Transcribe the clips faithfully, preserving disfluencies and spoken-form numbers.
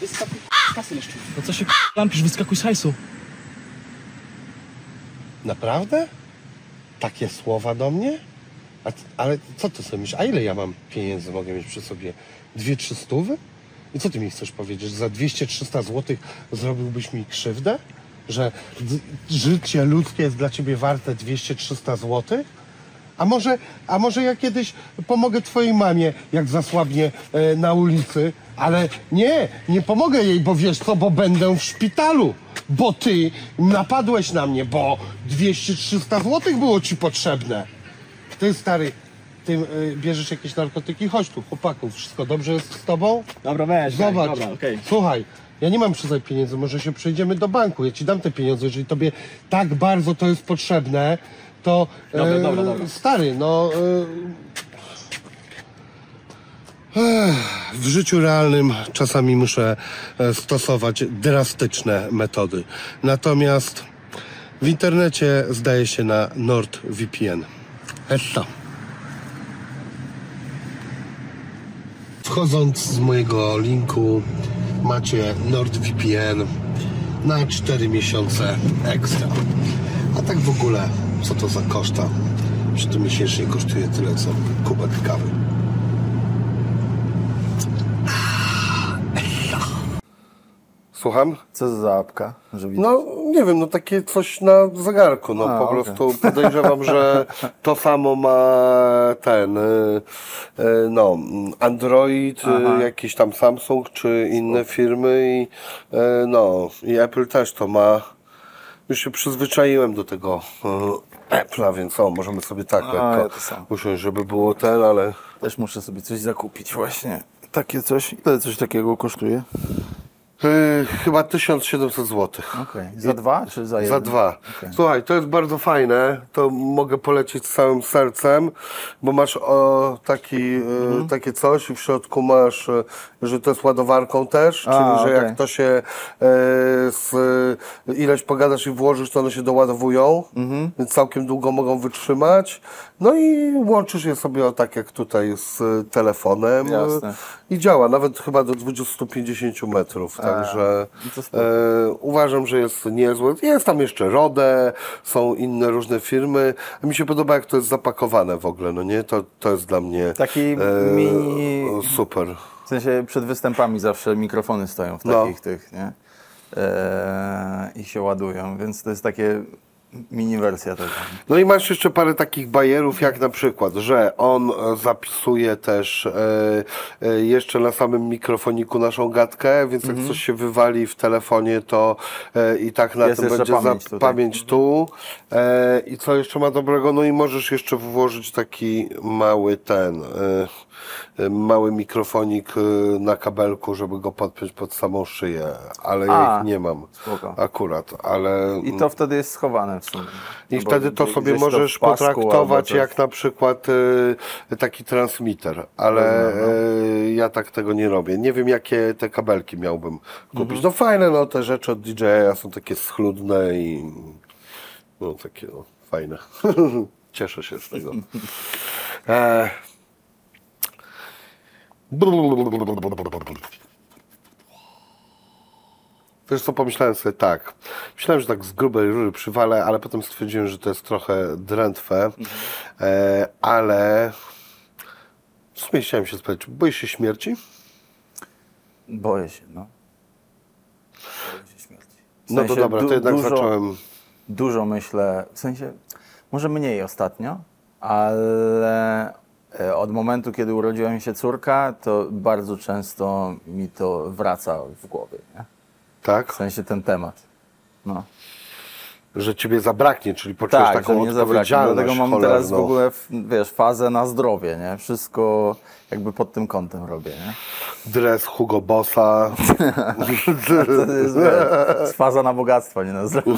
Wyskakuj z kasy jeszcze. No co się lampisz, wyskakuj z hajsu. Naprawdę? Takie słowa do mnie? A, ale co ty sobie myślisz? A ile ja mam pieniędzy mogę mieć przy sobie? Dwie, trzy stówy? I co ty mi chcesz powiedzieć? Że za dwieście trzysta złotych zrobiłbyś mi krzywdę? Że d- życie ludzkie jest dla ciebie warte dwieście trzysta złotych? A może, a może ja kiedyś pomogę twojej mamie, jak zasłabnie e, na ulicy? Ale nie, nie pomogę jej, bo wiesz co, bo będę w szpitalu. Bo ty napadłeś na mnie, bo dwieście trzysta złotych było ci potrzebne. Ty, stary, ty y, bierzesz jakieś narkotyki? Chodź tu, chłopaku, wszystko dobrze jest z tobą? Dobra, weź, Zobacz, weź, dobra, okej. Słuchaj, ja nie mam przy sobie pieniędzy, może się przejdziemy do banku, ja ci dam te pieniądze, jeżeli tobie tak bardzo to jest potrzebne, to Dobra, dobra, dobra. stary, no e, ech, w życiu realnym czasami muszę e, stosować drastyczne metody, natomiast w internecie zdaje się na NordVPN. Essa. Wchodząc z mojego linku macie NordVPN na cztery miesiące ekstra. A tak w ogóle, co to za koszta? Że to miesięcznie kosztuje tyle, co kubek kawy. Słucham? Co to za apka? Żeby... No, nie wiem, no takie coś na zegarku, no A, po okay. prostu podejrzewam, że to samo ma ten, y, y, no, Android, y, jakiś tam Samsung, czy inne firmy i y, no, i Apple też to ma. Już się przyzwyczaiłem do tego y, Apple'a, więc o, możemy sobie tak A, lekko ja to samo. usiąść, żeby było ten, ale... Też muszę sobie coś zakupić właśnie. Takie coś. Ile coś takiego kosztuje? Yy, chyba tysiąc siedemset złotych. Okej. Okay. Za dwa czy za jeden? Za dwa. Okay. Słuchaj, to jest bardzo fajne, to mogę polecić z całym sercem, bo masz o, taki, mm. y, takie coś i w środku masz, y, że to jest ładowarką też, A, czyli że okay. jak to się y, z, y, ileś pogadasz i włożysz, to one się doładowują, mm-hmm. więc całkiem długo mogą wytrzymać. No i łączysz je sobie o, tak jak tutaj z y, telefonem Jasne. i działa, nawet chyba do dwieście pięćdziesiąt metrów. Także e, uważam, że jest niezłe. Jest tam jeszcze Rode, są inne różne firmy. A mi się podoba, jak to jest zapakowane w ogóle, no nie? To, to jest dla mnie taki e, mini... super. W sensie przed występami zawsze mikrofony stoją w takich no. tych, nie? E, I się ładują, więc to jest takie mini wersja tego. No i masz jeszcze parę takich bajerów, jak na przykład, że on zapisuje też e, e, jeszcze na samym mikrofoniku naszą gadkę, więc jak mm-hmm. coś się wywali w telefonie, to e, i tak na jest tym będzie pamięć, za, pamięć tu. E, I co jeszcze ma dobrego? No i możesz jeszcze włożyć taki mały ten... E, mały mikrofonik na kabelku, żeby go podpiąć pod samą szyję, ale A, ja ich nie mam spoko. akurat, ale... I to wtedy jest schowane w sumie. I wtedy to sobie możesz to potraktować jak na przykład y, taki transmitter, ale y, ja tak tego nie robię. Nie wiem, jakie te kabelki miałbym kupić. Mhm. No fajne, no te rzeczy od D J a są takie schludne i no takie no, fajne. Cieszę się z tego. E, Wiesz co, pomyślałem sobie tak. Myślałem, że tak z grubej rury przywalę, ale potem stwierdziłem, że to jest trochę drętwe. Mhm. E, ale w sumie chciałem się spytać, boisz się śmierci? Boję się, no. Boję się śmierci. W sensie no to dobra, to jednak dużo, zacząłem... Dużo myślę, w sensie, może mniej ostatnio, ale... Od momentu, kiedy urodziła mi się córka, to bardzo często mi to wraca w głowie, nie? Tak? W sensie ten temat. No. Że ciebie zabraknie, czyli poczujesz tak, taką że mnie odpowiedzialność. Dlatego mam cholerną. teraz w ogóle, wiesz, fazę na zdrowie, nie? Wszystko jakby pod tym kątem robię, nie? Dres Hugo Bossa. To jest, wiesz, faza na bogactwo, nie na zdrowie.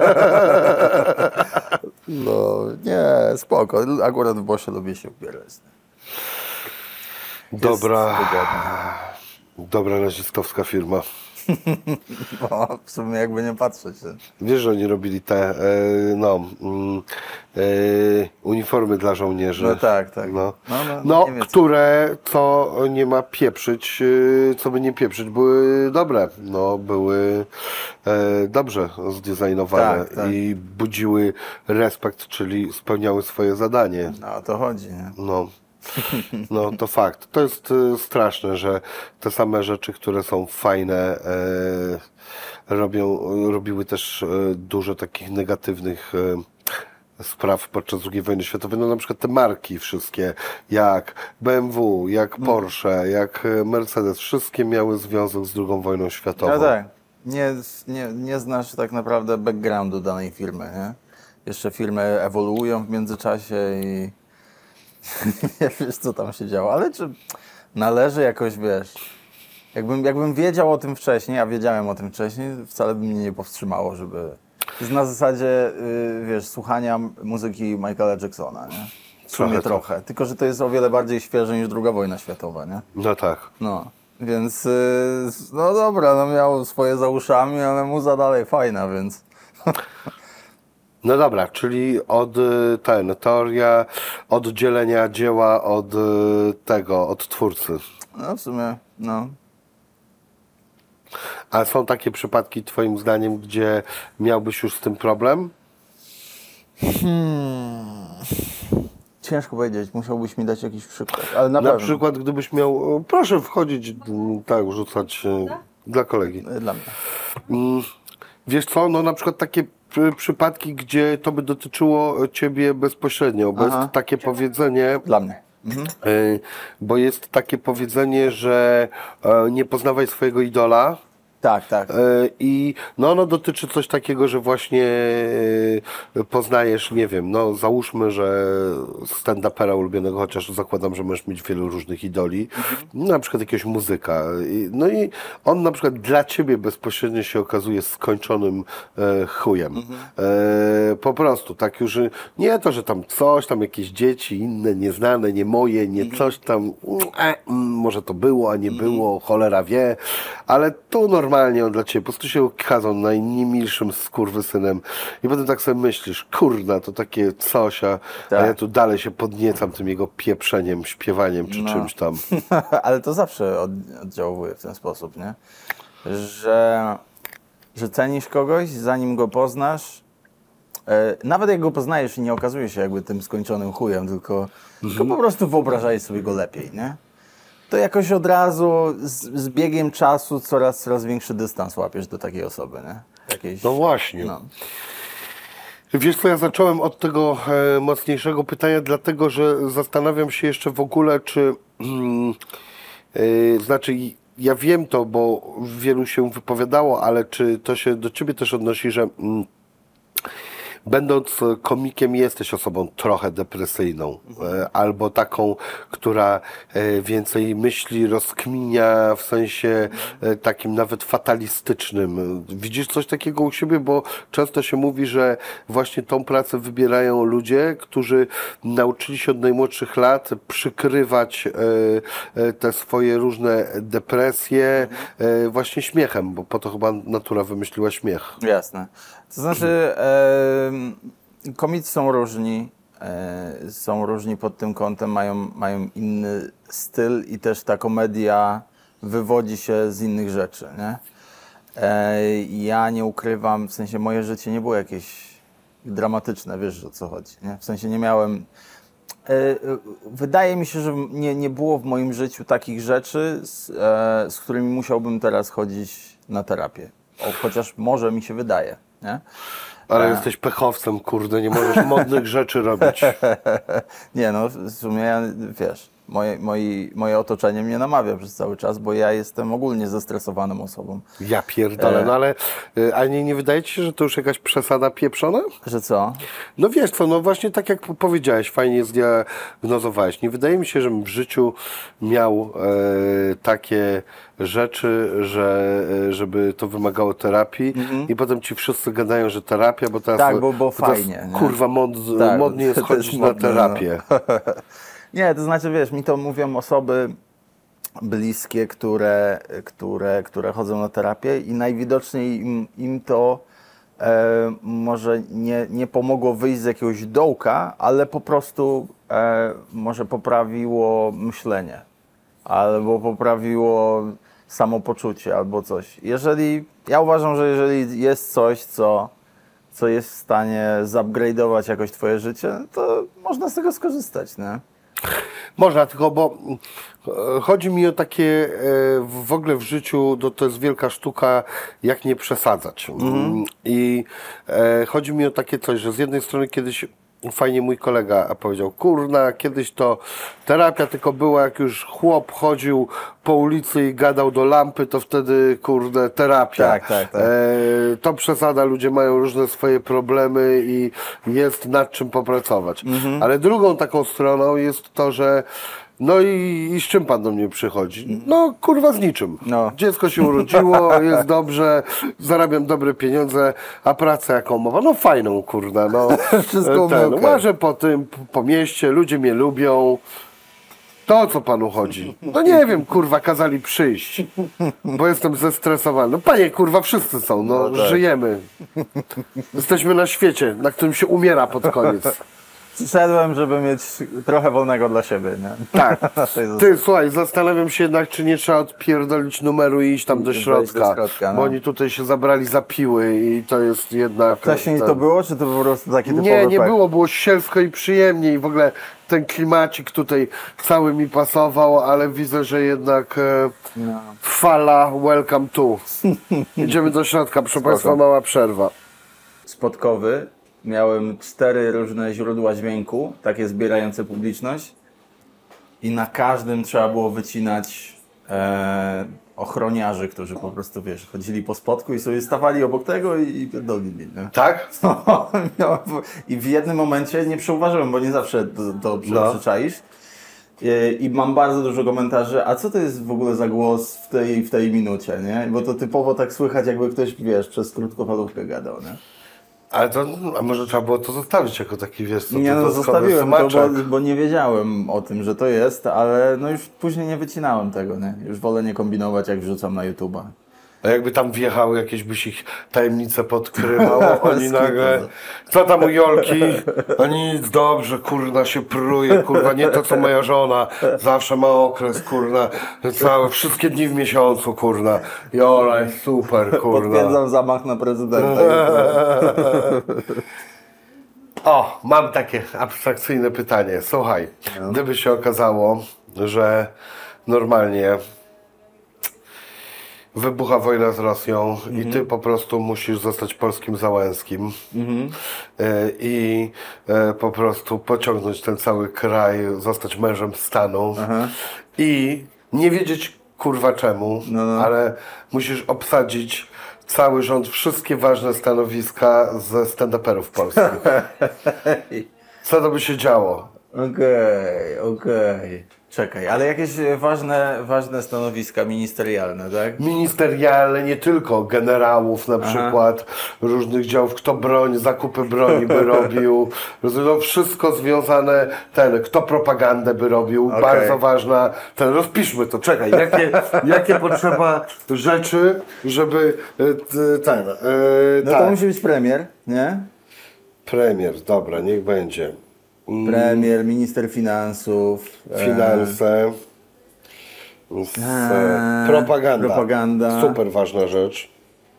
No, nie, spoko. Akurat w Bossie lubię się ubierać. Dobra. Dobra nazistowska firma. Bo w sumie jakby nie patrzeć. Nie? Wiesz, że oni robili te, e, no, mm, e, uniformy dla żołnierzy. No tak, tak. No, No, no, no nie wiem, co- które, co nie ma pieprzyć, e, co by nie pieprzyć, były dobre. No, były e, dobrze zdizajnowane Tak, tak. i budziły respekt, czyli spełniały swoje zadanie. No o to chodzi, nie? No. No to fakt. To jest e, straszne, że te same rzeczy, które są fajne, e, robią, robiły też e, dużo takich negatywnych e, spraw podczas drugiej wojny światowej. No na przykład te marki wszystkie, jak B M W, jak Porsche, jak e, Mercedes, wszystkie miały związek z drugą wojną światową. No tak. Nie, nie, nie znasz tak naprawdę backgroundu danej firmy, nie? Jeszcze firmy ewoluują w międzyczasie i nie wiesz, co tam się działo. Ale czy należy jakoś, wiesz, jakbym, jakbym wiedział o tym wcześniej, a wiedziałem o tym wcześniej, wcale by mnie nie powstrzymało, żeby... To jest na zasadzie, yy, wiesz, słuchania muzyki Michaela Jacksona, nie? W sumie Trochę trochę. tak. Tylko, że to jest o wiele bardziej świeże niż druga wojna światowa, nie? No tak. No, więc yy, no dobra, no miał swoje za uszami, ale muza dalej fajna, więc... No dobra, czyli od y, ten, teoria oddzielenia dzieła od y, tego, od twórcy. No w sumie, no. A są takie przypadki twoim zdaniem, gdzie miałbyś już z tym problem? Ciężko powiedzieć, musiałbyś mi dać jakiś przykład, ale na, Na pewno. przykład gdybyś miał, o, proszę wchodzić, m, tak, rzucać y, dla kolegi. Dla mnie. Mm, Wiesz co, no na przykład takie przy, przypadki, gdzie to by dotyczyło ciebie bezpośrednio, bo Aha. jest takie powiedzenie, Dla mnie. Mhm. y, bo jest takie powiedzenie, że e, nie poznawaj swojego idola. Tak, tak. E, I no ono dotyczy coś takiego, że właśnie e, poznajesz, nie wiem, no załóżmy, że stand-upera ulubionego, chociaż zakładam, że możesz mieć wielu różnych idoli, na przykład jakiegoś muzyka. I, no i on na przykład dla ciebie bezpośrednio się okazuje skończonym e, chujem. E, po prostu, tak już, nie to, że tam coś, tam jakieś dzieci inne, nieznane, nie moje, nie coś tam, e, mm, może to było, a nie było, cholera wie, ale to normalnie on dla ciebie, po prostu się okazał najmilszym skurwysynem i potem tak sobie myślisz, kurna, to takie coś, a, Tak. a ja tu dalej się podniecam tym jego pieprzeniem, śpiewaniem czy No. czymś tam. Ale to zawsze od, oddziałuje w ten sposób, nie? Że, że cenisz kogoś, zanim go poznasz. E, nawet jak go poznajesz i nie okazuje się jakby tym skończonym chujem, tylko, tylko po prostu wyobrażaj sobie go lepiej, nie? To jakoś od razu z, z biegiem czasu coraz, coraz większy dystans łapiesz do takiej osoby, nie? Jakiejś, No właśnie. no. Wiesz co, ja zacząłem od tego e, mocniejszego pytania, dlatego że zastanawiam się jeszcze w ogóle, czy mm, e, znaczy ja wiem to, bo wielu się wypowiadało, ale czy to się do ciebie też odnosi, że mm, będąc komikiem jesteś osobą trochę depresyjną, e, albo taką, która e, więcej myśli, rozkminia w sensie e, takim nawet fatalistycznym. Widzisz coś takiego u siebie? Bo często się mówi, że właśnie tą pracę wybierają ludzie, którzy nauczyli się od najmłodszych lat przykrywać e, e, te swoje różne depresje e, właśnie śmiechem, bo po to chyba natura wymyśliła śmiech. Jasne. To znaczy, e, komicy są różni, e, są różni pod tym kątem, mają, mają inny styl i też ta komedia wywodzi się z innych rzeczy, nie? E, ja nie ukrywam, w sensie moje życie nie było jakieś dramatyczne, wiesz o co chodzi, nie? W sensie nie miałem... E, wydaje mi się, że nie, nie było w moim życiu takich rzeczy, z, e, z którymi musiałbym teraz chodzić na terapię. O, chociaż może mi się wydaje, nie? Ale A. jesteś pechowcem, kurde, nie możesz modnych rzeczy robić. Nie no, w sumie ja, wiesz, moje, moi, moje otoczenie mnie namawia przez cały czas, bo ja jestem ogólnie zestresowaną osobą. Ja pierdolę, E. no ale y, a nie, nie wydaje ci się, że to już jakaś przesada pieprzona? Że co? No wiesz co, no właśnie tak jak powiedziałeś, fajnie zdiagnozowałeś. Nie wydaje mi się, żebym w życiu miał e, takie rzeczy, że e, żeby to wymagało terapii i potem ci wszyscy gadają, że terapia, bo teraz, Tak, bo- bo teraz, fajnie, nie? kurwa mod, Tak, modnie jest to chodzić jest na modne, no. terapię. Nie, to znaczy, wiesz, mi to mówią osoby, bliskie, które, które, które chodzą na terapię i najwidoczniej im, im to e, może nie, nie pomogło wyjść z jakiegoś dołka, ale po prostu e, może poprawiło myślenie albo poprawiło samopoczucie albo coś. Jeżeli, ja uważam, że jeżeli jest coś, co, co jest w stanie zupgrade'ować jakoś twoje życie, to można z tego skorzystać, nie? Można, tylko bo e, chodzi mi o takie e, w ogóle w życiu, to, to jest wielka sztuka, jak nie przesadzać. Mm. I e, chodzi mi o takie coś, że z jednej strony kiedyś fajnie mój kolega powiedział, kurna, kiedyś to terapia tylko była, jak już chłop chodził po ulicy i gadał do lampy, to wtedy, kurde, terapia. Tak, tak, tak. E, to przesada, ludzie mają różne swoje problemy i jest nad czym popracować. Mhm. Ale drugą taką stroną jest to, że no i, i z czym pan do mnie przychodzi? No kurwa z niczym. No. Dziecko się urodziło, jest dobrze, zarabiam dobre pieniądze, a pracę jaką mowa? No fajną kurna, no. Wszystko ten, okay. Łażę po tym, po mieście, ludzie mnie lubią. To o co panu chodzi? No nie wiem, kurwa, kazali przyjść, bo jestem zestresowany. No panie, kurwa, wszyscy są, no, no tak. Żyjemy. Jesteśmy na świecie, na którym się umiera pod koniec. Przyszedłem, żeby mieć trochę wolnego dla siebie, nie? Tak. Ty, słuchaj, zastanawiam się jednak, czy nie trzeba odpierdolić numeru i iść tam do środka, do środka no. Bo oni tutaj się zabrali za piły i to jest jednak... A wcześniej ten... to było, czy to po prostu taki typowy Nie, nie pech? było, było sielsko i przyjemnie i w ogóle ten klimacik tutaj cały mi pasował, ale widzę, że jednak e, no. Fala, welcome to. Idziemy do środka, proszę Spoko. Państwa, mała przerwa. Spotkowy. Miałem cztery różne źródła dźwięku, takie zbierające publiczność i na każdym trzeba było wycinać e, ochroniarzy, którzy po prostu, wiesz, chodzili po spotku i sobie stawali obok tego i, i pierdolili, nie? Tak? No, i w jednym momencie nie przeuważyłem, bo nie zawsze to, to no. przyczaisz. I, I mam bardzo dużo komentarzy, a co to jest w ogóle za głos w tej, w tej minucie, nie? Bo to typowo tak słychać, jakby ktoś, wiesz, przez krótkofalówkę gadał, nie? Ale to, a może trzeba było to zostawić jako taki, wiesz, co Nie, to no zostawiłem to, bo, bo nie wiedziałem o tym, że to jest, ale no już później nie wycinałem tego, nie? Już wolę nie kombinować, jak wrzucam na YouTube'a. A jakby tam wjechały, jakieś byś ich tajemnice podkrywało, oni nagle, co tam u Jolki? A nic, dobrze, kurna, się pruje, kurwa, nie to co moja żona, zawsze ma okres, kurna, całe, wszystkie dni w miesiącu, kurna, Jola jest super, kurna. Potwierdzam zamach na prezydenta. O, mam takie abstrakcyjne pytanie, słuchaj, no. Gdyby się okazało, że normalnie wybucha wojna z Rosją mm-hmm. i ty po prostu musisz zostać polskim Załęskim mm-hmm. i po prostu pociągnąć ten cały kraj, zostać mężem stanu Aha. i nie wiedzieć kurwa czemu, no, no. ale musisz obsadzić cały rząd, wszystkie ważne stanowiska ze stand-uperów polskich. Co to by się działo? Okej, okay, okej. Okay. Czekaj, ale jakieś ważne, ważne stanowiska ministerialne, tak? Ministerialne, nie tylko generałów na Aha. przykład, różnych działów, kto broń, zakupy broni by robił, no wszystko związane, ten, kto propagandę by robił, okay. bardzo ważna, ten, rozpiszmy to, czekaj, jakie, jakie potrzeba rzeczy, żeby ten, yy, no tak. to musi być premier, nie? Premier, dobra, niech będzie. Premier, minister finansów. Finanse. Eee, propaganda. propaganda. Super ważna rzecz.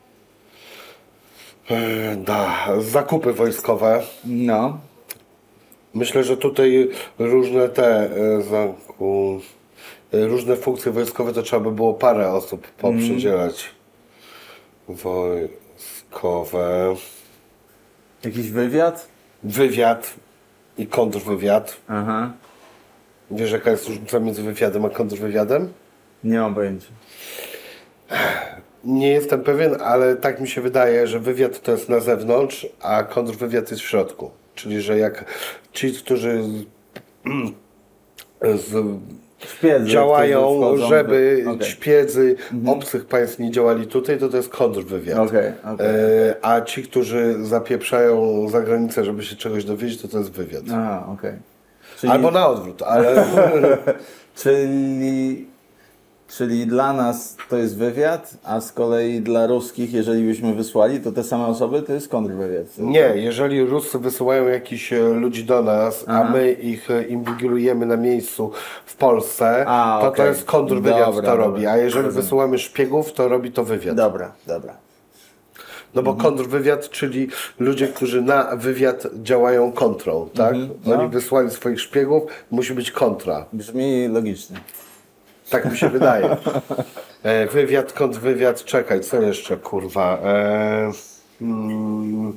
Eee, da, zakupy wojskowe. No. Myślę, że tutaj różne te e, zaku, e, różne funkcje wojskowe to trzeba by było parę osób poprzydzielać. Mm. Wojskowe. Jakiś wywiad? Wywiad. I kontrwywiad. Aha. Wiesz, jaka jest różnica między wywiadem a kontrwywiadem? Nie mam pojęcia. Nie jestem pewien, ale tak mi się wydaje, że wywiad to jest na zewnątrz, a kontrwywiad jest w środku. Czyli, że jak ci, którzy z, z Szpiedzy, działają, żeby okay. szpiedzy mhm. obcych państw nie działali tutaj, to to jest kontrwywiad. Okay, okay. E, a ci, którzy zapieprzają za granicę, żeby się czegoś dowiedzieć, to to jest wywiad. Aha, okay. Czyli... Albo na odwrót, ale... Czyli Czyli dla nas to jest wywiad, a z kolei dla ruskich, jeżeli byśmy wysłali, to te same osoby to jest kontrwywiad. Nie, jeżeli Ruscy wysyłają jakichś e, ludzi do nas, Aha. a my ich e, inwigilujemy na miejscu w Polsce, A, to okej. to jest kontrwywiad, Dobra, to dobra. robi. A jeżeli Rozumiem. wysyłamy szpiegów, to robi to wywiad. Dobra, dobra. No bo kontrwywiad, czyli ludzie, którzy na wywiad działają kontrą, tak? Mhm, Oni no. wysłali swoich szpiegów, musi być kontra. Brzmi logicznie. Tak mi się wydaje. E, wywiad, kontrwywiad, czekaj, co jeszcze, kurwa? E, mm,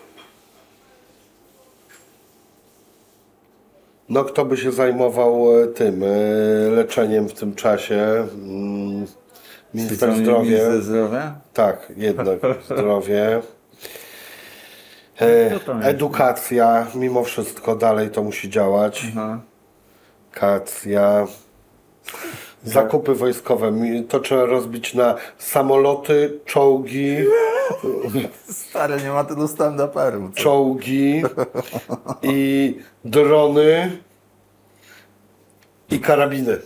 no kto by się zajmował e, tym e, leczeniem w tym czasie? Mm, minister zdrowia. Minister zdrowia? Tak, jednak zdrowie. E, No to jest. edukacja, mimo wszystko dalej to musi działać. Aha. Edukacja. Zakupy wojskowe, mi- to trzeba rozbić na samoloty, czołgi, Stary, nie ma tylu stand-uperów. co? czołgi i drony i karabiny.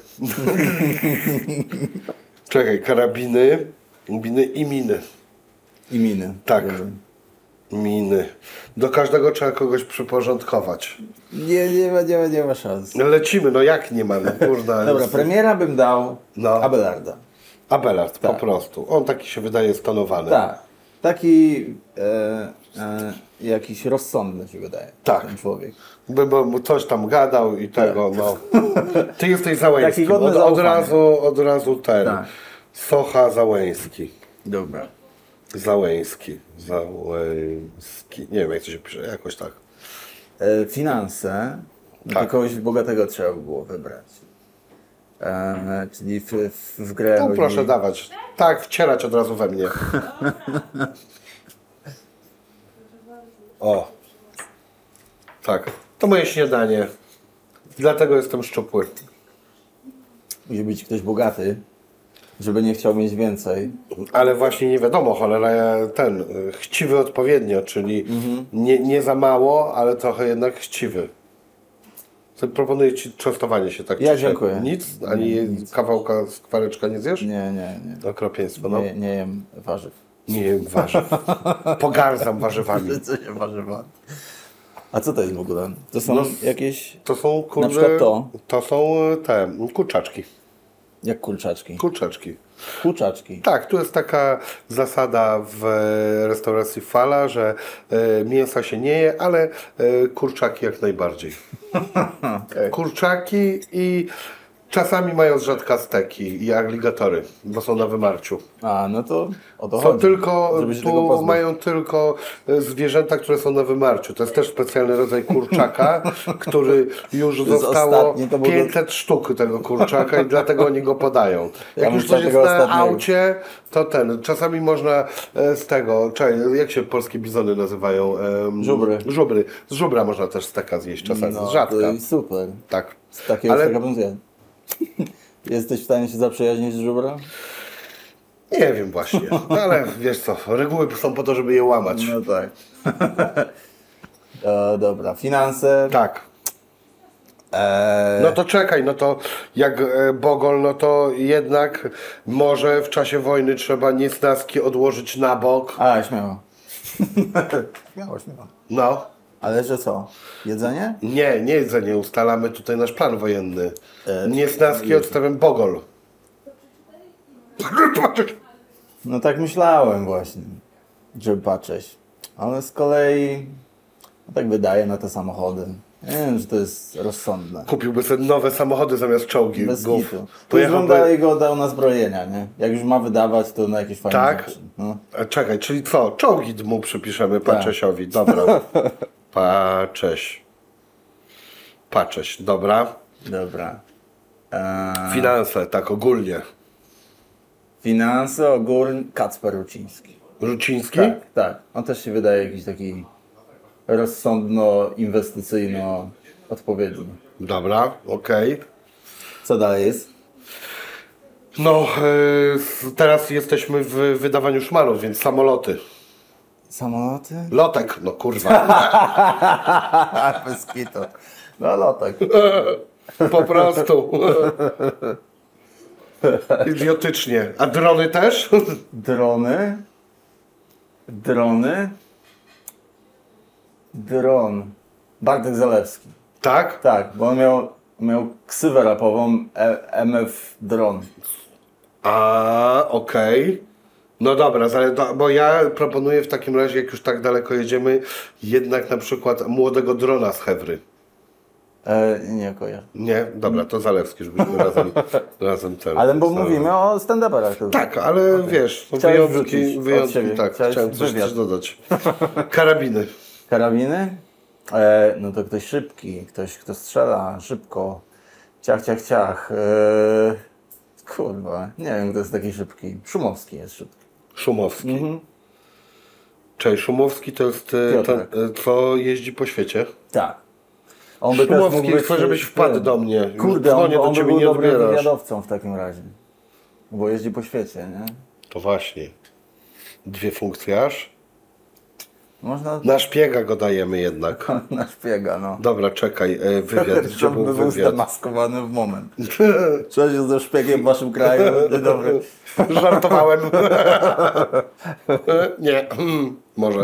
Czekaj, karabiny, miny i miny. I miny. Tak. Dobrze. Miny. Do każdego trzeba kogoś przyporządkować. Nie, nie ma, nie ma, nie ma szans. Lecimy, no jak nie mamy, kurna. Dobra, jest- premiera bym dał No. Abelarda. Abelard, po Tak. prostu. On taki się wydaje stonowany. Tak. Taki e, e, jakiś rozsądny się wydaje. Tak. Ten człowiek. By, bo mu coś tam gadał i tego, no. Ty jesteś Załęski. Taki godny Od, od, zaufania. razu, od razu ten. Tak. Socha Załęski. Dobra. Załęski. Załęski. Nie wiem jak to się pisze, jakoś tak. E, finanse. No Tak. to kogoś bogatego trzeba by było wybrać. E, czyli w, w, w grę No chodzi- proszę dawać. Tak, wcierać od razu we mnie. O. Tak. To moje śniadanie. Dlatego jestem szczupły. Musi być ktoś bogaty, żeby nie chciał mieć więcej. Ale właśnie nie wiadomo, cholera, ten, y, chciwy odpowiednio, czyli Mhm. nie, nie za mało, ale trochę jednak chciwy. To proponuję Ci częstowanie się tak Ja czy siak. dziękuję. Nic? Ani Nie, nic. kawałka skwareczka nie zjesz? Nie, nie, nie. Okropieństwo, no. Nie, nie jem warzyw. Nie jem warzyw. Pogardzam warzywami. Co się warzywa? A co to jest w ogóle? To są No, jakieś To są, kurde, przykład to? to są te kurczaczki. jak kurczaczki. Kurczaczki. Kurczaczki. Tak, tu jest taka zasada w restauracji Fala, że e, mięsa się nie je, ale e, kurczaki jak najbardziej. Okay. Kurczaki i czasami mają z rzadka steki i aligatory, bo są na wymarciu. A, no to o to Są chodzi. tylko, żeby się tego tu pozbyć. mają tylko e, zwierzęta, które są na wymarciu. To jest też specjalny rodzaj kurczaka, który już To jest zostało ostatni, to było- pięćset sztuk tego kurczaka i dlatego oni go podają. Ja Jak bym już coś chciał jest tego na ostatniego. aucie, to ten. Czasami można e, z tego, czekaj, jak się polskie bizony nazywają? Em, Żubry. Żubry. Z żubra można też steka zjeść czasami, No, z rzadka. to jest super. Tak. Z takiego Ale- steka bym zjadł. Jesteś w stanie się zaprzyjaźnić z żubra? Nie wiem właśnie, ale wiesz co, reguły są po to, żeby je łamać. No tak. e, dobra, finanse. Tak. E, No to czekaj, no to jak e, Bogol, no to jednak może w czasie wojny trzeba niesnaski odłożyć na bok. A, śmiało. śmiało, śmiało. No. Ale że co? Jedzenie? Nie, nie jedzenie, ustalamy tutaj nasz plan wojenny. E, Niesnaski odstawiam Bogol. No tak myślałem właśnie, żeby patrzeć. Ale z kolei no tak wydaje na te samochody. Nie wiem, że to jest rozsądne. Kupiłby sobie nowe samochody zamiast czołgi. Bez Gów. kitu. To już bym Pojechałby... dalej go dał na zbrojenia, nie? Jak już ma wydawać, to na jakieś fajne Tak? rzeczy. No. A czekaj, czyli co? Czołgi mu przypiszemy Paczesiowi. Dobra. Pacześ. Pacześ, dobra. Dobra. Eee, Finanse, tak ogólnie. finanse ogólnie Kacper Ruciński. Ruciński? Tak, tak. On też się wydaje jakiś taki rozsądno-inwestycyjno odpowiedni. Dobra, okej. Co dalej jest? No, yy, teraz jesteśmy w wydawaniu szmalów, więc samoloty. Samoloty? Lotek, no kurwa. Bez kitu. No lotek. Po prostu. Idiotycznie. A drony też? Drony. Drony. Dron. Bartek Zalewski. Tak? Tak, bo on miał, miał ksywę rapową e, M F Dron. A, okej. No dobra, ale do, bo ja proponuję w takim razie, jak już tak daleko jedziemy, jednak na przykład młodego drona z Hewry. E, nie kojarzę. Nie? Dobra, to Zalewski, żebyśmy razem, razem ten. Ale bo mówimy o stand-uperach. Tak, ale okay. Wiesz, no Chciałeś wyjątki, wrzucić od wyjątki siebie. tak, Chciałeś chciałem coś, wywiad. coś dodać. Karabiny. Karabiny? E, no to ktoś szybki, ktoś kto strzela szybko. Ciach, ciach, ciach. E, kurwa, nie wiem kto jest taki szybki. Szumowski jest szybki. Szumowski. Mhm. Cześć, Szumowski to jest e, Piotrek. ten, e, co jeździ po świecie. Tak. On by też Szumowski, mógł być, chcę, żebyś wpadł tym. do mnie. Kurde, on, Dzwonię do on by ciebie, był nie dobrym odbierasz. wywiadowcą w takim razie. Bo jeździ po świecie, nie? To właśnie. Dwie funkcje aż. Można Na szpiega go dajemy jednak. na szpiega, no. Dobra, czekaj, e, wywiad. Gdzie Żeby był był wywiad? zdemaskowany w moment. Cześć, jest ze szpiegiem w waszym kraju. Dzień dobry. Żartowałem. Nie, może.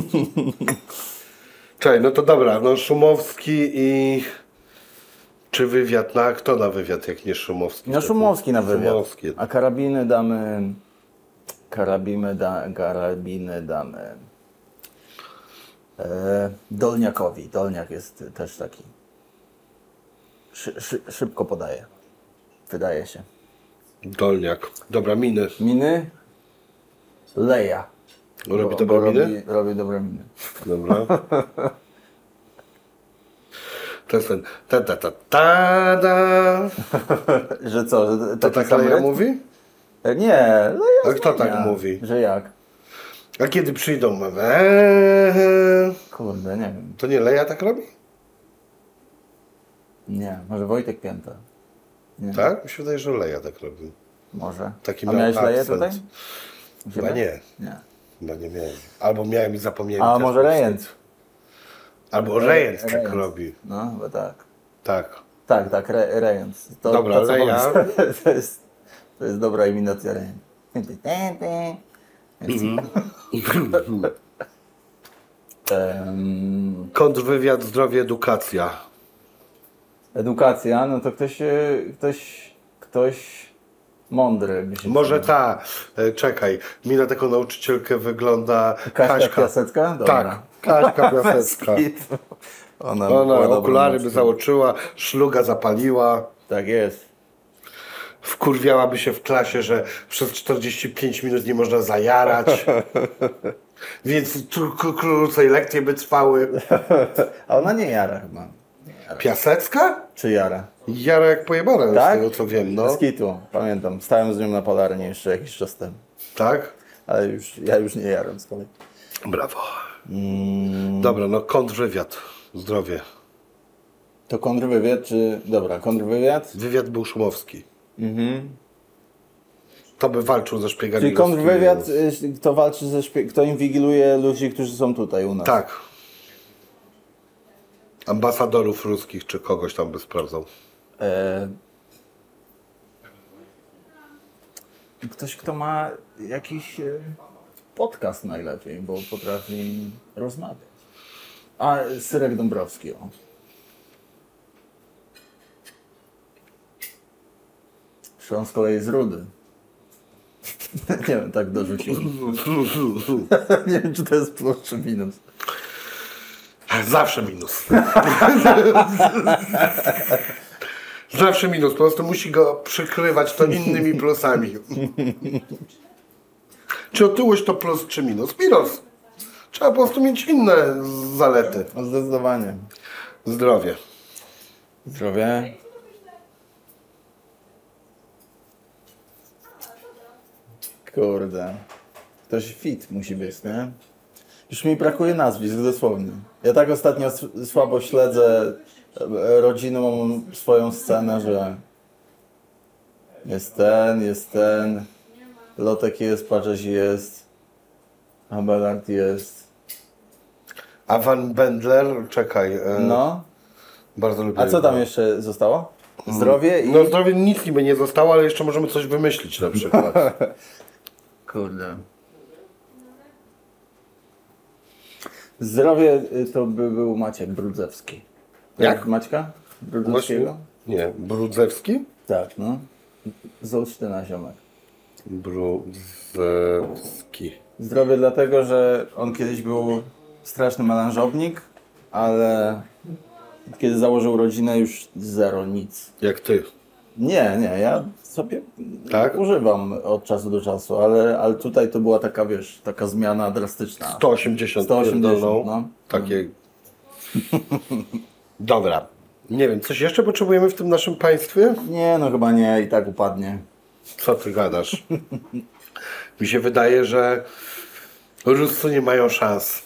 Czekaj, no to dobra, no Szumowski i... Czy wywiad? Na kto na wywiad, jak nie Szumowski? No Szumowski na wywiad. Szumowski. A karabiny damy... Karabiny, da, karabiny damy... E, Dolniakowi. Dolniak jest też taki... Szy, szy, szybko podaje. Wydaje się. Dolniak. Dobra, miny. Miny? Leja. Robi Bo- dobre bo miny? Robi, robi dobre miny. Dobra. To jest ten... Ta, ta, ta, ta, ta. Że co? Że To taki tak sam Leja rytm? mówi? Nie, Leja A kto zmienia. tak mówi? Że jak? A kiedy przyjdą? Eee, Kurde, nie wiem. to nie Leja tak robi? Nie, może Wojtek Pięta. Nie. Tak? Mi się wydaje, że Leja tak robi. Może. Taki A miał miałeś Leję akcent. tutaj? U Chyba siebie? nie. Nie. Chyba nie miałem. Albo miałem i zapomniałem. A też może po prostu. Rejent? Albo Rejent tak Rejent. robi. No, chyba tak. Tak. Tak, tak, Re, Rejent. To, Dobra, to, co Leja. powiedz, to, jest, to jest dobra imitacja Rejent. Em, Kontrwywiad, zdrowie, edukacja. Edukacja, no to ktoś, e, ktoś, ktoś mądry by się Może przydał. ta, e, czekaj, mi na taką nauczycielkę wygląda Kaśka Kaśka. Piasecka? Dobra. Tak, Kaśka Piasecka. Ona, Ona była dobrą okulary by nauczycielką. załoczyła, szluga zapaliła. Tak jest. Wkurwiałaby się w klasie, że przez czterdzieści pięć minut nie można zajarać. Więc tr- k- krócej lekcje by trwały. A ona nie jara chyba. Piasecka? Czy jara? Jara jak pojebana, Tak? z tego co wiem, no. Z kitu, pamiętam. Stałem z nią na polarnie jeszcze jakiś czas temu. Tak? Ale już, ja już nie jaram z kolei. Brawo. Mm, Dobra, no kontrwywiad. Zdrowie. to kontrwywiad, czy... Dobra, kontrwywiad. Wywiad był Szumowski. Mhm. To by walczył ze szpiegami. Czyli ruskimi. kontrwywiad, y, kto walczy ze szpie... kto inwigiluje ludzi, którzy są tutaj u nas. Tak. Ambasadorów ruskich, czy kogoś tam by sprawdzał. E... Ktoś, kto ma jakiś e, podcast najlepiej, bo potrafi rozmawiać. A, Syrek Dąbrowski, o. Czy on z kolei z Rudy? Nie wiem, tak dorzuciłem. Nie wiem, czy to jest plus czy minus. Zawsze minus. Zawsze minus. Po prostu musi go przykrywać to innymi plusami. Czy otyłość to plus czy minus? Minus. Trzeba po prostu mieć inne zalety. No zdecydowanie. Zdrowie. Zdrowie. Kurde. Ktoś fit musi być, nie? Już mi brakuje nazwisk, dosłownie. Ja tak ostatnio s- słabo śledzę e, rodziną swoją scenę, że jest ten, jest ten, Lotek jest, Paczesz jest, Abelard jest. A Van Bendler, czekaj. E, No. Bardzo lubię. A co tam go. jeszcze zostało? Zdrowie i... No zdrowie nic niby nie zostało, ale jeszcze możemy coś wymyślić na przykład. Kurde. Zdrowie y, to by był Maciek Brudzewski. Jak? Maćka Brudzewskiego? Nie, Brudzewski? Tak, no. Z Olsztyna ziomek. Brudzewski. Zdrowie dlatego, że on kiedyś był straszny melanżownik, ale kiedy założył rodzinę już zero, nic. Jak ty. Nie, nie, ja sobie Tak? używam od czasu do czasu, ale, ale tutaj to była taka, wiesz, taka zmiana drastyczna. sto osiemdziesiąt. sto osiemdziesiąt, pierdolną. no. Takie... Dobra. Nie wiem, coś jeszcze potrzebujemy w tym naszym państwie? Nie, no chyba nie, i tak upadnie. Co ty gadasz? Mi się wydaje, że Ruscy nie mają szans.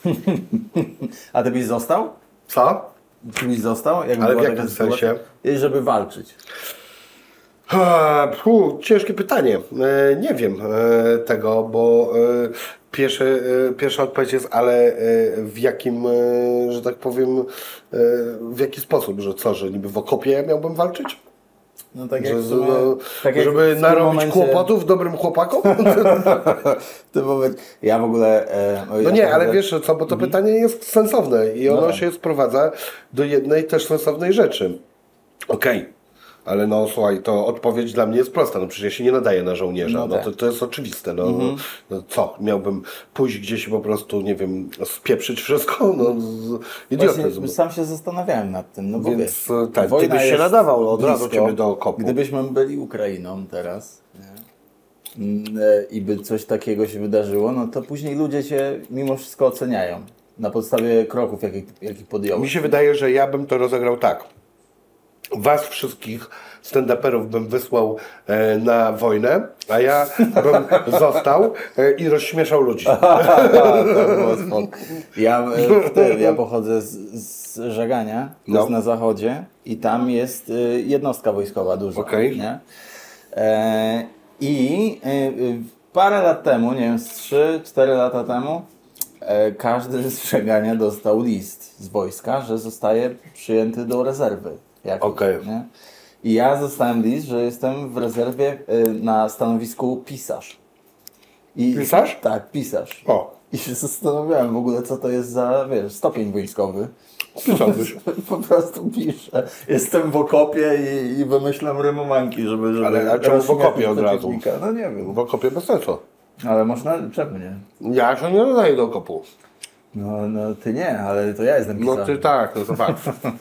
A ty byś został? Co? Ty byś został? Jakby Ale w była jakim taka sytuacja? sensie? I żeby walczyć. Ha, pu, ciężkie pytanie. E, nie wiem e, tego, bo e, pierwsze, e, pierwsza odpowiedź jest, ale e, w jakim, e, że tak powiem, e, w jaki sposób, że co, że niby w okopie miałbym walczyć? No tak jak Że, w sumie, no, tak jak żeby w tym narobić momencie- kłopotów dobrym chłopakom? w tym momencie, ja w ogóle... E, No ja nie, ale pochodzę- wiesz co, bo to pytanie jest sensowne i ono No tak. się sprowadza do jednej też sensownej rzeczy. Okej. Ale no słuchaj, to odpowiedź dla mnie jest prosta. No przecież ja się nie nadaję na żołnierza. No No, tak. to, to jest oczywiste. No, no co, miałbym pójść gdzieś i po prostu, nie wiem, spieprzyć wszystko? No z, idiotyzm. Właśnie sam się zastanawiałem nad tym, no bo Więc, wiesz, e, tak, ty wojna byś się jest nadawał od razu blisko. ciebie do okopu. Gdybyśmy byli Ukrainą teraz, nie? Mm, e, i by coś takiego się wydarzyło, no to później ludzie się mimo wszystko oceniają na podstawie kroków, jakich, jakich Mi podjąłeś. się wydaje, że ja bym to rozegrał tak. Was wszystkich stand-uperów bym wysłał e, na wojnę, a ja bym został e, i rozśmieszał ludzi. To było spoko. Ja, e, w tym, ja pochodzę z, z Żegania, to No. jest na zachodzie i tam jest e, jednostka wojskowa duża. Okej. Nie? E, I e, e, parę lat temu, nie wiem, z trzy cztery lata temu, e, każdy z Żegania dostał list z wojska, że zostaje przyjęty do rezerwy. jakiejś, Okej. nie? I ja dostałem list, że jestem w rezerwie e, na stanowisku pisarz. I, Pisarz? Tak, pisarz. O, I się zastanawiałem w ogóle, co to jest za, wiesz, stopień wojskowy. pisałbyś. Po prostu piszę. Jestem w okopie i, i wymyślam rymowanki, żeby... żeby Ale- a czemu w okopie rozśmieszyć od razu? przeciwnika. No nie wiem. W okopie bez sensu. Ale można... Czemu nie? Ja się nie nadaję do okopu. No, no ty nie, ale to ja jestem No pisarzem. ty tak, no to fakt.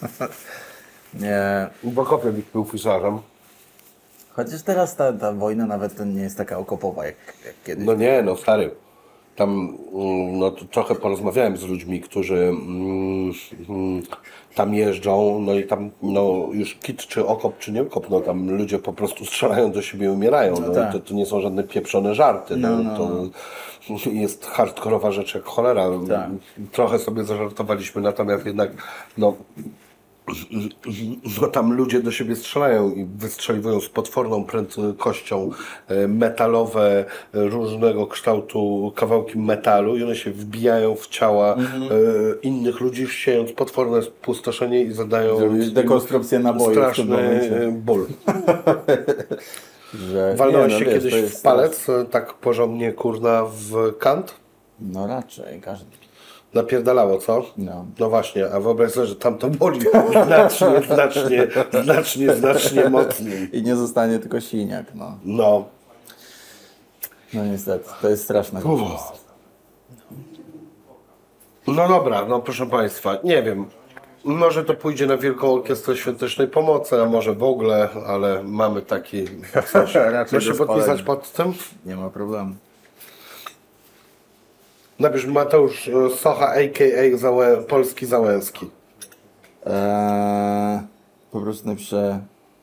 Nie. W okopie był pisarzem. Chociaż teraz ta, ta wojna nawet nie jest taka okopowa jak, jak kiedyś. No nie, no stary. Tam mm, no, to trochę porozmawiałem z ludźmi, którzy mm, mm, tam jeżdżą, no i tam no, już kit czy okop czy nie okop, no tam ludzie po prostu strzelają do siebie i umierają. No, tak. to, to nie są żadne pieprzone żarty. No, No, no, to jest hardkorowa rzecz jak cholera. Tak. Trochę sobie zażartowaliśmy, natomiast jednak no, no tam ludzie do siebie strzelają i wystrzeliwują z potworną prędkością e, metalowe, e, różnego kształtu kawałki metalu i one się wbijają w ciała e, innych ludzi, siejąc potworne spustoszenie i zadają Zrobić dekonstrukcję naboi w tym straszny momencie. e, ból. Że... Walnąłeś nie, się no, wiesz, kiedyś to jest w palec, e, tak porządnie kurna w kant? No raczej, każdy. Napierdalało, co? No. No właśnie, a wyobraź sobie, że tam to boli znacznie, znacznie, znacznie, znacznie mocniej. I nie zostanie tylko siniak, no. No. No niestety, to jest straszne. Uff. No dobra, no proszę Państwa, nie wiem. Może to pójdzie na Wielką Orkiestrę Świątecznej Pomocy, a może w ogóle, ale mamy taki coś. Raczej Możesz się do podpisać spalenia. pod tym? Nie ma problemu. Napisz Mateusz e, Socha, a k a. Załę, Polski Załęski. Eee, po prostu napiszę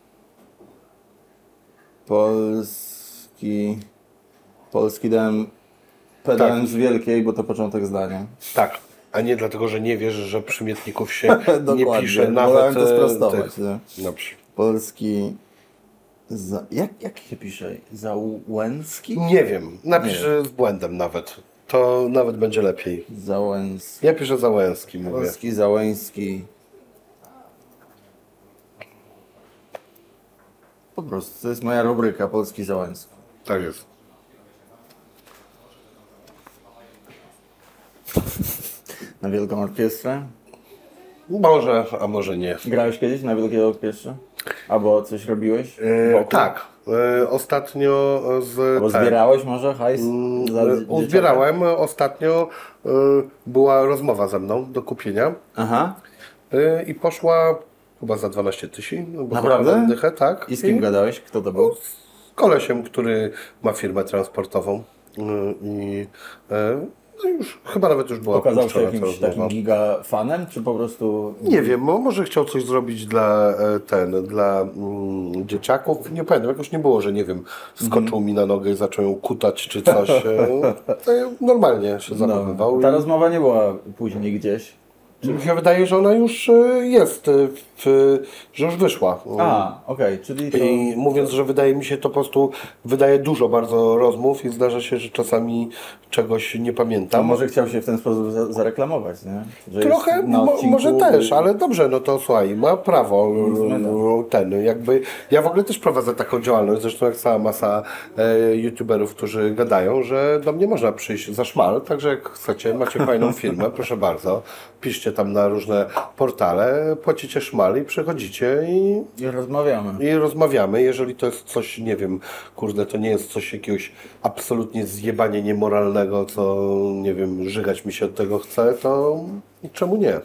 Polski Polski dałem P dałem Tak. z wielkiej, bo to początek zdania. Tak, a nie dlatego, że nie wiesz, że przymiotników się nie Dokładnie, pisze nawet. wolałem to e, sprostować, tych. nie? Dobrze. Polski za, jak, jak się pisze? Załęski? Nie wiem, napisz Nie. e, z błędem nawet. To nawet będzie lepiej. Załęski. Ja piszę Załęski, mówię. Polski Załęski. Po prostu, to jest moja rubryka Polski Załęcki. Tak jest. Na Wielką Orkiestrę? Może, a może nie. Grałeś kiedyś na Wielkiej Orkiestrze? Albo coś robiłeś? E, wokół? tak. E, ostatnio z... Albo tak. zbierałeś może hajs? Za E, dzieciaka? Uzbierałem. Ostatnio e, była rozmowa ze mną do kupienia Aha. e, i poszła chyba za dwanaście tysięcy. Naprawdę? Dychę, tak. I z kim gadałeś? Kto to był? Z kolesiem, który ma firmę transportową. E, I e, no już, chyba nawet już była Okazał się puszczona ta jakimś rozmowa. takim giga fanem, czy po prostu... Nie wiem, mo- może chciał coś zrobić dla e, ten, dla mm, dzieciaków. Nie pamiętam, jakoś nie było, że nie wiem, skoczył mi na nogę i zaczął ją kutać czy coś. E, e, normalnie się zachowywał. No, ta I rozmowa nie była później gdzieś. mi się wydaje, że ona już e, jest, e, w, że już wyszła. A, okej, czyli to... I mówiąc, że wydaje mi się to po prostu, wydaje dużo bardzo rozmów i zdarza się, że czasami czegoś nie A pamiętam. może chciał się w ten sposób za zareklamować, nie? Że Trochę, jest na mo, odcinku- może też, ale dobrze, no to słuchaj, ma prawo Zmienia. ten, jakby, ja w ogóle też prowadzę taką działalność, zresztą jak cała masa e, youtuberów, którzy gadają, że do mnie można przyjść za szmal, także jak chcecie, macie fajną firmę, proszę bardzo, piszcie tam na różne portale, płacicie szmal i przychodzicie i I rozmawiamy. i rozmawiamy. Jeżeli to jest coś, nie wiem, kurde, to nie jest coś jakiegoś absolutnie zjebanie niemoralnego, co, nie wiem, żygać mi się od tego chce, to czemu nie?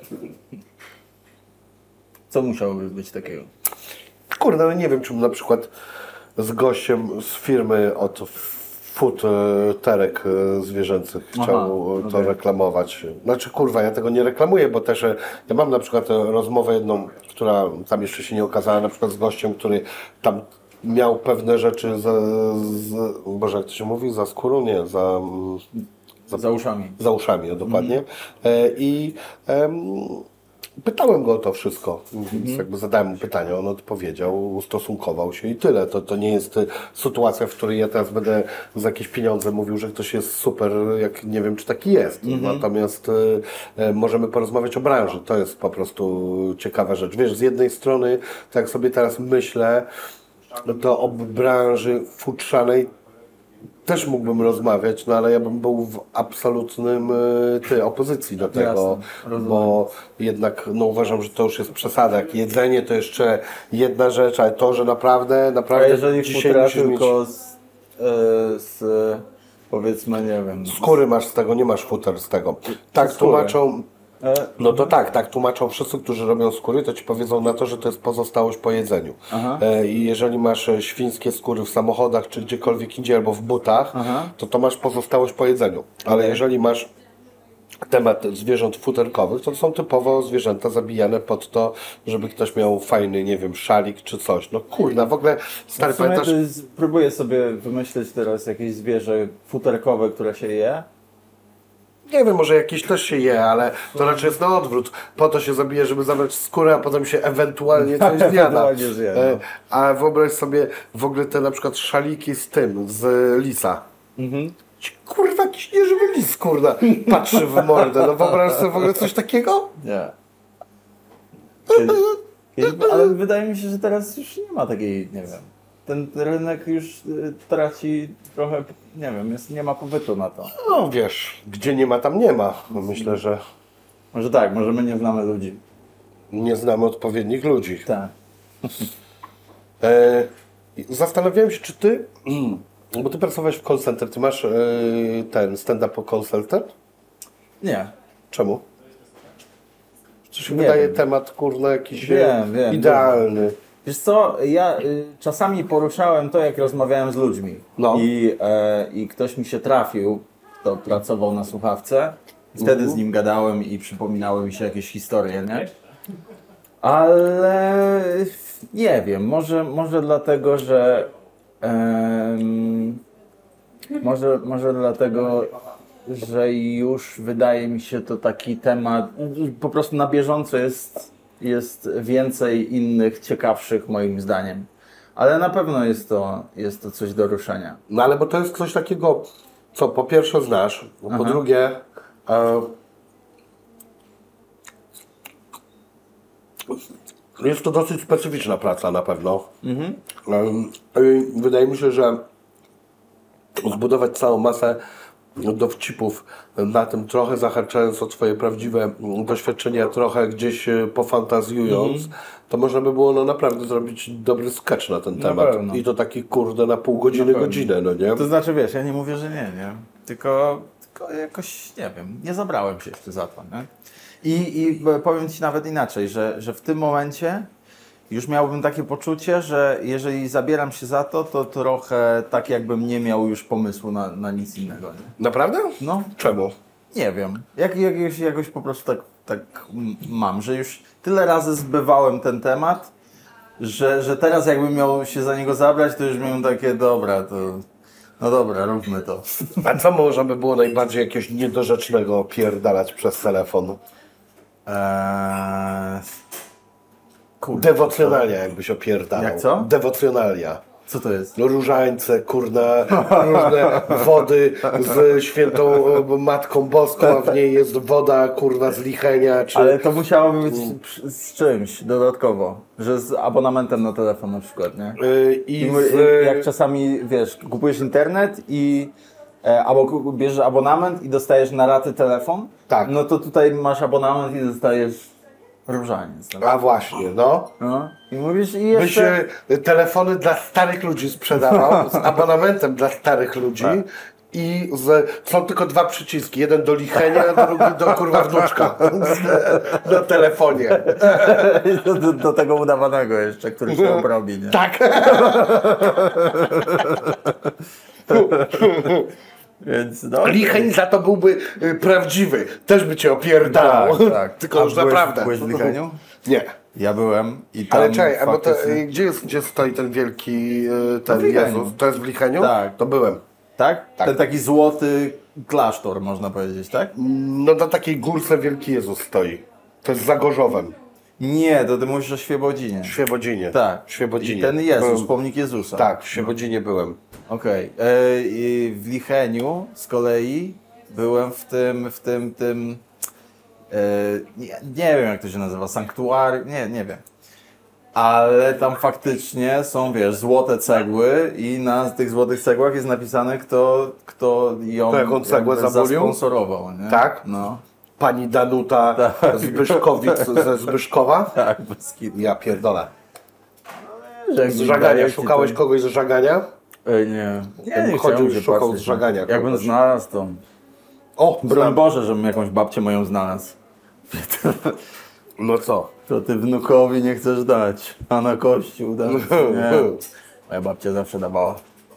Co musiałoby być takiego? Kurde, ale nie wiem, czym na przykład z gościem z firmy od food e, terek e, zwierzęcych Aha, chciał to okej. reklamować. Znaczy, kurwa, ja tego nie reklamuję, bo też e, ja mam na przykład e, rozmowę jedną, która tam jeszcze się nie okazała, na przykład z gościem, który tam miał pewne rzeczy za, z, Boże, jak to się mówi? Za skórą? Nie, za... mm, Za uszami. za uszami, no, dokładnie. E, I em, pytałem go o to wszystko. Więc jakby zadałem mu pytanie, on odpowiedział, ustosunkował się i tyle. To, to nie jest e, sytuacja, w której ja teraz będę za jakieś pieniądze mówił, że ktoś jest super, jak nie wiem, czy taki jest. Natomiast e, e, możemy porozmawiać o branży. To jest po prostu ciekawa rzecz. Wiesz, z jednej strony, tak jak sobie teraz myślę, no to o branży futrzanej też mógłbym rozmawiać, no ale ja bym był w absolutnym y, ty, opozycji do tego, Jasne, rozumiem. bo jednak no, uważam, że to już jest przesada. Jak jedzenie to jeszcze jedna rzecz, ale to, że naprawdę, A naprawdę jeżeli dzisiaj futra musisz mieć... tylko z, e, z, powiedzmy, nie wiem... Skóry masz z tego, nie masz futer z tego. Tak skóry. tłumaczą... E, No to tak, tak tłumaczą wszyscy, którzy robią skóry, to ci powiedzą na to, że to jest pozostałość po jedzeniu. Aha. E, I jeżeli masz e, świńskie skóry w samochodach, czy gdziekolwiek indziej, albo w butach, Aha. to to masz pozostałość po jedzeniu. Ale jeżeli masz temat zwierząt futerkowych, to są typowo zwierzęta zabijane pod to, żeby ktoś miał fajny, nie wiem, szalik czy coś. No kurna, w ogóle, stary, w sumie pamiętasz... to jest, próbuję sobie wymyśleć teraz jakieś zwierzę futerkowe, które się je. Nie wiem, może jakieś też się je, ale to raczej jest na odwrót. Po to się zabije, żeby zabrać skórę, a potem się ewentualnie coś zjada. Ewentualnie zje, no. E, A wyobraź sobie w ogóle te na przykład szaliki z tym, z lisa. Mhm. Ci, kurwa, jakiś nieżywy lis, kurwa, patrzy w mordę. No wyobraź sobie w ogóle coś takiego? Nie. Czyli, kiedyś- ale wydaje mi się, że teraz już nie ma takiej, nie wiem. Ten rynek już y, traci trochę, nie wiem, jest, nie ma popytu na to. No wiesz, gdzie nie ma, tam nie ma. No, myślę, że Może tak, może my nie znamy ludzi. nie znamy odpowiednich ludzi. Tak. E, Zastanawiałem się, czy ty, bo ty pracowałeś w call center, ty masz e, ten stand-up call center? Nie. Czemu? Czy się Nie wydaje wiem. temat, kurna, jakiś Wiem, wiem, idealny? Wiesz co, ja y, czasami poruszałem to, jak rozmawiałem z ludźmi. No. I, e, I ktoś mi się trafił, kto pracował na słuchawce. Wtedy Mhm. z nim gadałem i przypominały mi się jakieś historie, nie? Ale nie wiem, może, może dlatego, że em, może, może dlatego, że już wydaje mi się to taki temat, po prostu na bieżąco jest, jest więcej innych ciekawszych moim zdaniem. Ale na pewno jest to, jest to coś do ruszenia. No ale bo to jest coś takiego, co po pierwsze znasz, po Aha. drugie e, Jest to dosyć specyficzna praca na pewno. Mhm. Wydaje mi się, że zbudować całą masę dowcipów na tym, trochę zahaczając o twoje prawdziwe doświadczenia, trochę gdzieś pofantazjując, mm. to można by było no, naprawdę zrobić dobry sketch na ten na temat. Pewno. I to taki kurde na pół godziny, na godzinę, no nie? To znaczy wiesz, ja nie mówię, że nie, nie? Tylko, tylko jakoś, nie wiem, nie zabrałem się jeszcze za to, nie? I, i powiem ci nawet inaczej, że, że w tym momencie już miałbym takie poczucie, że jeżeli zabieram się za to, to trochę tak jakbym nie miał już pomysłu na, na nic innego. Nie? Naprawdę? No. Czemu? Nie wiem. Jak, jak, jakoś po prostu tak, tak mam, że już tyle razy zbywałem ten temat, że, że teraz jakbym miał się za niego zabrać, to już miałem takie, dobra, to... No dobra, róbmy to. A co można by było najbardziej jakiegoś niedorzecznego opierdalać przez telefon? Eee... Kurde, Dewocjonalia jakbyś opierdalał. Jak co? Dewocjonalia. Co to jest? No różańce, kurna, różne wody z świętą Matką Boską, a w niej jest woda, kurwa, z Lichenia, czy... Ale to musiałoby być z czymś dodatkowo, że z abonamentem na telefon na przykład, nie? Yy, I I z... jak czasami, wiesz, kupujesz internet i e, albo bierzesz abonament i dostajesz na raty telefon, tak. No to tutaj masz abonament i dostajesz różaniec. Tak? A właśnie, no. no. I mówisz i jeszcze... Byś telefony dla starych ludzi sprzedawał z abonamentem dla starych ludzi. Tak. I z, są tylko dwa przyciski. Jeden do Lichenia, a drugi do kurwa wnuczka. Na telefonie. Do, do, do tego udawanego jeszcze, który się obrobi, nie? Tak. Więc no. Licheń za to byłby y, prawdziwy. Też by cię opierdalał. Tak, tak. Tylko a już byłeś, naprawdę. Byłeś w Licheniu? Nie. Ja byłem i tam ale czekaj, bo to, faktycznie... gdzie, jest, gdzie stoi ten wielki ten Licheniu. Jezus? To jest w Licheniu? Tak. To byłem. Tak? Tak? Ten taki złoty klasztor, można powiedzieć, tak? No na takiej górce wielki Jezus stoi. To jest za Gorzowem. Nie, to ty mówisz o Świebodzinie. W Świebodzinie. Tak. W Świebodzinie. I ten Jezus, byłem... pomnik Jezusa. Tak, w Świebodzinie byłem. Okej. Okay. W Licheniu z kolei byłem w tym, w tym, tym... E, nie, nie wiem jak to się nazywa, sanktuarium, nie, nie wiem. Ale tam faktycznie są, wiesz, złote cegły i na tych złotych cegłach jest napisane, kto, kto ją jaką cegłę zasponsorował. Nie? Tak? No. Pani Danuta tak. Zbyszkowic ze Zbyszkowa? Tak, bez kitu. Ja pierdolę. No, z żagania. Szukałeś to... kogoś z żagania? Ej, nie. Nie, nie chodził, szukał z żagania. Jakbym kogoś. Znalazł to... O, broń znam. Boże, żebym jakąś babcię moją znalazł. No co? To ty wnukowi nie chcesz dać, a na kościół dać. Nie. Moja babcia zawsze dawała.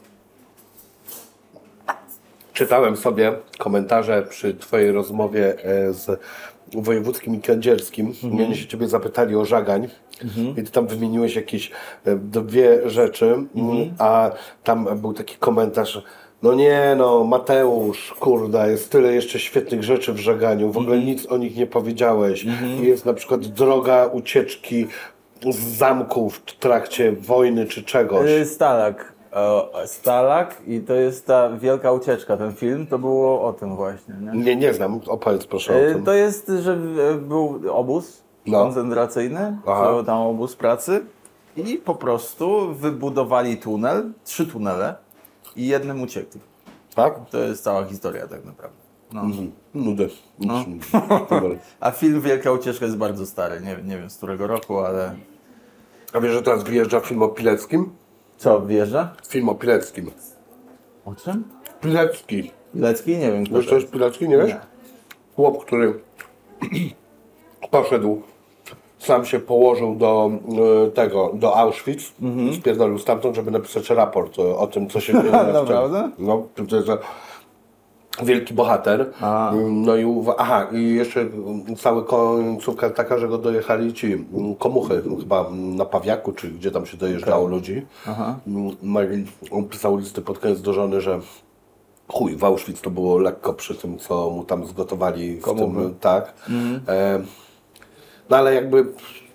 Czytałem sobie komentarze przy twojej rozmowie z wojewódzkim i kędzierskim. Mhm. Oni się ciebie zapytali o żagań. Mhm. I ty tam wymieniłeś jakieś dwie rzeczy, mhm. a tam był taki komentarz: no nie no, Mateusz, kurda, jest tyle jeszcze świetnych rzeczy w żaganiu, w ogóle mm. nic o nich nie powiedziałeś. Mm-hmm. Jest na przykład droga ucieczki z zamku w trakcie wojny czy czegoś. Stalak. O, Stalak i to jest ta wielka ucieczka, ten film, to było o tym właśnie. Nie, nie, nie znam, opowiedz proszę o tym. To jest, że był obóz no. koncentracyjny, był tam obóz pracy i po prostu wybudowali tunel, trzy tunele. I jednym uciekli. Tak? To jest cała historia tak naprawdę. No. Mm, nudę. No. A film Wielka Ucieczka jest bardzo stary. Nie, nie wiem z którego roku, ale... A wiesz, że teraz wyjeżdża film o Pileckim? Co, wyjeżdża? Film o Pileckim. O czym? Pilecki. Pilecki? Nie wiem. Wiesz, to jest Pilecki, nie wiesz? Nie. Chłop, który poszedł, sam się położył do y, tego, do Auschwitz, mm-hmm. spierdolił stamtąd, żeby napisać raport o, o tym, co się dzieje. Naprawdę? No, to jest wielki bohater. A. No i uwa- aha, i jeszcze cała końcówka taka, że go dojechali ci komuchy, chyba na Pawiaku, czy gdzie tam się dojeżdżało okay. ludzi. Aha. No i on pisał listy pod koniec do żony, że chuj, w Auschwitz to było lekko przy tym, co mu tam zgotowali w Komuchy. tym, tak. Mm. E, No ale jakby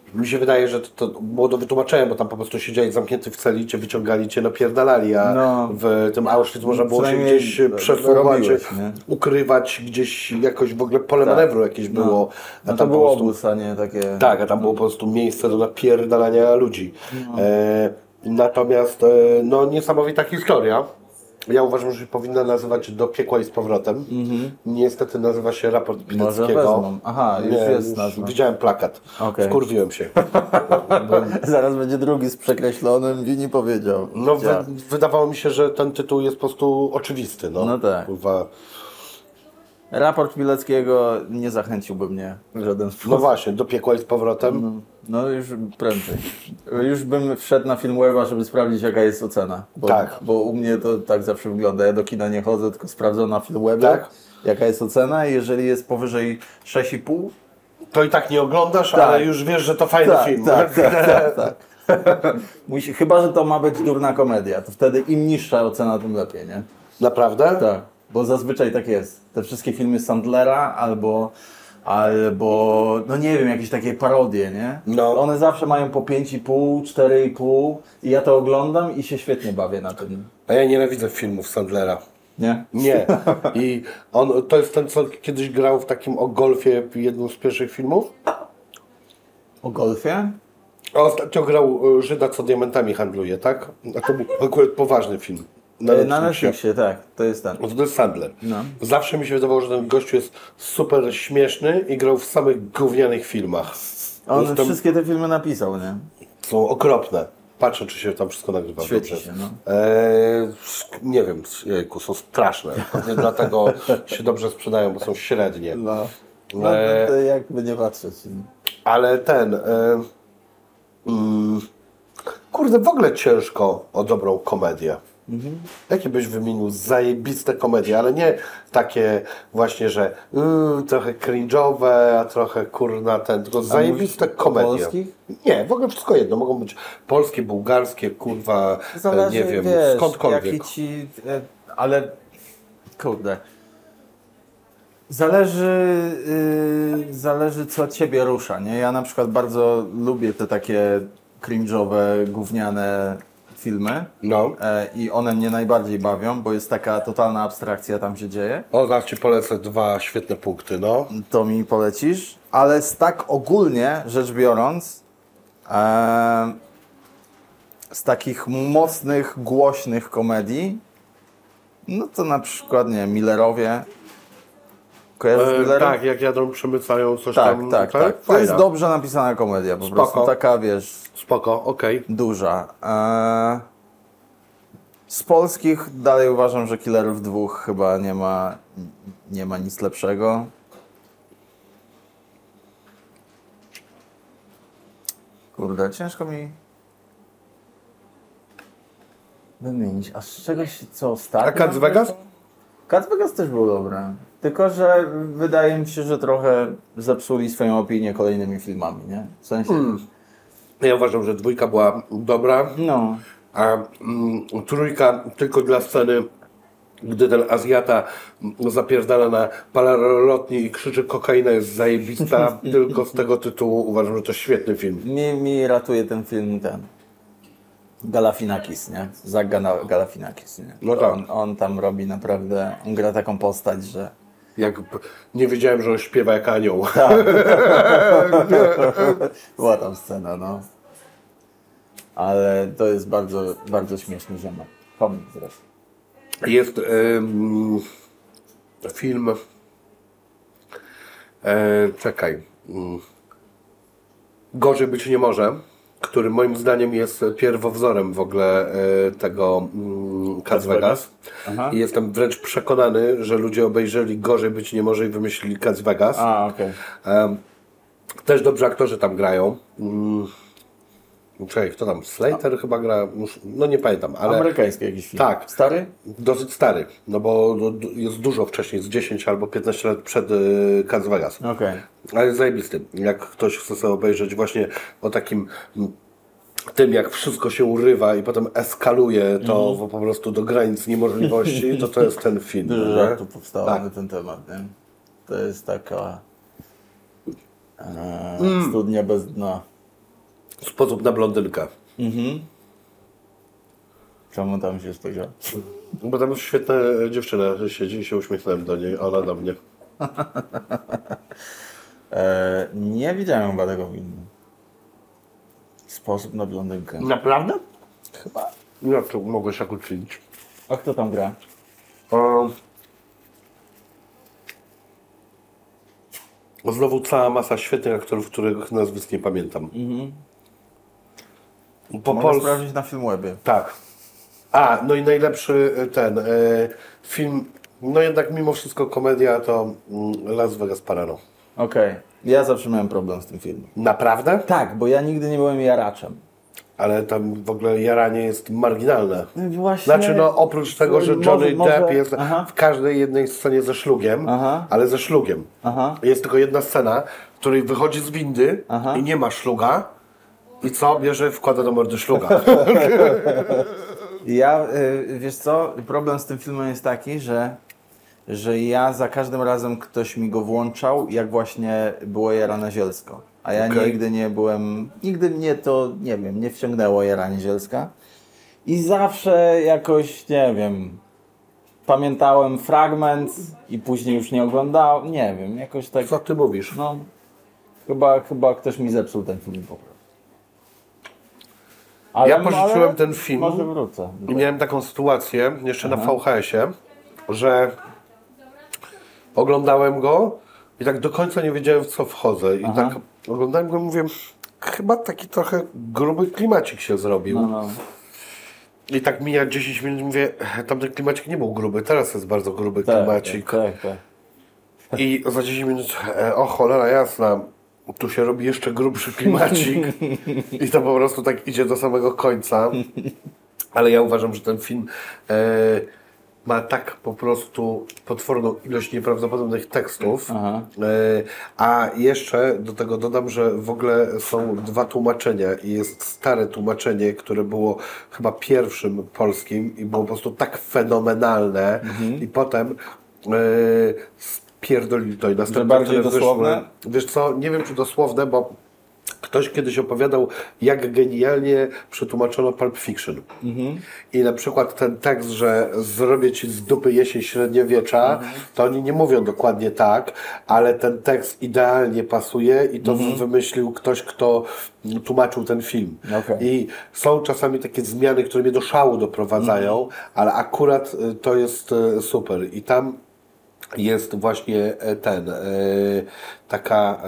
Mi się wydaje, że to, to było do wytłumaczenia, bo tam po prostu siedziałeś zamknięty w celi, cię wyciągali, cię napierdalali, a No. w tym Auschwitz można było się Przynajmniej gdzieś przesuwać, robiłeś, nie? ukrywać, gdzieś jakoś w ogóle pole manewru jakieś No. było. A No to tam był po prostu, obóz, a nie takie... tak, a tam było po prostu miejsce do napierdalania ludzi. No. E, natomiast e, no niesamowita historia. Ja uważam, że się powinna nazywać Do piekła i z powrotem. Mm-hmm. Niestety nazywa się Raport Może Pileckiego. wezmą. Aha, już Nie, jest już nazwa. widziałem plakat. Okej. Wkurwiłem się. Zaraz będzie drugi z przekreślonym, Wini powiedział. No, wy, Ja. wydawało mi się, że ten tytuł jest po prostu oczywisty. No, No tak. Kurwa. Raport Pileckiego nie zachęciłby mnie w żaden sposób. No właśnie, Do piekła i z powrotem. No, no już prędzej. Już bym wszedł na Filmweba, żeby sprawdzić, jaka jest ocena. Bo, Tak. Bo u mnie to tak zawsze wygląda. Ja do kina nie chodzę, tylko sprawdzam na Filmwebie, Tak. jaka jest ocena i jeżeli jest powyżej sześć i pół, To i tak nie oglądasz, Tak. ale już wiesz, że to fajny tak, film. tak, tak, tak, tak. Musi, chyba, że to ma być durna komedia, to wtedy im niższa ocena, tym lepiej, nie? Naprawdę? Tak, bo zazwyczaj tak jest. Te wszystkie filmy Sandlera albo, albo no nie wiem, jakieś takie parodie, nie? No. One zawsze mają po pięć i pół, cztery i pół i ja to oglądam i się świetnie bawię na tym. A ja nienawidzę filmów Sandlera. Nie? Nie. I on, to jest ten, co kiedyś grał w takim o golfie w jednym z pierwszych filmów. O golfie? A ostatnio grał y, Żyda, co diamentami handluje, tak? A to był akurat poważny film. Na, na Netflixie, tak, to jest ten. No to jest Sandler. No. Zawsze mi się wydawało, że ten gościu jest super śmieszny i grał w samych gównianych filmach. On Jestem- wszystkie te filmy napisał, nie? Są okropne. Patrzę, czy się tam wszystko nagrywa. Świeci dobrze. się, no. Eee, nie wiem, jejku, są straszne. Pewnie dlatego się dobrze sprzedają, bo są średnie. No. No, Eee, to jakby nie patrzeć. ale ten... E, mm, kurde, w ogóle ciężko o dobrą komedię. Mhm. Jakie byś wymienił zajebiste komedie, ale nie takie właśnie, że mm, trochę cringe'owe, a trochę kurna ten, tylko zajebiste komedie. polskich? Nie, w ogóle wszystko jedno. Mogą być polskie, bułgarskie, kurwa, e, nie wiem, wiesz, skądkolwiek. jaki ci, e, ale kurde. Zależy, yy, zależy co ciebie rusza, nie? Ja na przykład bardzo lubię te takie cringe'owe, gówniane filmy No. e, i one mnie najbardziej bawią, bo jest taka totalna abstrakcja tam się dzieje. O, zaraz Ci polecę dwa świetne punkty, no. To mi polecisz, ale z tak ogólnie rzecz biorąc, e, z takich mocnych, głośnych komedii, no to na przykład, nie wiem, Millerowie. Kojarzysz E, Millerów? tak, jak jadą, przemycają coś tak, tam. tak, tak. To Fajna. jest dobrze napisana komedia, po Spoko. prostu taka, wiesz, Spoko, okej. duża. E, z polskich dalej uważam, że Killerów dwóch chyba nie ma, nie ma nic lepszego. Kurde, ciężko mi wymienić. A z czegoś, co ostatnio? A Cats Vegas? Cats Vegas też był dobry. Tylko, że wydaje mi się, że trochę zepsuli swoją opinię kolejnymi filmami, nie? W sensie... Hmm. Ja uważam, że dwójka była dobra, No. a mm, trójka tylko dla sceny, gdy ten Azjata mm, zapierdala na paralotni i krzyczy kokaina jest zajebista, tylko z tego tytułu uważam, że to świetny film. Mi, mi ratuje ten film ten Galafinakis, nie? Zach Gala- Galafinakis, nie? No tak. On, on tam robi naprawdę, on gra taką postać, że... Jak p- nie wiedziałem, że on śpiewa jak anioł. Była tam scena, no. Ale to jest bardzo, bardzo śmieszny ziomek. Komik zresztą. Jest ym, film. E, czekaj. Ym, Gorzej być nie może, który moim zdaniem jest pierwowzorem w ogóle e, tego mm, Cats Vegas. Aha. I jestem wręcz przekonany, że ludzie obejrzeli Gorzej być nie może i wymyślili Cats Vegas. A, okej. E, też dobrzy aktorzy tam grają. Mm, Czekaj, kto tam? Slater chyba gra, mus- no nie pamiętam, ale Amerykański jakiś film. Tak. Stary? dosyć stary, no bo do- do- jest dużo wcześniej, z dziesięć albo piętnaście lat przed y, Cats Vegas. Okej. Ale jest zajebisty. Jak ktoś chce sobie obejrzeć właśnie o takim mm, tym, jak wszystko się urywa i potem eskaluje to Mhm. po prostu do granic niemożliwości, to to jest ten film. Dużo nie? żartów powstało Tak. na ten temat, nie? To jest taka e, Mm. studnia bez dna. Sposób na blondynkę. Czemu tam się spojrzał? Bo tam jest świetna dziewczyna siedzi i się uśmiechnąłem do niej, a ona do mnie. E, nie widziałem chyba tego filmu. Sposób na blondynkę. Naprawdę? Chyba. Jak to mogłeś tak uczynić? A kto tam gra? O... Znowu cała masa świetnych aktorów, których nazwisk nie pamiętam. Mhm. Po Mogę polsku. sprawdzić na Filmwebie. Tak. A, no i najlepszy ten e, film, no jednak mimo wszystko komedia to mm, Las Vegas Parano. Okej. Okay. Ja zawsze miałem problem z tym filmem. Naprawdę? Tak, bo ja nigdy nie byłem jaraczem. Ale tam w ogóle jaranie jest marginalne. Właśnie. Znaczy, no oprócz tego, że Johnny może, Depp może... jest Aha. w każdej jednej scenie ze szlugiem, Aha. ale ze szlugiem. Aha. Jest tylko jedna scena, w której wychodzi z windy Aha. i nie ma szluga. I co? Bierze, wkłada do mordy szluga. Ja, y, wiesz co, problem z tym filmem jest taki, że, że ja za każdym razem ktoś mi go włączał, jak właśnie było jarane zielsko. A ja Okay. nigdy nie byłem, nigdy mnie to, nie wiem, nie wciągnęło jaranie zielska. I zawsze jakoś, nie wiem, pamiętałem fragment i później już nie oglądałem, nie wiem, jakoś tak, Co ty mówisz? no, chyba, chyba ktoś mi zepsuł ten film po prostu. Ale, Ja pożyczyłem ale ten film może wrócę. i miałem taką sytuację jeszcze na V H S-ie, że oglądałem go i tak do końca nie wiedziałem, w co wchodzę. I Aha. tak oglądałem go i mówię, chyba taki trochę gruby klimacik się zrobił. No, no. I tak mija dziesięć minut i mówię, tamten klimacik nie był gruby, teraz jest bardzo gruby Tak, klimacik. tak, tak. I za dziesięć minut, e, o cholera jasna, tu się robi jeszcze grubszy klimacik. I to po prostu tak idzie do samego końca. Ale ja uważam, że ten film e, ma tak po prostu potworną ilość nieprawdopodobnych tekstów. Aha. E, a jeszcze do tego dodam, że w ogóle są dwa tłumaczenia i jest stare tłumaczenie, które było chyba pierwszym polskim i było po prostu tak fenomenalne. Mhm. I potem e, pierdolili to i następnie bardziej które dosłowne? wyszły. Wiesz co, nie wiem czy dosłowne, bo ktoś kiedyś opowiadał, jak genialnie przetłumaczono Pulp Fiction. Mhm. I na przykład ten tekst, że zrobię ci z dupy jesień średniowiecza, mhm. to oni nie mówią dokładnie tak, ale ten tekst idealnie pasuje i to mhm. wymyślił ktoś, kto tłumaczył ten film. Okay. I są czasami takie zmiany, które mnie do szału doprowadzają, mhm. ale akurat to jest super. I tam jest właśnie ten, taka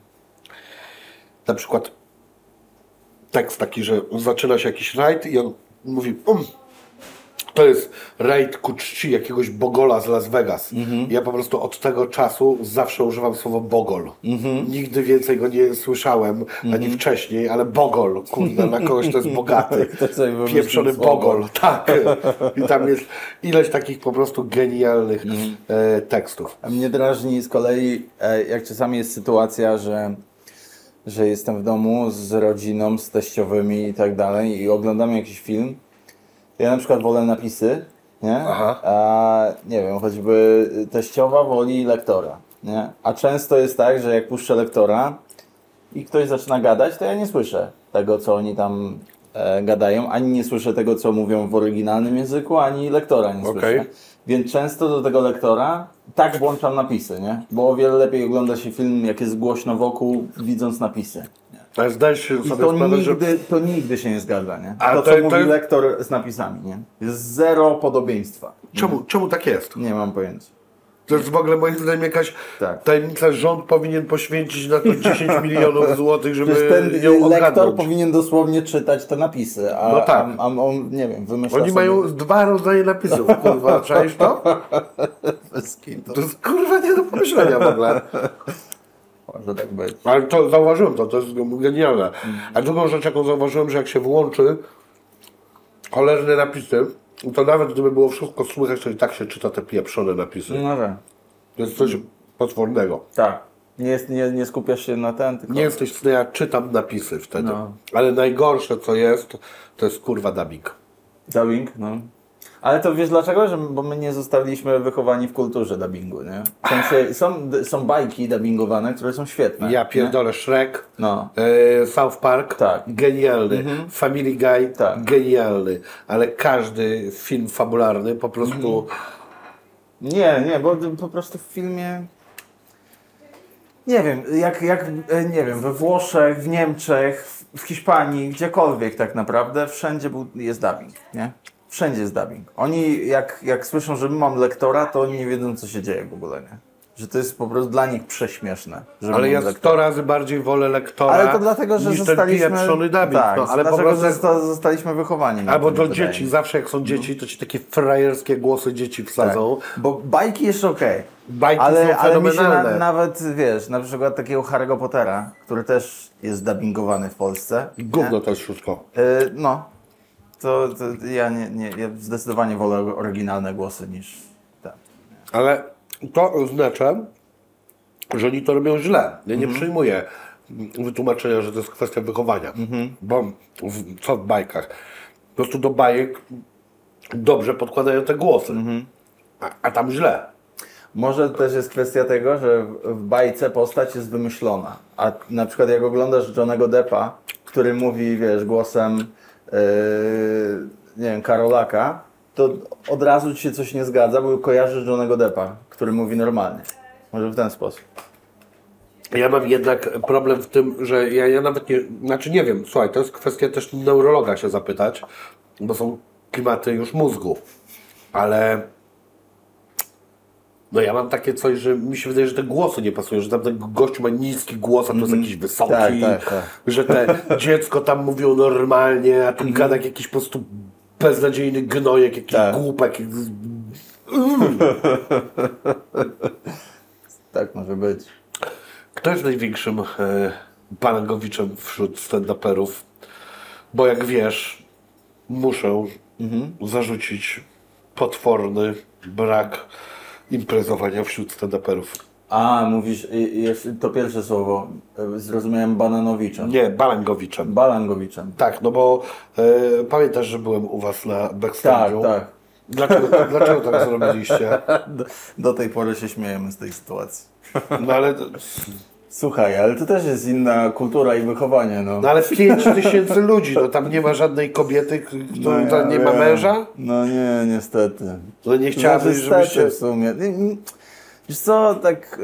na przykład tekst taki, że zaczyna się jakiś rajd i on mówi um, to jest rajd ku czci jakiegoś bogola z Las Vegas. Mm-hmm. Ja po prostu od tego czasu zawsze używam słowa bogol. Mm-hmm. Nigdy więcej go nie słyszałem, mm-hmm. ani wcześniej, ale bogol, kurde, na kogoś to jest bogaty. Pieprzony bogol. Tak. I tam jest ileś takich po prostu genialnych mm-hmm. e, tekstów. A mnie drażni z kolei, e, jak czasami jest sytuacja, że że jestem w domu z rodziną, z teściowymi i tak dalej i oglądamy jakiś film, to ja na przykład wolę napisy, nie? Aha. A nie wiem, choćby teściowa woli lektora, nie? A często jest tak, że jak puszczę lektora i ktoś zaczyna gadać, to ja nie słyszę tego, co oni tam e, gadają, ani nie słyszę tego, co mówią w oryginalnym języku, ani lektora nie okay. słyszę. Więc często do tego lektora tak włączam napisy, nie? Bo o wiele lepiej ogląda się film, jak jest głośno wokół, widząc napisy. Nie? Ale zdajesz się I sobie to sprawę, nigdy, że... to nigdy się nie zgadza, nie? A to, to- co to mówi jest- lektor z napisami, nie? Jest zero podobieństwa. Czemu, czemu tak jest? Nie mam pojęcia. To jest w ogóle moim zdaniem jakaś Tak. tajemnica, rząd powinien poświęcić na to dziesięć milionów złotych, żeby Przecież ten ją lektor odgadnąć. powinien dosłownie czytać te napisy, a, No tak. a, a on, nie wiem, wymyśla Oni sobie... mają dwa rodzaje napisów, kurwa, czaisz to? Bez kitu. To jest kurwa nie do pomyślenia w ogóle. Może tak być. Ale to zauważyłem to, to jest genialne. A drugą rzecz, jaką zauważyłem, że jak się włączy cholerne napisy, to nawet gdyby było wszystko słychać, to i tak się czyta te pieprzone napisy. No tak. To jest coś potwornego. Tak. Nie, jest, nie, nie skupiasz się na ten, tylko... Nie jesteś w stanie, ja czytam napisy wtedy. No. Ale najgorsze co jest, to jest kurwa dubbing. Dubbing, no. Ale to wiesz dlaczego? Że, bo my nie zostaliśmy wychowani w kulturze dubbingu, nie? W sensie są, są bajki dubbingowane, które są świetne. Ja pierdolę, Shrek, No. e, South Park, Tak. genialny, Mhm. Family Guy, Tak. genialny, ale każdy film fabularny po prostu... Nie, nie, bo po prostu w filmie... Nie wiem, jak, jak e, nie wiem, we Włoszech, w Niemczech, w- w Hiszpanii, gdziekolwiek tak naprawdę, wszędzie był, jest dubbing, nie? Wszędzie jest dubbing. Oni jak, jak słyszą, że mam lektora, to oni nie wiedzą, co się dzieje w ogóle, nie? Że to jest po prostu dla nich prześmieszne. Że Ale mam ja lektora. sto razy bardziej wolę lektora Ale to dlatego, że niż zostaliśmy... ten pieprzony dubbing. Tak, no, ale po dlatego, prostu... że zosta- zostaliśmy wychowani. na Albo tym, do wydaje dzieci, mi się. zawsze jak są dzieci, to ci takie frajerskie głosy dzieci wsadzą. Tak. Bo bajki jeszcze okej. Bajki ale, są ale mi się na, fenomenalne. nawet, wiesz, na przykład takiego Harry'ego Pottera, który też jest dubbingowany w Polsce. Gówno to jest wszystko. Y, no, to, to ja, nie, nie, ja zdecydowanie wolę oryginalne głosy niż te. Ale to oznacza, że oni to robią źle. Ja nie przyjmuję wytłumaczenia, że to jest kwestia wychowania. Bo w, co w bajkach? Po prostu do bajek dobrze podkładają te głosy. A, a tam źle. Może też jest kwestia tego, że w- w bajce postać jest wymyślona. A na przykład jak oglądasz Johnnego Deppa, który mówi, wiesz, głosem yy, nie wiem, Karolaka, to od razu ci się coś nie zgadza, bo kojarzysz Johnnego Deppa, który mówi normalnie. Może w ten sposób. Ja mam jednak problem w tym, że ja, ja nawet nie, znaczy nie wiem, słuchaj, to jest kwestia też neurologa się zapytać, bo są klimaty już mózgu, ale no ja mam takie coś, że mi się wydaje, że te głosy nie pasują, że tam ten gościu ma niski głos, a to jest jakiś wysoki, Tak, tak, tak. że te dziecko tam mówią normalnie, a tu gada jak jakiś po prostu beznadziejny gnojek, jakiś Tak. głupek. Tak może być. Kto jest największym e, balangowiczem wśród stand-uperów? Bo jak wiesz, muszę zarzucić potworny brak imprezowania wśród stand-uperów. A, mówisz, i- i jeszcze to pierwsze słowo, y, zrozumiałem Bananowiczem. Nie, balangowiczem. Balangowiczem. Tak, no bo e, pamiętasz, że byłem u was na Tak, backstage'u? tak. Dlaczego, dlaczego tak zrobiliście? Do, do tej pory się śmiejemy z tej sytuacji. No ale, Słuchaj, ale to też jest inna kultura i wychowanie, no. no ale pięć tysięcy ludzi, no tam nie ma żadnej kobiety, która No, tam nie ma wiem. męża? No nie, niestety. No nie chciałabym, Znaczy, żebyście... stety w sumie. Nie, nie- Wiesz co, tak...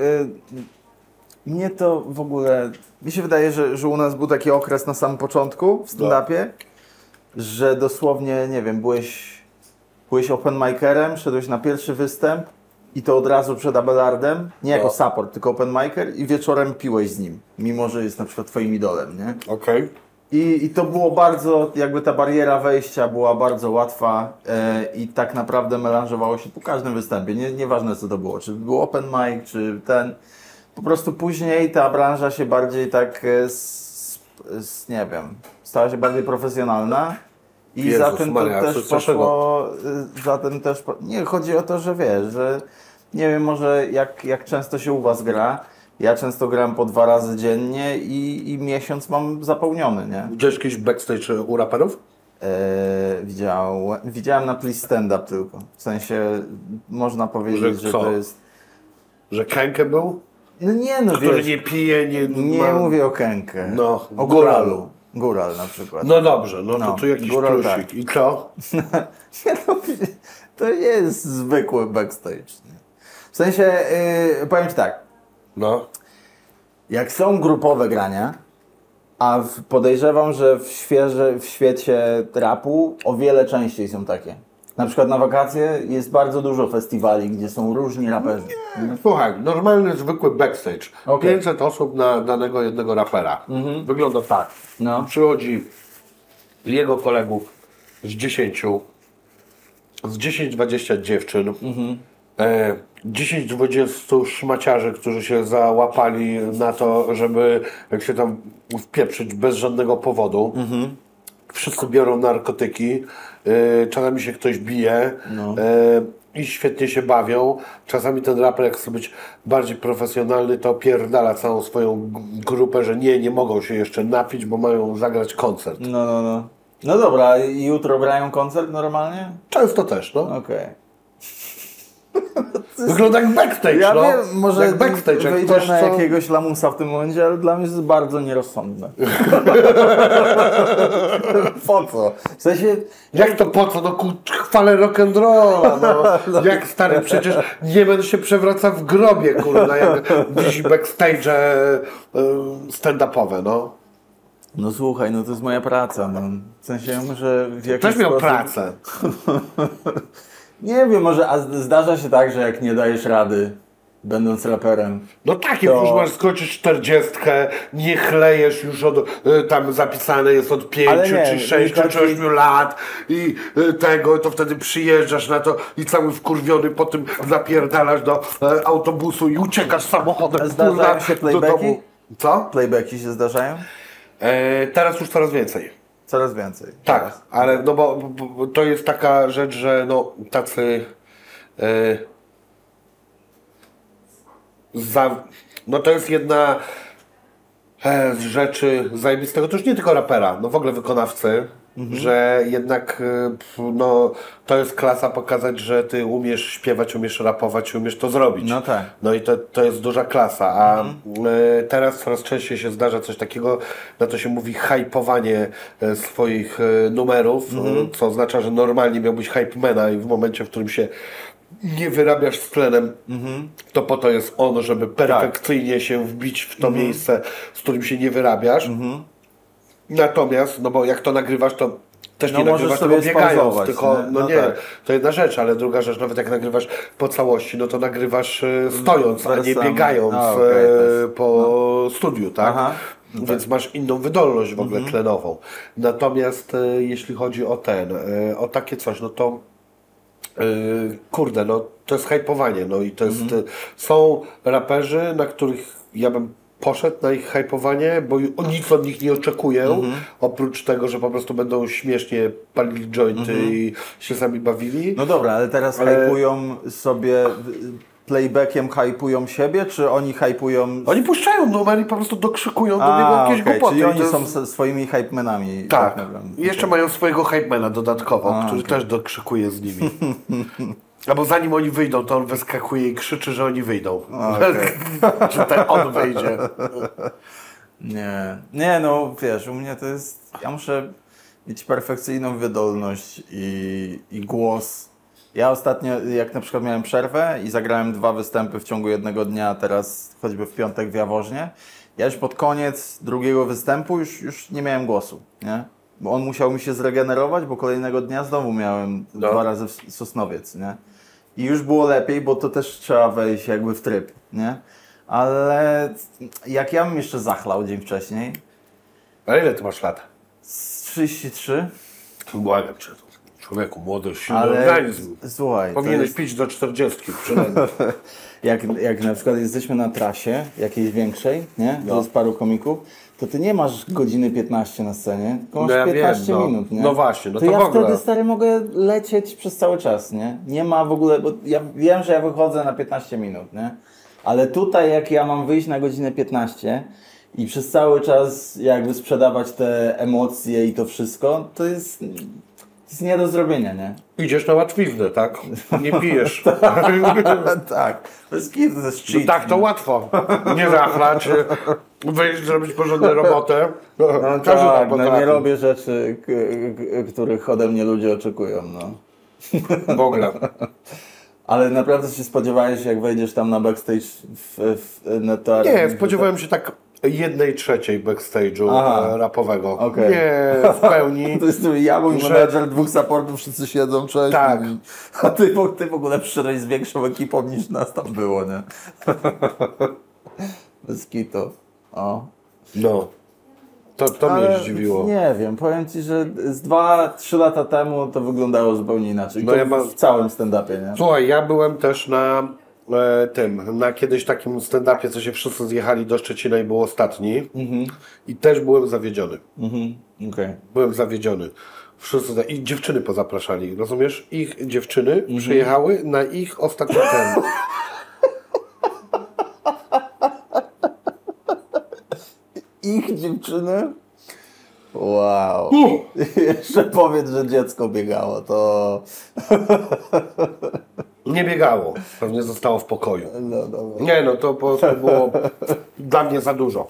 Y, mnie to w ogóle... Mi się wydaje, że, że u nas był taki okres na samym początku w stand-upie, że dosłownie, nie wiem, byłeś, byłeś open micerem, szedłeś na pierwszy występ i to od razu przed Abelardem, nie jako No. support, tylko open micer i wieczorem piłeś z nim, mimo że jest na przykład twoim idolem, nie? Okej. I, I to było bardzo, jakby ta bariera wejścia była bardzo łatwa e, i tak naprawdę melanżowało się po każdym występie, nie, nieważne co to było, czy był open mic, czy ten. Po prostu później ta branża się bardziej tak, e, s, s, nie wiem, stała się bardziej profesjonalna i Jezus za tym to Maria, też co- dlaczego? poszło, e, za tym też, po, nie, chodzi o to, że wiesz, że nie wiem może jak, jak często się u was gra. Ja często gram po dwa razy dziennie i, i miesiąc mam zapełniony, nie? Widziałeś jakiś backstage u raperów? Eee, widziałem, widziałem na Please Stand Up tylko. W sensie można powiedzieć, Że że, co? to jest... Że Kenke był? No nie no, Który wiesz, nie pije, nie... nie ma... mówię o Kenkę. No, o góralu. góralu. Góral na przykład. No dobrze, no, No, to tu jakiś góral plusik. tak. I co? Nie, no, to nie jest zwykły backstage. Nie? W sensie, yy, powiem Ci tak, No. jak są grupowe grania, a w, podejrzewam, że w, świeże, w świecie rapu o wiele częściej są takie. Na przykład na wakacje jest bardzo dużo festiwali, gdzie są różni raperzy. Słuchaj, normalny, zwykły backstage. Okej. pięćset osób na danego jednego rapera. Wygląda tak. No. Przychodzi jego kolegów z dziesięciu, z dziesięć dwadzieścia dziewczyn, e, dziesięć dwadzieścia szmaciarzy, którzy się załapali na to, żeby jak się tam wpieprzyć bez żadnego powodu. Wszyscy biorą narkotyki, e, czasami się ktoś bije No. e, i świetnie się bawią. Czasami ten raper, jak chce być bardziej profesjonalny, to pierdala całą swoją g- grupę, że nie, nie mogą się jeszcze napić, bo mają zagrać koncert. No, no, no. No dobra, i jutro grają koncert normalnie? Często też, no. Okej. Wygląda jak backstage, Ja no. wiem, może jak backstage, jak wyjdziesz ktoś, na co... jakiegoś lamusa w tym momencie, ale dla mnie to jest bardzo nierozsądne. Po co? W sensie... Jak to po co? No ku- chwalę rock'n'rolla, no. Jak stary, przecież nie będę się przewraca w grobie, kurwa, jak widzi backstage y, stand-upowe, no. No słuchaj, no to jest moja praca, no. W sensie, że w jakiś Też miał sposób... pracę. Nie wiem, może a zdarza się tak, że jak nie dajesz rady, będąc raperem. No tak, jak To- już masz skończyć czterdziestkę, nie chlejesz już od, y, tam zapisane jest od Ale pięciu, nie, czy sześciu, taki- czy ośmiu lat i y, tego, to wtedy przyjeżdżasz na to i cały wkurwiony po tym zapierdalasz do y, autobusu i uciekasz samochodem, Zdarzają kurwa, się do playbacki? domu. Co? Playbacki się zdarzają? E, teraz już coraz więcej. Coraz więcej. Tak, ale no bo, bo, bo to jest taka rzecz, że no tacy e, za, no to jest jedna e, z rzeczy zajebistego, to już nie tylko rapera, no w ogóle wykonawcy, Mhm. że jednak e, p- no to jest klasa pokazać, że ty umiesz śpiewać, umiesz rapować, umiesz to zrobić. No tak. No i to, to jest duża klasa, a e, teraz coraz częściej się zdarza coś takiego, na to się mówi hypowanie e, swoich e, numerów, e, co oznacza, że normalnie miałbyś hypemana i w momencie, w którym się nie wyrabiasz z tlenem, to po to jest on, żeby perfekcyjnie się wbić w to miejsce, z którym się nie wyrabiasz. Natomiast, no bo jak to nagrywasz, to też No nie możesz nagrywasz sobie tego biegając, spauzować, tylko, nie? no, No nie, tak. to jedna rzecz, ale druga rzecz, nawet jak nagrywasz po całości, no to nagrywasz e, stojąc, a nie Wersami. biegając A, okej, e, też. po studiu, tak? Aha. Więc masz inną wydolność w ogóle tlenową. Natomiast e, jeśli chodzi o ten, e, o takie coś, no to Yy, kurde, no to jest hypowanie, no i to jest, y, są raperzy, na których ja bym poszedł na ich hypowanie, bo ju- o nic od nich nie oczekuję, oprócz tego, że po prostu będą śmiesznie palili jointy i się sami bawili. No dobra, ale teraz Ale- hypują sobie, y, playbackiem hypują siebie, czy oni hypują... Oni puszczają numer i po prostu dokrzykują do niego A, jakieś okej, głupoty. czyli I oni to są jest- se- swoimi hypemenami. Tak, naprawdę. I jeszcze mają swojego hypemana dodatkowo, A, który okej. też dokrzykuje z nimi. Albo zanim oni wyjdą, to on wyskakuje i krzyczy, że oni wyjdą. Czy ten on wyjdzie. Nie, nie, no wiesz, u mnie to jest, ja muszę mieć perfekcyjną wydolność i, i głos. Ja ostatnio, jak na przykład miałem przerwę i zagrałem dwa występy w ciągu jednego dnia, teraz choćby w piątek w Jaworznie, ja już pod koniec drugiego występu już, już nie miałem głosu, nie? Bo on musiał mi się zregenerować, bo kolejnego dnia znowu miałem No. dwa razy w Sosnowiec, nie? I już było lepiej, bo to też trzeba wejść jakby w tryb, nie? Ale jak ja bym jeszcze zachlał dzień wcześniej, A ile ty masz lat? z trzydzieści trzy, Błagam cię. Człowieku, młody, silny ale organizm. słuchaj, to Powinieneś jest, pić do czterdziestki przynajmniej. jak, jak na przykład jesteśmy na trasie jakiejś większej, nie? No. To jest paru komików, to ty nie masz godziny piętnaście na scenie, tylko masz No ja wiem, piętnaście no. minut, nie? No właśnie, no to to ja w ogóle. wtedy, stary, mogę lecieć przez cały czas, nie? Nie ma w ogóle, bo ja wiem, że ja wychodzę na piętnaście minut, nie? Ale tutaj jak ja mam wyjść na godzinę piętnaście i przez cały czas jakby sprzedawać te emocje i to wszystko, to jest, to jest nie do zrobienia, nie? Idziesz na łatwiznę, tak? Nie pijesz. Tak, to jest kit, to jest No cheat. tak, to łatwo. Nie zachlać, wyjść, zrobić porządną robotę. No Każdy tak, tak no nie potrafi. robię rzeczy, k- k- których ode mnie ludzie oczekują, no. W ogóle. Ale naprawdę się spodziewałeś, jak wejdziesz tam na backstage w, w, na to... Nie, spodziewałem się tak jednej trzeciej backstage'u Aha. e, rapowego. Okej. Nie w pełni. To jest tu ja, mój Że- menedżer, dwóch supportów, wszyscy siedzą, cześć. Tak. I- A ty, w- ty w ogóle przyszedłeś z większą ekipą niż nas tam było, nie? Bez kitu. O. No. To, to mnie Ale zdziwiło. Nie wiem, powiem Ci, że z dwa, trzy lata temu to wyglądało zupełnie inaczej. No To ja mam- w całym stand-upie, nie? Słuchaj, ja byłem też na e, tym, na kiedyś takim stand-upie, co się wszyscy zjechali do Szczecina i był ostatni. Mhm. I też byłem zawiedziony. Mhm. Okej. Byłem zawiedziony. Wszyscy, i dziewczyny pozapraszali, rozumiesz? Ich dziewczyny Mhm. przyjechały na ich ostatni ten. Ich dziewczyny? Wow. Uh! Jeszcze powiedz, że dziecko biegało, to... Nie biegało. Pewnie zostało w pokoju. No, dobra. Nie no, to po prostu było dla mnie za dużo.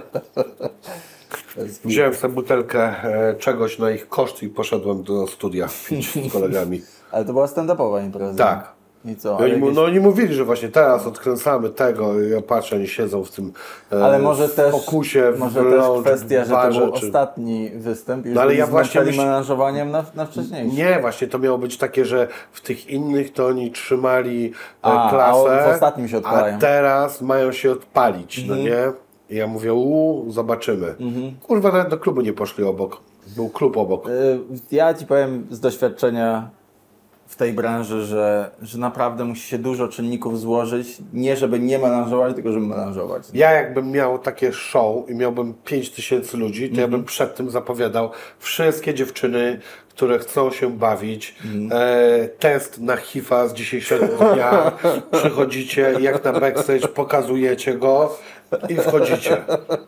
Wziąłem sobie butelkę e, czegoś na ich koszt i poszedłem do studia pić z kolegami. Ale to była stand-upowa impreza. Tak. I co? I oni, mu- jakieś- no oni mówili, że właśnie teraz odkręcamy tego i ja patrzę, oni siedzą w tym e, Ale może też, fokusie, w może lounge, też kwestia, że to barze, był czy- ostatni występ i już No ale byli ja właśnie zmęczeni myśl- melanżowaniem na, na wcześniejszy. Nie, właśnie to miało być takie, że w tych innych to oni trzymali e, A, klasę, a w ostatnim się odpalają. a teraz mają się odpalić, Mhm. no nie? I ja mówię, uuu, zobaczymy. Kurwa, nawet do klubu nie poszli obok. Był klub obok. Y, Ja ci powiem z doświadczenia w tej branży, że, że naprawdę musi się dużo czynników złożyć, nie żeby nie melanżować, tylko żeby melanżować. Ja jakbym miał takie show i miałbym pięć tysięcy ludzi, to ja bym przed tym zapowiadał wszystkie dziewczyny, które chcą się bawić. E, test na H I V A z dzisiejszego dnia. Przychodzicie, jak na backstage, pokazujecie go i wchodzicie.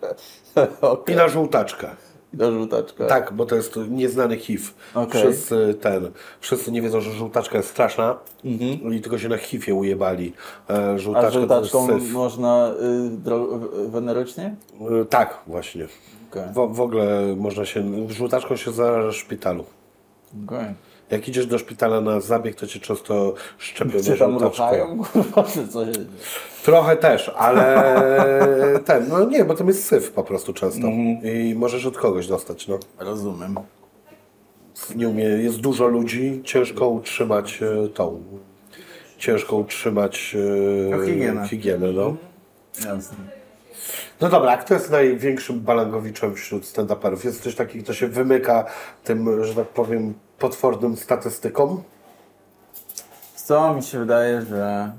I na żółtaczkę. Do żółtaczka. Tak, bo to jest nieznany H I V. Okej. Wszyscy ten, wszyscy nie wiedzą, że żółtaczka jest straszna i tylko się na H I V-ie ujebali. E, żółtaczka A żółtaczką to jest syf. można y, dro- w- wenerycznie? E, tak, właśnie. Okej. W, w ogóle można się, żółtaczką się zaraża w szpitalu. Okay. Jak idziesz do szpitala na zabieg, to cię często szczepią na Czy tam żółtaczkę. ruchają? Kurwa, czy co się dzieje? Trochę też, ale ten, no nie, bo tam jest syf po prostu często i możesz od kogoś dostać, no. Rozumiem. Nie umie, jest dużo ludzi, ciężko utrzymać e, tą, ciężko utrzymać e, No, higienę. higienę, no. Jasne. No dobra, a kto jest największym balangowiczem wśród stand-uperów? Jest ktoś taki, kto się wymyka tym, że tak powiem, potwornym statystykom? Co mi się wydaje, że,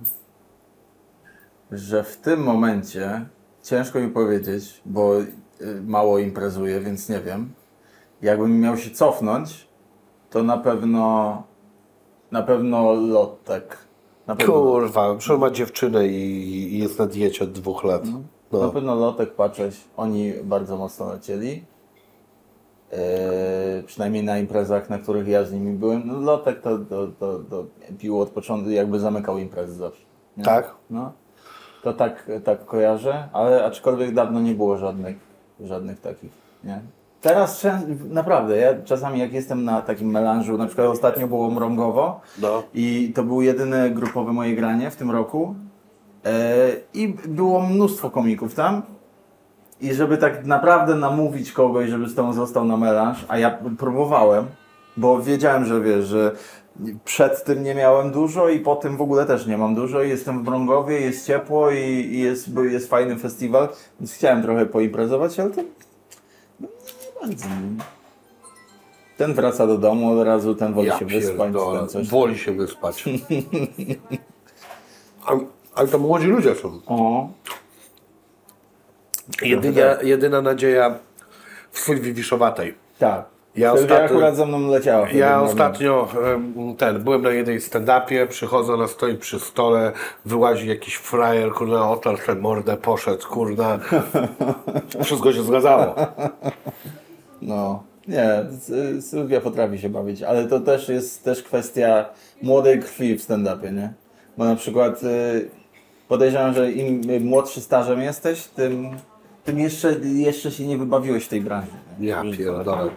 że w tym momencie ciężko mi powiedzieć, bo y, mało imprezuję, więc nie wiem. Jakbym miał się cofnąć, to na pewno na pewno Lotek. Na pewno, Kurwa, przecież ma dziewczynę i, i jest na diecie od dwóch lat. na No. pewno Lotek, Pacześ, oni bardzo mocno lecieli. Yy, przynajmniej na imprezach, na których ja z nimi byłem. No, Lotek to, to, to, to pił od początku, jakby zamykał imprezy zawsze. Nie? Tak? No. To tak, tak kojarzę, ale aczkolwiek dawno nie było żadnych, żadnych takich, nie? Teraz czę- naprawdę, ja czasami jak jestem na takim melanżu, na przykład ostatnio było Mrągowo No. i to było jedyne grupowe moje granie w tym roku e, i było mnóstwo komików tam i żeby tak naprawdę namówić kogoś, żeby z tobą został na melanż, a ja próbowałem, bo wiedziałem, że wiesz, że przed tym nie miałem dużo i po tym w ogóle też nie mam dużo i jestem w Mrągowie, jest ciepło i, i jest, bo jest fajny festiwal, więc chciałem trochę poimprezować, ale to no, nie bardzo. Ten wraca do domu od razu, ten woli Ja się wyspać, pierdolę, ten coś. woli się wyspać. A, ale to młodzi ludzie są. O, Jedyna, jedyna nadzieja w Sylwii Wiszowatej. tak. Ja Sylwia ostatnio- akurat ze mną leciała. wtedy Ja na- ostatnio em, ten, byłem na jednej stand-upie, przychodzę, ona stoi przy stole, wyłazi jakiś frajer, kurna, otarł tę mordę, poszedł, kurna. Wszystko się zgadzało. No, nie, Sy- Sylwia potrafi się bawić, ale to też jest też kwestia młodej krwi w stand-upie, nie? Bo na przykład y, podejrzewam, że im młodszy stażem jesteś, tym, tym jeszcze, jeszcze się nie wybawiłeś w tej branży. Nie? Ja pierdolę.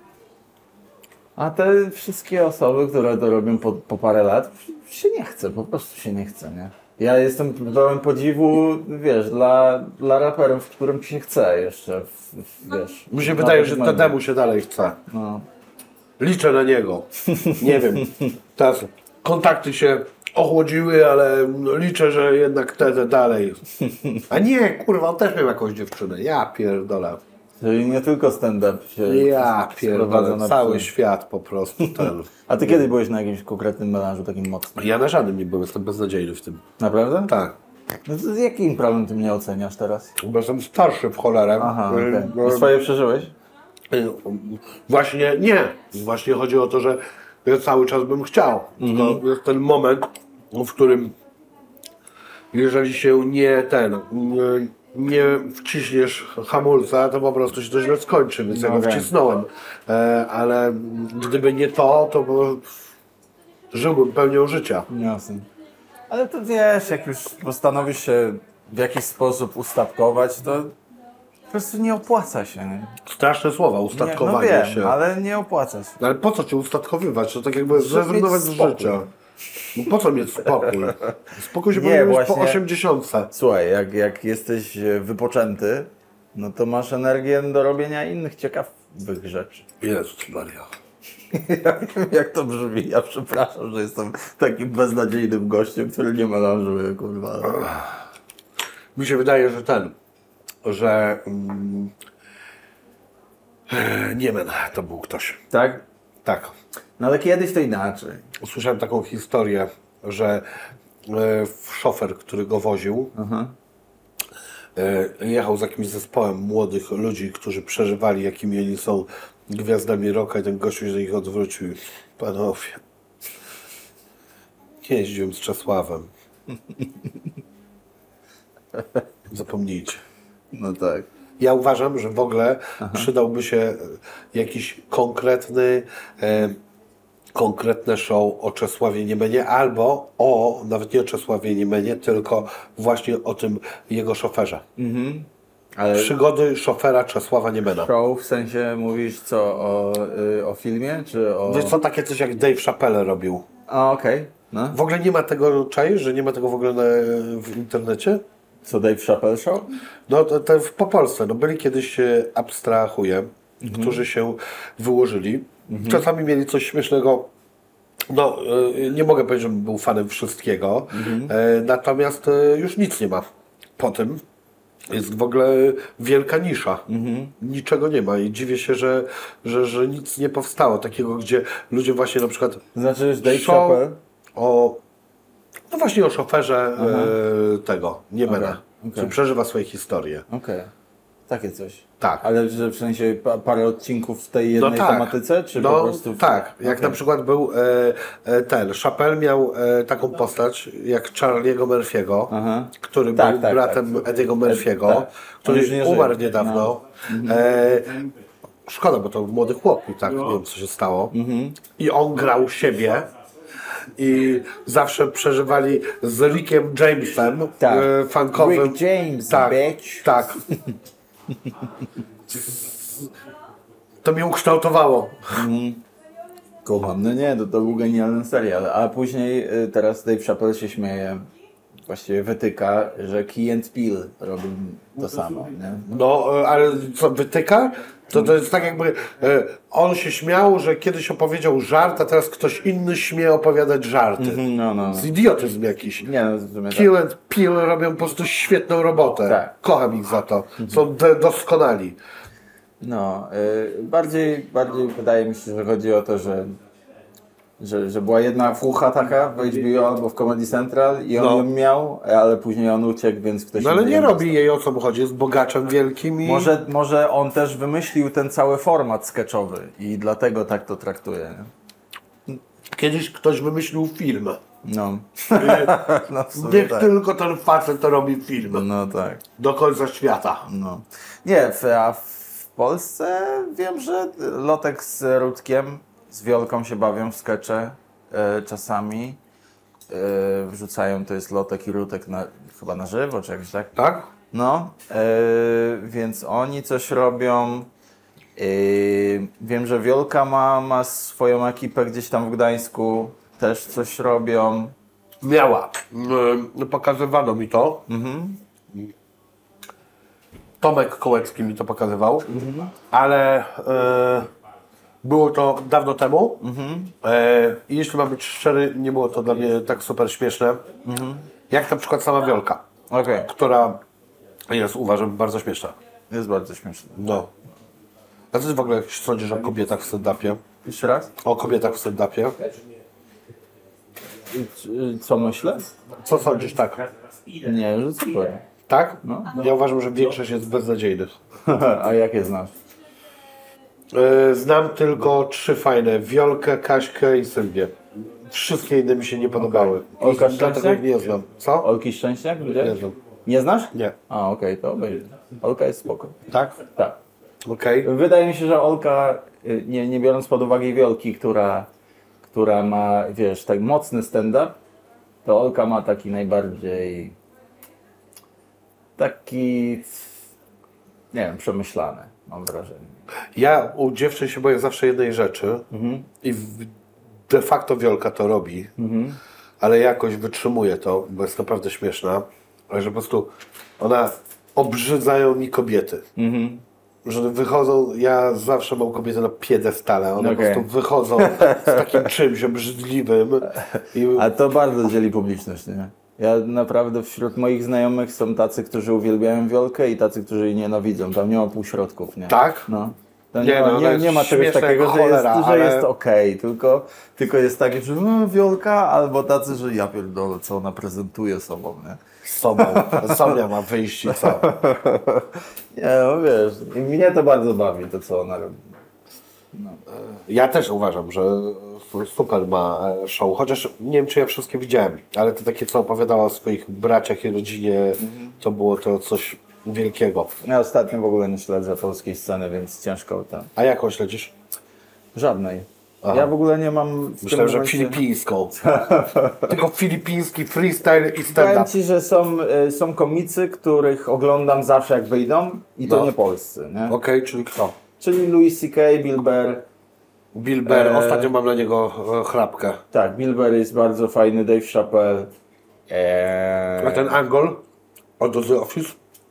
A te wszystkie osoby, które to robią po, po parę lat, się nie chce, po prostu się nie chce, nie? Ja jestem pełen podziwu, wiesz, dla, dla raperów, którym się chce jeszcze, w, w, wiesz. Mi się na wydaje, tym że medium. Tademu się dalej chce. No. Liczę na niego. Nie wiem. Teraz kontakty się ochłodziły, ale liczę, że jednak Tede dalej. A nie, kurwa, on też miał jakąś dziewczynę. Ja pierdolę. Czyli nie tylko stand-up się Ja sprowadza pierdolę. na Cały psy. świat po prostu ten. A ty kiedy byłeś na jakimś konkretnym melanżu takim mocnym? Ja na żadnym nie byłem, jestem beznadziejny w tym. Naprawdę? Tak. No to z jakim prawem ty mnie oceniasz teraz? Bo jestem starszy w cholerę. Aha, Y, okej. no, I swoje przeżyłeś? y, Właśnie nie. Właśnie chodzi o to, że ja cały czas bym chciał. Tylko jest ten moment, w którym jeżeli się nie ten, nie, nie wciśniesz hamulca, to po prostu się to źle skończy, więc ja go Okay. wcisnąłem. E, ale gdyby nie to, to bo żyłbym pełnią życia. Jasne. Ale to wiesz, jak już postanowisz się w jakiś sposób ustawkować, to po prostu nie opłaca się. Nie? Straszne słowa, Nie, ustatkowanie no wiem, się. ale nie opłaca się. Ale po co cię ustatkowywać? To tak jakby zrezygnować z mieć spokój. życia. No po co mieć spokój? Spokój się Nie, powinien mieć po właśnie- osiemdziesiątce. Słuchaj, jak, jak jesteś wypoczęty, no to masz energię do robienia innych ciekawych rzeczy. Jezus Maria. Ja wiem, jak to brzmi. Ja przepraszam, że jestem takim beznadziejnym gościem, który nie melanżuje, kurwa. Mi się wydaje, że ten, że mm, Niemen to był ktoś. Tak? Tak. No ale kiedyś to inaczej. Usłyszałem taką historię, że e, szofer, który go woził, e, jechał z jakimś zespołem młodych ludzi, którzy przeżywali, jakimi oni są gwiazdami rocka, i ten gościu się do nich odwrócił. Panowie, nie jeździłem z Czesławem. Zapomnijcie. No tak. Ja uważam, że w ogóle przydałby się jakiś konkretny, e, konkretne show o Czesławie Niemenie, albo o, nawet nie o Czesławie Niemenie, tylko właśnie o tym jego szoferze. Ale Przygody szofera Czesława Niemena. show w sensie mówisz co, o, y, o filmie, czy o... Wiesz co, takie coś jak Dave Chappelle robił. A, okej. No. W ogóle nie ma tego czaju, że nie ma tego w ogóle na, w internecie? Co, Dave Chappelle Show? No to, to w- po Polsce, no byli kiedyś e, abstrahuje, którzy się wyłożyli. Czasami mieli coś śmiesznego. No, e, nie mogę powiedzieć, że był fanem wszystkiego, e, natomiast e, już nic nie ma po tym. Jest w ogóle wielka nisza. Niczego nie ma i dziwię się, że, że, że nic nie powstało takiego, gdzie ludzie właśnie na przykład Znaczy, że Dave show Chappelle? o, no właśnie o szoferze e, tego, Niemena, Okej, okej. który przeżywa swoje historie. Okej. Takie coś. Tak. Ale że w sensie pa, parę odcinków w tej jednej tematyce, czy no, po prostu... w- tak, jak Okej. na przykład był e, e, ten, Chappelle miał e, taką postać jak Charlie'ego Murphy'ego, Aha. który Tak, był tak, bratem tak. Eddie'ego Murphy'ego, tak. który On już nie żyje. umarł niedawno. No. E, szkoda, bo to młody chłop i tak, nie wiem co się stało. Mhm. I on grał siebie. I zawsze przeżywali z Rickiem Jamesem, Tak. e, funkowym. Rick James, tak, bitch. tak. To mnie ukształtowało. Kocham. No nie, to, to był genialny serial. A później y, teraz Dave Chappelle się śmieje, właściwie wytyka, że Key and Peele robił to samo. Nie? No, e, ale co, wytyka? To, to jest tak jakby e, on się śmiał, że kiedyś opowiedział żart, a teraz ktoś inny śmie opowiadać żarty. No, no. Z idiotyzm jakiś. Nie, no, w sumie tak. Kill and Peel robią po prostu świetną robotę. Tak. Kocham ich za to. Są de- doskonali. No, y, bardziej, bardziej wydaje mi się, że chodzi o to, że, że, że była jedna fucha taka w H B O albo w Comedy Central i on No. ją miał, ale później on uciekł, więc ktoś No ale inny nie ją robi jej, o co mu chodzi. Jest bogaczem wielkim i... Może, może on też wymyślił ten cały format sketchowy i dlatego tak to traktuje. Nie? Kiedyś ktoś wymyślił film. No. no w sumie Niech tak. tylko ten facet to robi film. No tak. Do końca świata. No. Nie, w, a w Polsce wiem, że Lotek z Rutkiem, z Wiolką się bawią w skecze e, czasami. E, wrzucają, to jest Lotek i Rutek na, chyba na żywo, czy jakoś tak? Tak? No, e, więc oni coś robią. E, wiem, że Wiolka ma, ma swoją ekipę gdzieś tam w Gdańsku, też coś robią. Miała. No, pokazywano mi to. Tomek Kołecki mi to pokazywał. Ale e, było to dawno temu. E, I jeśli mam być szczery, nie było to dla mnie tak super śmieszne. Jak na przykład sama Wiolka, Okej, która jest, uważam, bardzo śmieszna. jest bardzo śmieszne. No. A co ty w ogóle sądzisz o kobietach w stand-upie? Jeszcze raz? O kobietach w stand-upie? Co myślę? Co sądzisz, tak? Nie, że super. Tak? No. Ja uważam, że większość jest beznadziejnych. A jakie znasz? E, Znam tylko trzy fajne. Wiolkę, Kaśkę i Sylwię. Wszystkie inne mi się nie podobały. Olka I dlatego Szczęsniak? ich nie znam. Co? Olki Szczęśniak? Nie Gdzie? znam. Nie znasz? Nie. A, okej, okay, to obejrzę. Olka jest spoko. Tak? Tak. Okej. Okay. Wydaje mi się, że Olka, nie, nie biorąc pod uwagę Wiolki, która, która ma, wiesz, tak mocny stand-up, to Olka ma taki najbardziej taki, nie wiem, przemyślany, mam wrażenie. Ja u dziewczyn się boję zawsze jednej rzeczy mhm. i de facto Wiolka to robi, mhm. ale jakoś wytrzymuje to, bo jest naprawdę śmieszna, ale że po prostu ona obrzydzają mi kobiety. Mhm. Że wychodzą, ja zawsze mam kobiety na piedestale, one okay. po prostu wychodzą z takim czymś obrzydliwym. I... Ale to bardzo dzieli publiczność, nie? Ja naprawdę wśród moich znajomych są tacy, którzy uwielbiają Wiolkę i tacy, którzy jej nienawidzą. Tam nie ma półśrodków, nie? Tak? No. To nie, nie, ma, no, nie, nie ma czegoś takiego, cholera, że jest, ale... że jest okej, okay, tylko, tylko jest takie, że no, Wiolka, albo tacy, że ja pierdolę, co ona prezentuje sobą, nie? Sobą. Sonia ma wyjść i co? Nie, no wiesz, i mnie to bardzo bawi, to co ona robi. No. Ja też uważam, że super ma show, chociaż nie wiem, czy ja wszystkie widziałem, ale to takie, co opowiadała o swoich braciach i rodzinie, mhm. to było to coś wielkiego. Ja ostatnio w ogóle nie śledzę polskiej sceny, więc ciężko tam. A jaką śledzisz? Żadnej. Aha. Ja w ogóle nie mam... Myślałem, że momencie... filipińską. Tylko filipiński freestyle i stand-up. Powiem Ci, że są, są komicy, których oglądam zawsze jak wyjdą i to no. nie polscy. Okej, okay, czyli kto? Czyli Louis C K, Bill Burr. Bill Burr, e... ostatnio mam na niego chrapkę. Tak, Bill Burr jest bardzo fajny, Dave Chappelle. E... A ten Angol od The Office?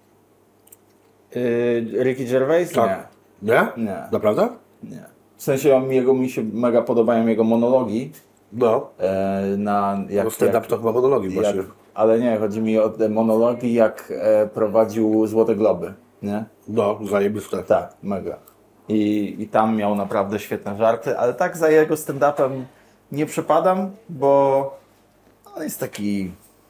Yy, Ricky Gervais? Tak. Nie. Nie? Nie. Naprawdę? Nie. W sensie on, jego, mi się mega podobają jego monologi. No. E, na, jak, no stand-up to chyba monologi jak, właśnie. Ale nie, chodzi mi o te monologi, jak e, prowadził Złote Globy, nie? No, zajebiste. Tak, mega. I, I tam miał naprawdę świetne żarty, ale tak za jego stand-upem nie przepadam, bo on jest taki...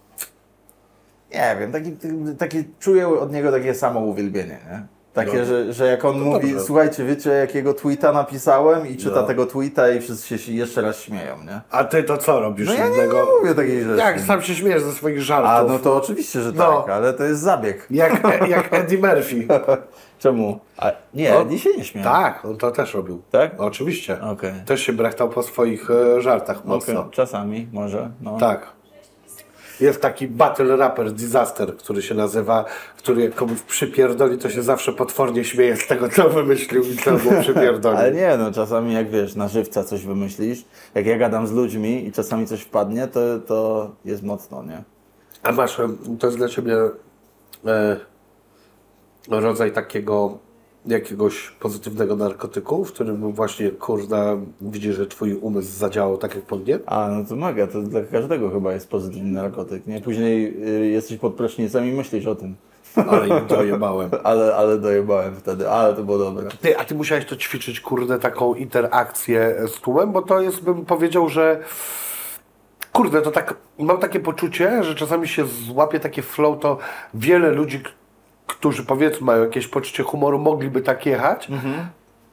Nie wiem, taki, taki, czuję od niego takie samo uwielbienie, nie? Takie, no. że, że jak on no mówi, dobrze. Słuchajcie, wiecie jakiego tweeta napisałem i czyta no. tego tweeta i wszyscy się jeszcze raz śmieją, nie? A ty to co robisz? No ja nie, innego? nie mówię takiej rzeczy. Jak sam się śmiejesz ze swoich żartów? A no to oczywiście, że no. tak, ale to jest zabieg. Jak, jak Eddie Murphy. Czemu? A, nie, no, Eddie się nie śmiał. Tak, on to też robił. Tak? Oczywiście. Okay. Też się brechtał po swoich e, żartach mocno. Okay. Czasami, może. No. Tak. Jest taki battle rapper Disaster, który się nazywa, który jak komuś przypierdoli, to się zawsze potwornie śmieje z tego, co wymyślił i co mu przypierdoli. Ale nie, no czasami jak wiesz, na żywca coś wymyślisz, jak ja gadam z ludźmi i czasami coś wpadnie, to, to jest mocno, nie? A masz, to jest dla ciebie e, rodzaj takiego jakiegoś pozytywnego narkotyku, w którym właśnie, kurde, widzisz, że twój umysł zadziałał tak, jak powinien? A, no to mega, to dla każdego chyba jest pozytywny narkotyk, nie? Później y, jesteś pod prysznicem i myślisz o tym. Ale im dojebałem. ale, ale dojebałem wtedy, ale to było dobre. Ty, a ty musiałeś to ćwiczyć, kurde, taką interakcję z tłumem, bo to jest, bym powiedział, że kurde, to tak, mam takie poczucie, że czasami się złapie takie flow, to wiele ludzi, którzy powiedzmy mają jakieś poczucie humoru, mogliby tak jechać, mhm.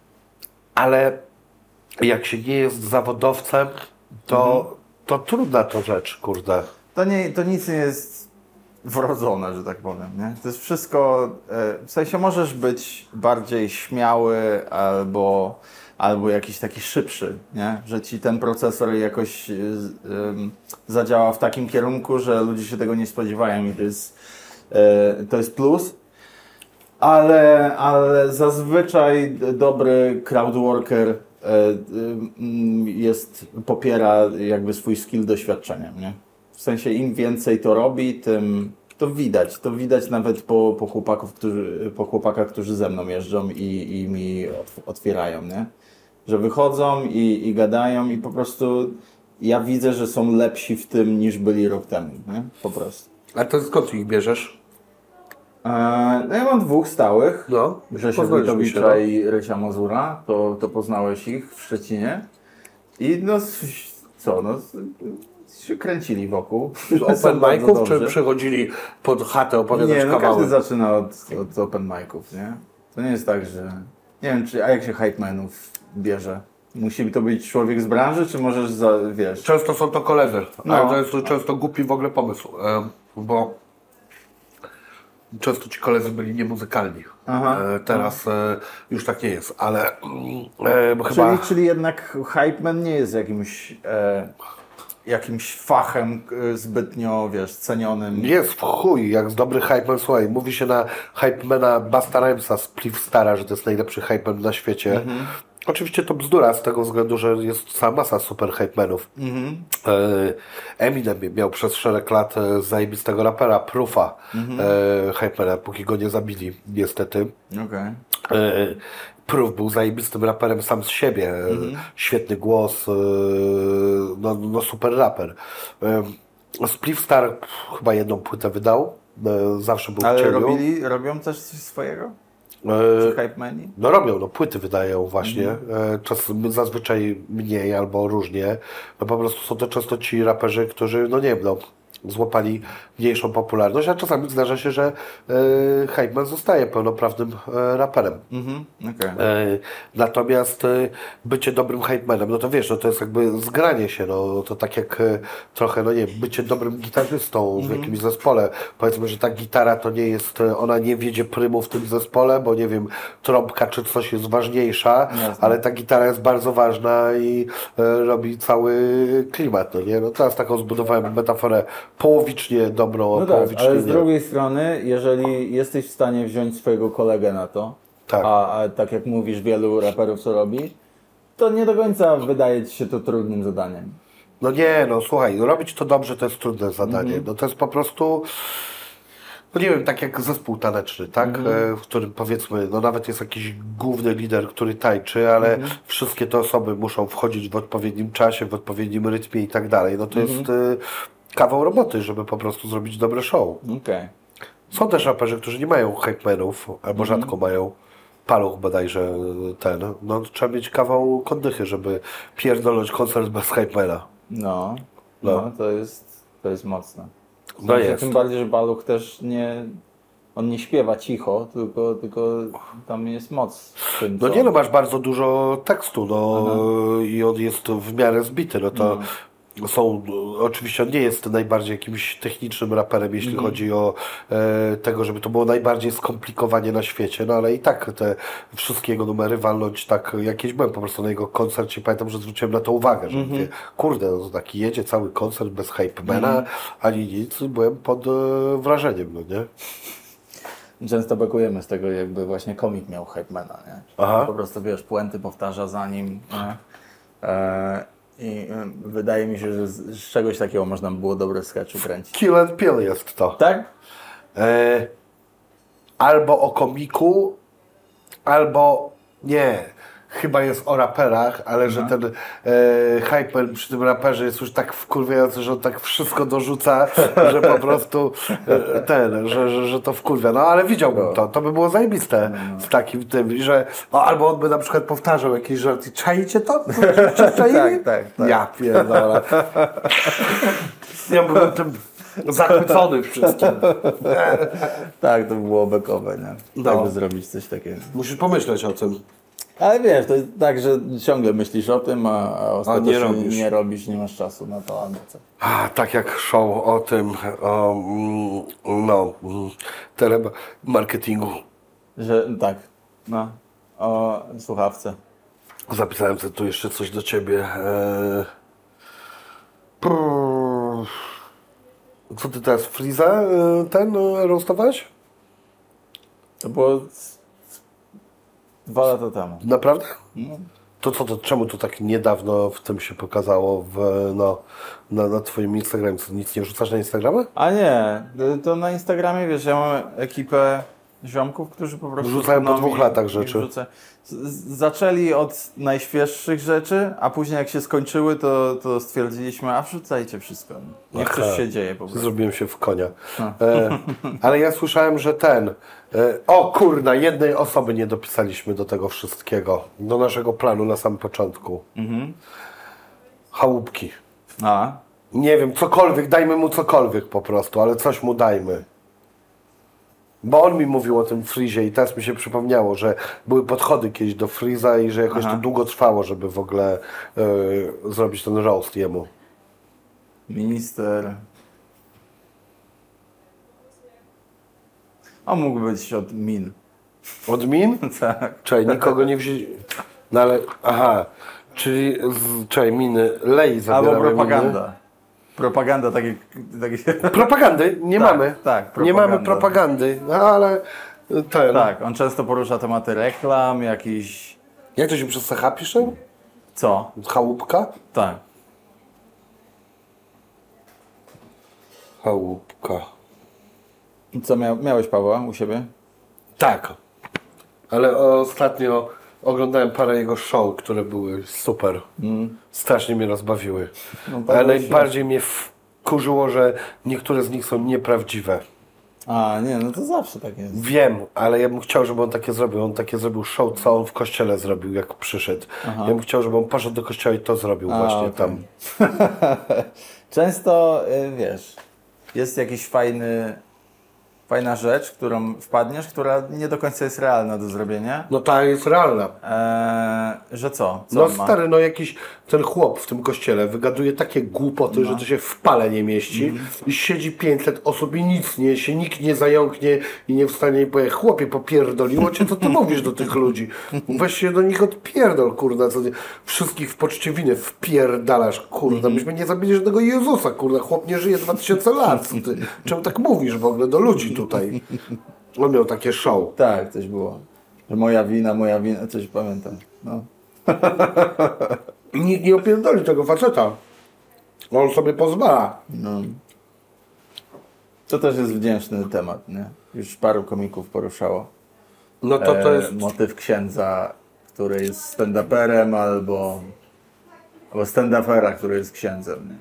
ale jak się nie jest zawodowcem, to, mhm. to trudna to rzecz, kurde. To, nie, to nic nie jest wrodzone, że tak powiem, nie? To jest wszystko, w sensie możesz być bardziej śmiały albo, albo jakiś taki szybszy, nie? Że ci ten procesor jakoś um, zadziała w takim kierunku, że ludzie się tego nie spodziewają i to jest, e, to jest plus. Ale, ale zazwyczaj dobry crowdworker jest, popiera jakby swój skill doświadczeniem, nie? W sensie im więcej to robi, tym to widać. To widać nawet po, po, chłopaków, którzy, po chłopakach, którzy ze mną jeżdżą i, i mi otwierają, nie? Że wychodzą i, i gadają i po prostu ja widzę, że są lepsi w tym niż byli rok temu, nie? Po prostu. A to skąd ich bierzesz? No ja mam dwóch stałych, no, Grzesia Witowicza no. i Rysia Mazura, to, to poznałeś ich w Szczecinie i no co, no się kręcili wokół. Z open mic'ów czy przychodzili pod chatę opowiadać nie, no kawały? Każdy zaczyna od, od open mic'ów, nie? To nie jest tak, że nie wiem, czy, a jak się hype manów bierze? Musi to być człowiek z branży, czy możesz, za, wiesz... Często są to koledzy, no. ale to jest często głupi w ogóle pomysł, bo często ci koledzy byli niemuzykalni. Aha. E, teraz e, już tak nie jest, ale e, bo chyba... Czyli, czyli jednak hype man nie jest jakimś, e, jakimś fachem e, zbytnio, wiesz, cenionym. Jest w chuj, jak z dobry hypeman, słuchaj, mówi się na hypemana Basta Rhymesa z Pliv Stara, że to jest najlepszy hypeman na świecie. Mhm. Oczywiście to bzdura z tego względu, że jest cała masa super hypemanów. Mhm. Eminem miał przez szereg lat zajebistego rapera, Proofa, mhm. hypemana, póki go nie zabili, niestety. Okay. Proof był zajebistym raperem sam z siebie. Mhm. Świetny głos, no, no super raper. Spliff Star chyba jedną płytę wydał. Zawsze był Ale w cieniu. robili, robią też coś swojego? Czy hypemani? No robią, no płyty wydają właśnie. Mhm. Czas, zazwyczaj mniej albo różnie. No po prostu są to często ci raperzy, którzy, no nie wiem, no, złapali mniejszą popularność, a czasami zdarza się, że e, hypeman zostaje pełnoprawnym e, raperem. Mhm, okay. e, natomiast e, bycie dobrym hypemanem, no to wiesz, no to jest jakby zgranie się, no to tak jak e, trochę, no nie wiem, bycie dobrym gitarzystą w jakimś zespole. Powiedzmy, że ta gitara to nie jest, ona nie wiedzie prymu w tym zespole, bo nie wiem, trąbka czy coś jest ważniejsza, Jasne. ale ta gitara jest bardzo ważna i e, robi cały klimat, no nie? No teraz taką zbudowałem metaforę połowicznie dobrą, no a połowicznie tak, ale z nie. drugiej strony, jeżeli jesteś w stanie wziąć swojego kolegę na to, tak. A, a tak jak mówisz, wielu raperów co robi, to nie do końca wydaje ci się to trudnym zadaniem. No nie, no słuchaj, robić to dobrze to jest trudne zadanie. Mhm. No to jest po prostu, no nie wiem, tak jak zespół taneczny, tak? Mhm. W którym powiedzmy, no nawet jest jakiś główny lider, który tańczy, ale mhm. wszystkie te osoby muszą wchodzić w odpowiednim czasie, w odpowiednim rytmie i tak dalej. No to mhm. jest y, kawał roboty, żeby po prostu zrobić dobre show. Okay. Są też raperzy, którzy nie mają hypemenów, albo mhm. rzadko mają. Paluch bodajże ten. No trzeba mieć kawał kondychy, żeby pierdolnąć koncert bez hypemana. No, no, no to jest to jest mocne. No jest. Tym bardziej, że Paluch też nie, on nie śpiewa cicho, tylko, tylko tam jest moc w tym, No co... nie, no masz bardzo dużo tekstu, no Aha. i on jest w miarę zbity, no to no. są, oczywiście on nie jest najbardziej jakimś technicznym raperem, jeśli mm. chodzi o e, tego, żeby to było najbardziej skomplikowanie na świecie, no ale i tak te wszystkie jego numery walnąć tak, jakieś byłem po prostu na jego koncercie, pamiętam, że zwróciłem na to uwagę, że mm-hmm. mówię, kurde, no to taki jedzie cały koncert bez hypemana, mm. ani nic, byłem pod e, wrażeniem, no nie? Często bakujemy z tego, jakby właśnie komik miał hypemana, nie? Aha. Po prostu, wiesz, puenty powtarza za nim, nie? E, I wydaje mi się, że z, z czegoś takiego można by było dobre sketchy kręcić. Kill and Pill jest to. Tak? E, albo o komiku, albo nie. Chyba jest o raperach, ale no. że ten e, hyper przy tym raperze jest już tak wkurwiający, że on tak wszystko dorzuca, że po prostu e, ten, że, że, że to wkurwia. No ale widziałbym no. to, to by było zajebiste no. w takim tym, że o, albo on by na przykład powtarzał jakiś żart i czajcie to? tak, tak, tak. Ja pierdolę. Ja byłem tym zachwycony wszystkim. tak, to by było bekowe, nie? Tak no. by zrobić coś takiego. Musisz pomyśleć o tym. Ale wiesz, to jest tak, że ciągle myślisz o tym, a, a ostatecznie nie robisz. nie robisz, nie masz czasu na to, albo co. A, tak jak show o tym, o, no, telemarketingu. Że tak, no, o słuchawce. Zapisałem sobie tu jeszcze coś do ciebie. Eee... Co ty teraz, Freeza ten roastowałeś? To było dwa lata temu. Naprawdę? No. To co, to czemu to tak niedawno w tym się pokazało w, no, na, na twoim Instagramie? Co, nic nie wrzucasz na Instagrama? A nie, to na Instagramie, wiesz, ja mam ekipę ziomków, którzy po prostu... Wrzucają po dwóch latach rzeczy. Wrzucę. Zaczęli od najświeższych rzeczy, a później jak się skończyły, to, to stwierdziliśmy, a wrzucajcie wszystko. Niech Aha. coś się dzieje po prostu. Zrobiłem się w konia. E, ale ja słyszałem, że ten... E, o kurna, jednej osoby nie dopisaliśmy do tego wszystkiego. Do naszego planu na samym początku. Mhm. Chałupki. A? Nie wiem, cokolwiek, dajmy mu cokolwiek po prostu, ale coś mu dajmy. Bo on mi mówił o tym Freezie i teraz mi się przypomniało, że były podchody kiedyś do Freeza i że jakoś Aha. to długo trwało, żeby w ogóle yy, zrobić ten roast jemu. Minister... On mógł być od min. Od min? Tak. Czekaj, nikogo nie wzięli. No ale, aha, czyli, z, czekaj, miny, lej zabieramy Albo propaganda. Miny. Propaganda, takie... takie... Propagandy nie Tak, mamy. tak, nie mamy propaganda. propagandy, no ale ten. Tak, on często porusza tematy reklam, jakiś... Jak to się przez C H pisze? Co? Chałupka? Tak. Chałupka. I co, mia miałeś Pawła u siebie? Tak. Ale ostatnio oglądałem parę jego show, które były super. Mm. Strasznie mnie rozbawiły. No, Ale najbardziej mnie wkurzyło, że niektóre z nich są nieprawdziwe. A, nie, no to zawsze tak jest. Wiem, ale ja bym chciał, żeby on takie zrobił. On takie zrobił show, co on w kościele zrobił, jak przyszedł. Aha. Ja bym chciał, żeby on poszedł do kościoła i to zrobił. A, właśnie okay. Tam. Często, wiesz, jest jakiś fajny, fajna rzecz, którą wpadniesz, która nie do końca jest realna do zrobienia. No ta jest realna. Eee, że co? co no on ma? stary, no jakiś ten chłop w tym kościele wygaduje takie głupoty, no. że to się w pale nie mieści. Mm. I siedzi pięćset osób i nic nie się, nikt nie zająknie i nie wstanie i powie, chłopie, popierdoliło cię, co ty mówisz do tych ludzi? Weź się do nich odpierdol, kurda, co ty wszystkich w poczcie winy wpierdalasz, kurda, myśmy nie zabili żadnego Jezusa, kurda, chłop nie żyje dwa tysiące lat, co ty? Czemu tak mówisz w ogóle do ludzi tutaj? On miał takie show. Tak, coś było. Że moja wina, moja wina, coś pamiętam. No. Nikt nie opierdoli tego faceta. On sobie pozwala. No. To też jest wdzięczny temat, nie? Już paru komików poruszało. No to to jest... E, motyw księdza, który jest stand-uperem, albo, albo stand-upera, który jest księdzem, nie?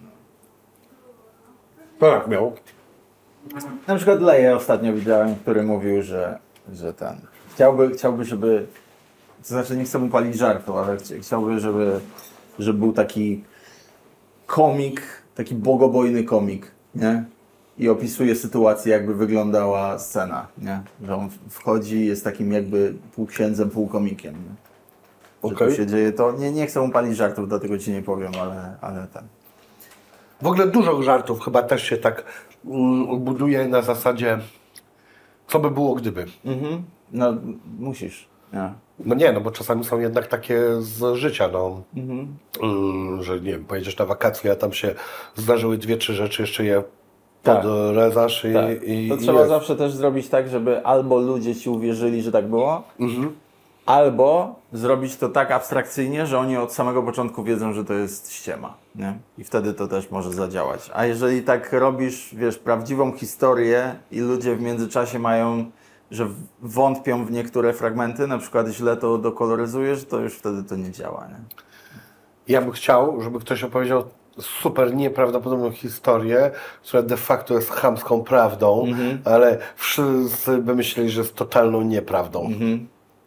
Tak miał. Na przykład Leję ostatnio widziałem, który mówił, że, że ten... Chciałby, chciałby, żeby... To znaczy nie chcę mu palić żartu, ale chciałby, żeby, żeby był taki komik, taki bogobojny komik, nie? I opisuje sytuację, jakby wyglądała scena, nie? Że on wchodzi, jest takim jakby pół księdzem, pół komikiem, nie? Że okay. tu się dzieje to... Nie, nie chcę mu palić żartów, dlatego ci nie powiem, ale, ale ten... W ogóle dużo żartów chyba też się tak mm, buduje na zasadzie co by było gdyby. Mhm. No musisz. Ja. No nie, no bo czasami są jednak takie z życia, no. Mhm. Mm, że nie wiem, pojedziesz na wakacje, a tam się zdarzyły dwie, trzy rzeczy, jeszcze je tak. podrezasz i, tak. i To i trzeba jest. zawsze też zrobić tak, żeby albo ludzie ci uwierzyli, że tak było, Mhm. albo zrobić to tak abstrakcyjnie, że oni od samego początku wiedzą, że to jest ściema, nie? I wtedy to też może zadziałać. A jeżeli tak robisz, wiesz, prawdziwą historię i ludzie w międzyczasie mają, że wątpią w niektóre fragmenty, na przykład źle to dokoloryzujesz, to już wtedy to nie działa, nie? Ja bym chciał, żeby ktoś opowiedział super nieprawdopodobną historię, która de facto jest chamską prawdą, mhm. ale wszyscy by myśleli, że jest totalną nieprawdą. Mhm.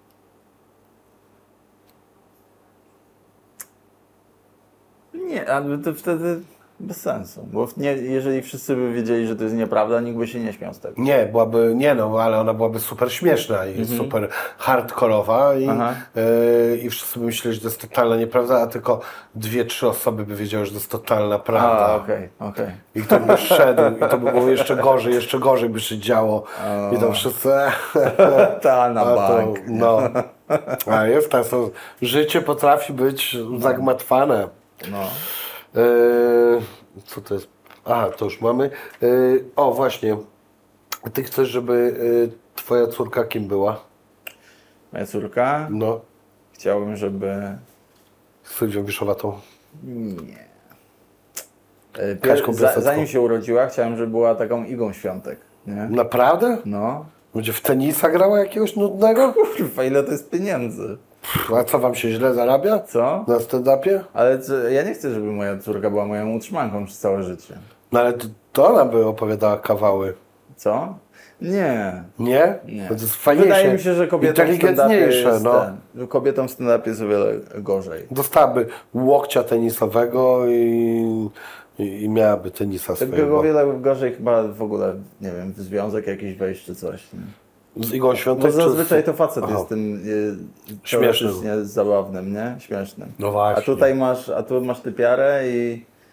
Nie, ale to wtedy bez sensu, bo nie, jeżeli wszyscy by wiedzieli, że to jest nieprawda, nikt by się nie śmiał z tego. Nie, byłaby, nie no, ale ona byłaby super śmieszna i Mhm. super hardkorowa i, yy, i wszyscy by myśleli, że to jest totalna nieprawda, a tylko dwie, trzy osoby by wiedziały, że to jest totalna prawda. A, okej, okay, okej. Okay. I kto by szedł i to by było jeszcze gorzej, jeszcze gorzej by się działo. O. I to wszyscy... Ta na a bank. To, no. A jest tak, to życie potrafi być no. zagmatwane. No. Yy, co to jest? Aha, to już mamy. Yy, o, właśnie. Ty chcesz, żeby yy, twoja córka kim była? Moja córka? No. Chciałbym, żeby... Sylwią Wiszowatą? Nie. Pier... Za, zanim się urodziła, chciałem, żeby była taką Igą Świątek. Nie? Naprawdę? No. Będzie w tenisa grała jakiegoś nudnego? Kurwa, ile to jest pieniędzy? A co wam się źle zarabia? Co? Na stand-upie? Ale co, ja nie chcę, żeby moja córka była moją utrzymanką przez całe życie. No ale to, to ona by opowiadała kawały. Co? Nie. Nie? Nie. To jest fajniejsze. Wydaje mi się, że kobietom w stand-upie jest, no. ten, kobietom w stand-upie jest o wiele gorzej. Dostałaby łokcia tenisowego i, i, i miałaby tenisa swojego. Tylko o wiele gorzej chyba w ogóle, nie wiem, w związek jakiś wejść czy coś. Nie? Z Igą Świątek? Bo zazwyczaj to facet Aha. jest tym e, śmiesznym, zabawnym, nie? Śmiesznym. No właśnie. A tutaj masz, a tu masz typiarę i,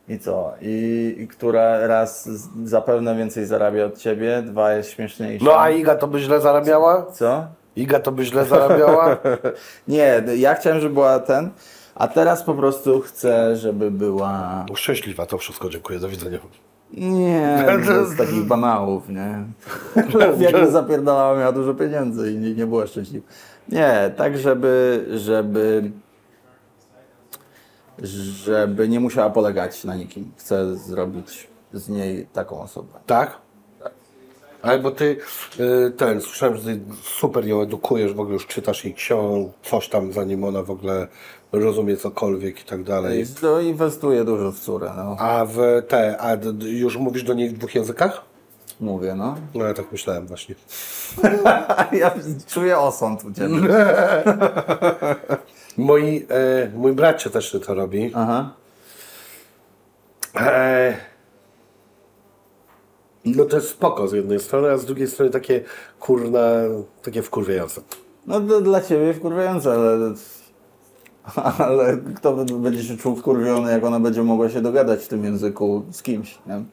I co? I, i która raz z- zapewne więcej zarabia od ciebie, dwa jest śmieszniejsza. No a Iga to by źle zarabiała? Co? Iga to by źle zarabiała? Nie, ja chciałem, żeby była ten, a teraz po prostu chcę, żeby była... Szczęśliwa, to wszystko, dziękuję, do widzenia. Nie, to z takich banałów, nie? Jak zapierdalała, miała dużo pieniędzy i nie, nie była szczęśliwa. Nie, tak żeby, żeby, żeby nie musiała polegać na nikim. Chcę zrobić z niej taką osobę. Tak? Ale bo ty, y, ten, słyszałem, że ty super ją edukujesz, w ogóle już czytasz jej książkę, coś tam, zanim ona w ogóle rozumie cokolwiek i tak dalej. No, inwestuję dużo w córę, no. A w te, a d- d- już mówisz do niej w dwóch językach? Mówię, no. No ja tak myślałem właśnie. Ja czuję osąd u ciebie. Moi, e, mój bracie też to robi. Aha. E, no to jest spoko z jednej strony, a z drugiej strony takie kurna, takie wkurwiające. No to dla ciebie wkurwiające, ale... Ale kto będzie się czuł wkurwiony, jak ona będzie mogła się dogadać w tym języku z kimś, nie?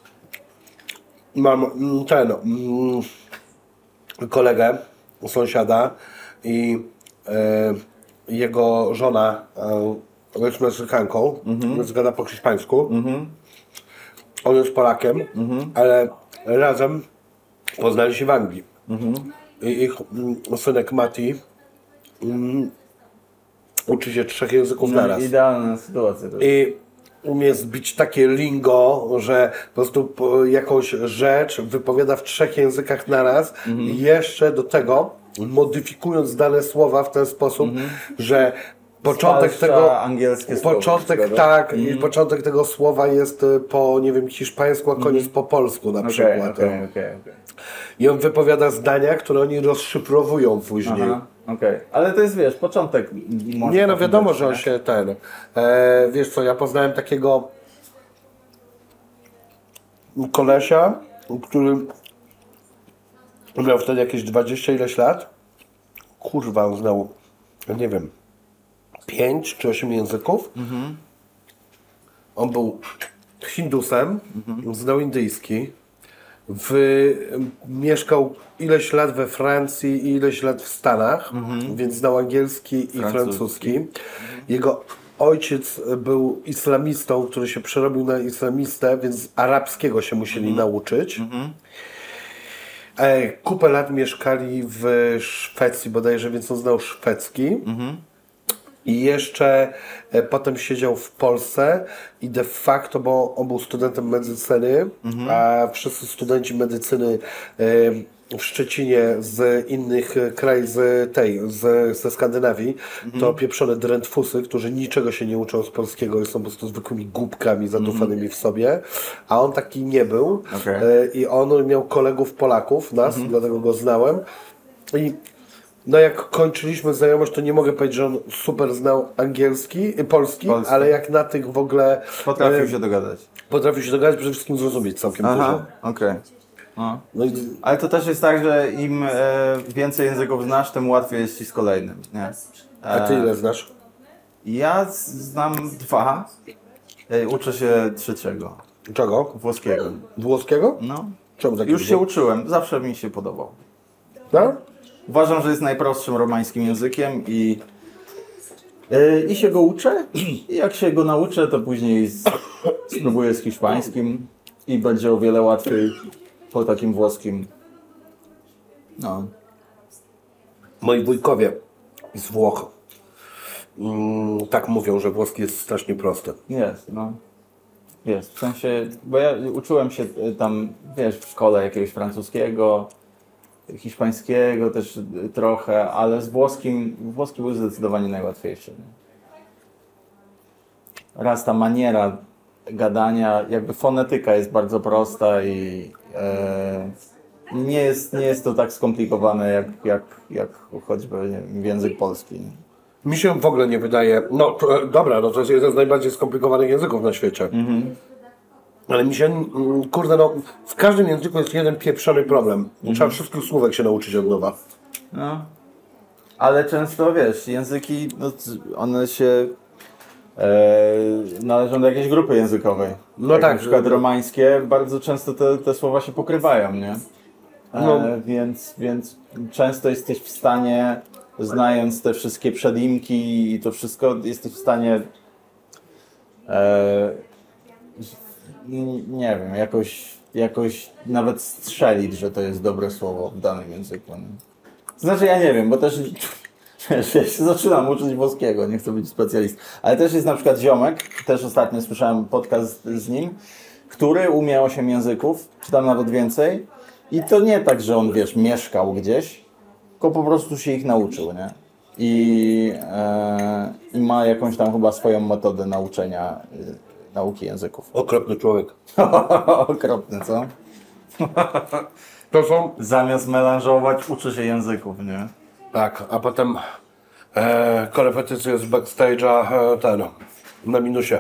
Mam mm, ten mm, kolegę, sąsiada i e, jego żona e, jest Meksykanką, mm-hmm. więc gada po hiszpańsku. Mm-hmm. On jest Polakiem, mm-hmm. ale razem poznali się w Anglii. Mm-hmm. I ich mm, synek Mati mm, uczy się trzech języków No, naraz. idealna sytuacja. To jest. I umie zbić takie lingo, że po prostu po- jakąś rzecz wypowiada w trzech językach naraz i jeszcze do tego modyfikując dane słowa w ten sposób, że początek Spalsza tego angielskie słowo, początek prawda? tak i początek tego słowa jest y, po nie wiem hiszpańsku, a koniec po polsku na Okej, przykład. okej, okej, okej. I on wypowiada zdania, które oni rozszyfrowują później. Aha, okej. Ale to jest, wiesz, początek. może Nie, no taki wiadomo, być, że on nie? się ten. E, wiesz co, ja poznałem takiego kolesia, który miał wtedy jakieś dwadzieścia ileś lat. Kurwa, on znał, nie wiem, pięć czy osiem języków. Mhm. On był Hindusem, mhm. znał indyjski. W, mieszkał ileś lat we Francji i ileś lat w Stanach, mhm. więc znał angielski i Francuski. francuski. Mhm. Jego ojciec był islamistą, który się przerobił na islamistę, więc arabskiego się musieli mhm. nauczyć. Mhm. E, kupę lat mieszkali w Szwecji bodajże, więc on znał szwedzki. Mhm. I jeszcze e, potem siedział w Polsce i de facto, bo on był studentem medycyny, mhm. a wszyscy studenci medycyny e, w Szczecinie z innych krajów, z tej, z, ze Skandynawii, mhm. to pieprzone drętwusy, którzy niczego się nie uczą z polskiego i są po prostu zwykłymi głupkami zadufanymi mhm. w sobie, a on taki nie był. Okay. E, I on miał kolegów Polaków, nas, mhm. dlatego go znałem. I no jak kończyliśmy znajomość, to nie mogę powiedzieć, że on super znał angielski, polski, polski. ale jak na tych w ogóle... Potrafił e, się dogadać. Potrafił się dogadać, przede wszystkim zrozumieć całkiem Aha, dużo. okej. Okay. No i, Ale to też jest tak, że im e, więcej języków znasz, tym łatwiej jest ci z kolejnym, nie? a ty ile znasz? Ja z- znam dwa. E, uczę się trzeciego. Czego? Włoskiego. Włoskiego? No. Czemu taki Już się wło- uczyłem, zawsze mi się podobał. No? Uważam, że jest najprostszym romańskim językiem i, yy, i się go uczę. I jak się go nauczę, to później z, spróbuję z hiszpańskim i będzie o wiele łatwiej po takim włoskim. No. Moi wujkowie z Włoch mm, tak mówią, że włoski jest strasznie prosty. Jest, no. Jest. W sensie, bo ja uczyłem się y, tam, wiesz, w szkole jakiegoś francuskiego, hiszpańskiego też y, trochę, ale z włoskim, włoski był zdecydowanie najłatwiejszy. Nie? Raz ta maniera gadania, jakby fonetyka jest bardzo prosta i e, nie, jest, nie jest to tak skomplikowane jak, jak, jak choćby nie wiem, język polski. Nie? Mi się w ogóle nie wydaje... No to, dobra, no to jest jeden z najbardziej skomplikowanych języków na świecie. Mhm. Ale mi się, mm, kurde, no w każdym języku jest jeden pieprzony problem. Mhm. Trzeba wszystkich słówek się nauczyć od nowa. No. Ale często, wiesz, języki, no, one się należą do jakiejś grupy językowej. No Jak tak. Na przykład romańskie, bardzo często te, te słowa się pokrywają, nie? E, No. więc, więc często jesteś w stanie, znając te wszystkie przedimki i to wszystko, jesteś w stanie e, nie wiem, jakoś, jakoś nawet strzelić, że to jest dobre słowo w danym języku. Nie? Znaczy ja nie wiem, bo też wiesz, ja się zaczynam uczyć włoskiego, nie chcę być specjalistą. Ale też jest na przykład ziomek, też ostatnio słyszałem podcast z nim, który umie osiem języków, czy tam nawet więcej. I to nie tak, że on, wiesz, mieszkał gdzieś, tylko po prostu się ich nauczył, nie? I, e, i ma jakąś tam chyba swoją metodę nauczenia y, nauki języków. Okropny człowiek. Okropny, co? To są... Zamiast melanżować, uczy się języków, nie? Tak, a potem e, korepetycje z backstage'a e, ten, na minusie.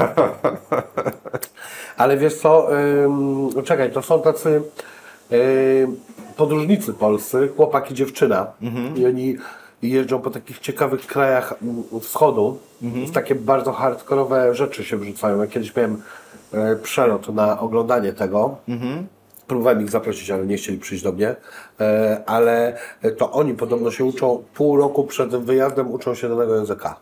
Ale wiesz co, ym, czekaj, to są tacy y, podróżnicy polscy, chłopak i dziewczyna. Mhm. I oni jeżdżą po takich ciekawych krajach wschodu. Mhm. W takie bardzo hardkorowe rzeczy się wrzucają. Ja kiedyś miałem e, przelot na oglądanie tego. Mhm. Próbowałem ich zaprosić, ale nie chcieli przyjść do mnie. E, ale to oni podobno się uczą, pół roku przed tym wyjazdem uczą się danego języka.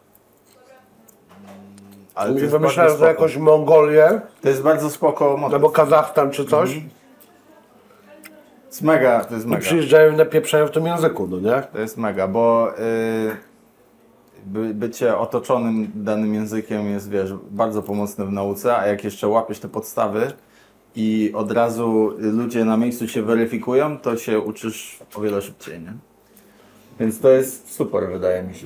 Ale I wymyślałem, że jakąś Mongolię, to jest bardzo spoko motyw. albo Kazachstan czy coś. Mhm. To jest mega, to jest I mega. przyjeżdżają i napieprzają w tym języku, no nie? To jest mega, bo y, by, bycie otoczonym danym językiem jest, wiesz, bardzo pomocne w nauce, a jak jeszcze łapiesz te podstawy i od razu ludzie na miejscu się weryfikują, to się uczysz o wiele szybciej, nie? Więc to jest super, wydaje mi się.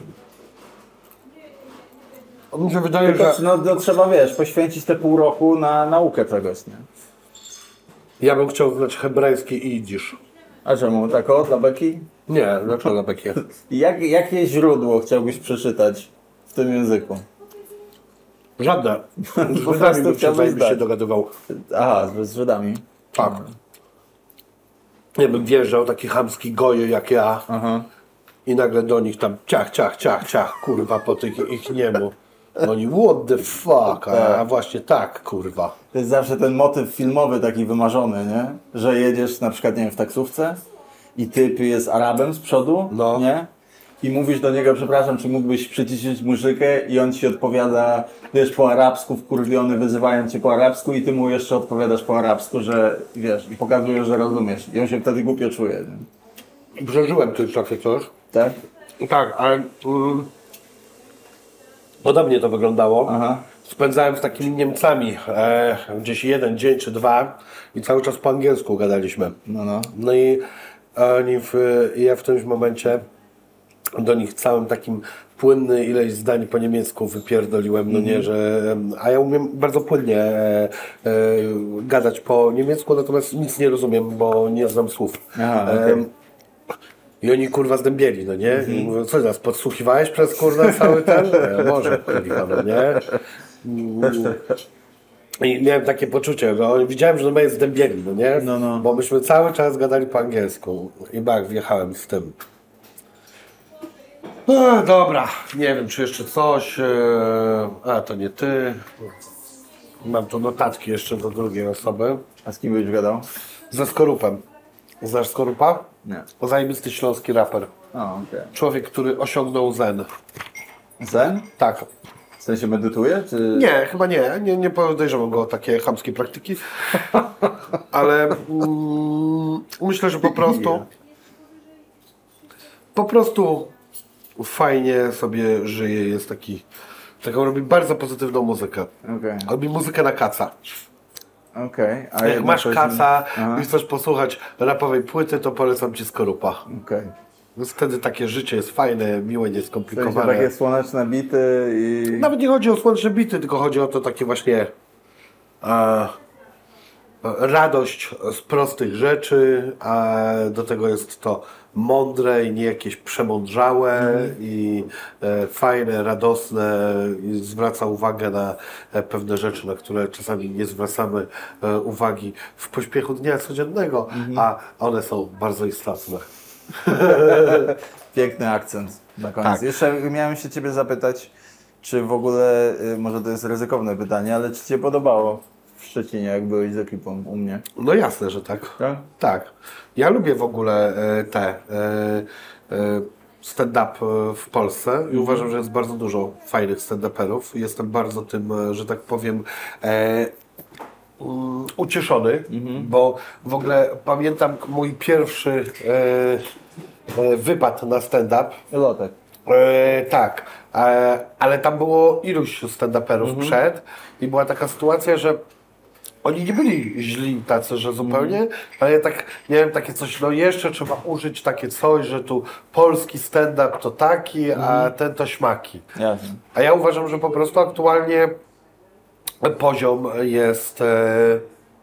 Mi się wydaje, Tylko, że no, to trzeba, wiesz, poświęcić te pół roku na naukę czegoś, nie? ja bym chciał znać hebrajski i jidysz. A czemu? Tak o, dla beki? Nie, dlaczego na bekie? Jak, jakie źródło chciałbyś przeczytać w tym języku? Żadne. Po Z prostu Żydami bym się chciałbyś zajebiście zdać. dogadywał. Aha, z, z Żydami. Tak. Nie bym wjeżdżał taki chamski goje jak ja Aha. i nagle do nich tam ciach, ciach, ciach, ciach, kurwa, po tych ich niemu. Oni, what the fuck, a, a właśnie tak, kurwa. To jest zawsze ten motyw filmowy taki wymarzony, nie? Że jedziesz na przykład, nie wiem, w taksówce i typ jest Arabem z przodu, No. nie? I mówisz do niego, przepraszam, czy mógłbyś przyciszyć muzykę i on ci odpowiada, wiesz, po arabsku, wkurwiony, wyzywając cię po arabsku i ty mu jeszcze odpowiadasz po arabsku, że, wiesz, i pokazujesz, że rozumiesz. I on się wtedy głupio czuje, nie? Przeżyłem coś takie coś. Tak? Tak, ale mm, podobnie to wyglądało. Aha. Spędzałem z takimi Niemcami e, gdzieś jeden dzień czy dwa i cały czas po angielsku gadaliśmy. No, no. No i oni w, ja w którymś momencie do nich całym takim płynny ileś zdań po niemiecku wypierdoliłem, no nie, że... A ja umiem bardzo płynnie e, e, gadać po niemiecku, natomiast nic nie rozumiem, bo nie znam słów. Aha, okej. E, I oni kurwa zdębieli, no nie? I mówią, co nas podsłuchiwałeś przez kurwa cały ten? No, ja, może kurwa, no nie? I miałem takie poczucie, no widziałem, że normalnie zdębieli, no nie? No, no. Bo myśmy cały czas gadali po angielsku i bak, wjechałem z tym. E, dobra, nie wiem, czy jeszcze coś. E, a, to nie ty. Mam tu notatki jeszcze do drugiej osoby. A z kim byś gadał? Ze Skorupem. Znasz Skorupa? Nie. Zajebisty śląski raper. O, okej. Człowiek, który osiągnął zen. Zen? Tak. W sensie medytuje, czy... Nie, chyba nie. Nie, nie podejrzewam go o takie chamskie praktyki. Ale mm, myślę, że po prostu po prostu fajnie sobie żyje. Jest taki, taką robi bardzo pozytywną muzykę. Okej. Robi muzykę na kaca. Okej. A Jak jednak masz coś- kaca Aha. i chcesz posłuchać rapowej płyty, to polecam ci Skorupa. Okej. Więc wtedy takie życie jest fajne, miłe, W sensie nieskomplikowane. takie słoneczne bity i... Nawet nie chodzi o słoneczne bity, tylko chodzi o to takie właśnie e, radość z prostych rzeczy, a do tego jest to mądre i nie jakieś przemądrzałe Mhm. i e, fajne, radosne i zwraca uwagę na e, pewne rzeczy, na które czasami nie zwracamy e, uwagi w pośpiechu dnia codziennego, Mhm. a one są bardzo istotne. Piękny akcent na koniec. Tak. Jeszcze miałem się ciebie zapytać, czy w ogóle, y, może to jest ryzykowne pytanie, ale czy Ci się podobało w Szczecinie, jak byłeś z ekipą u mnie? No jasne, że tak. Tak? Tak. Ja lubię w ogóle e, te e, e, stand-up w Polsce i uważam, że jest bardzo dużo fajnych stand-uperów. Jestem bardzo tym, e, że tak powiem, e, um, ucieszony, bo w ogóle pamiętam mój pierwszy e, e, wypad na stand-up. Lotek. E, tak, e, ale tam było iluś stand-uperów przed i była taka sytuacja, że oni nie byli źli tacy, że zupełnie, ale ja tak miałem takie coś, no jeszcze trzeba użyć takie coś, że tu polski stand-up to taki, a ten to śmaki. Jasne. A ja uważam, że po prostu aktualnie poziom jest e,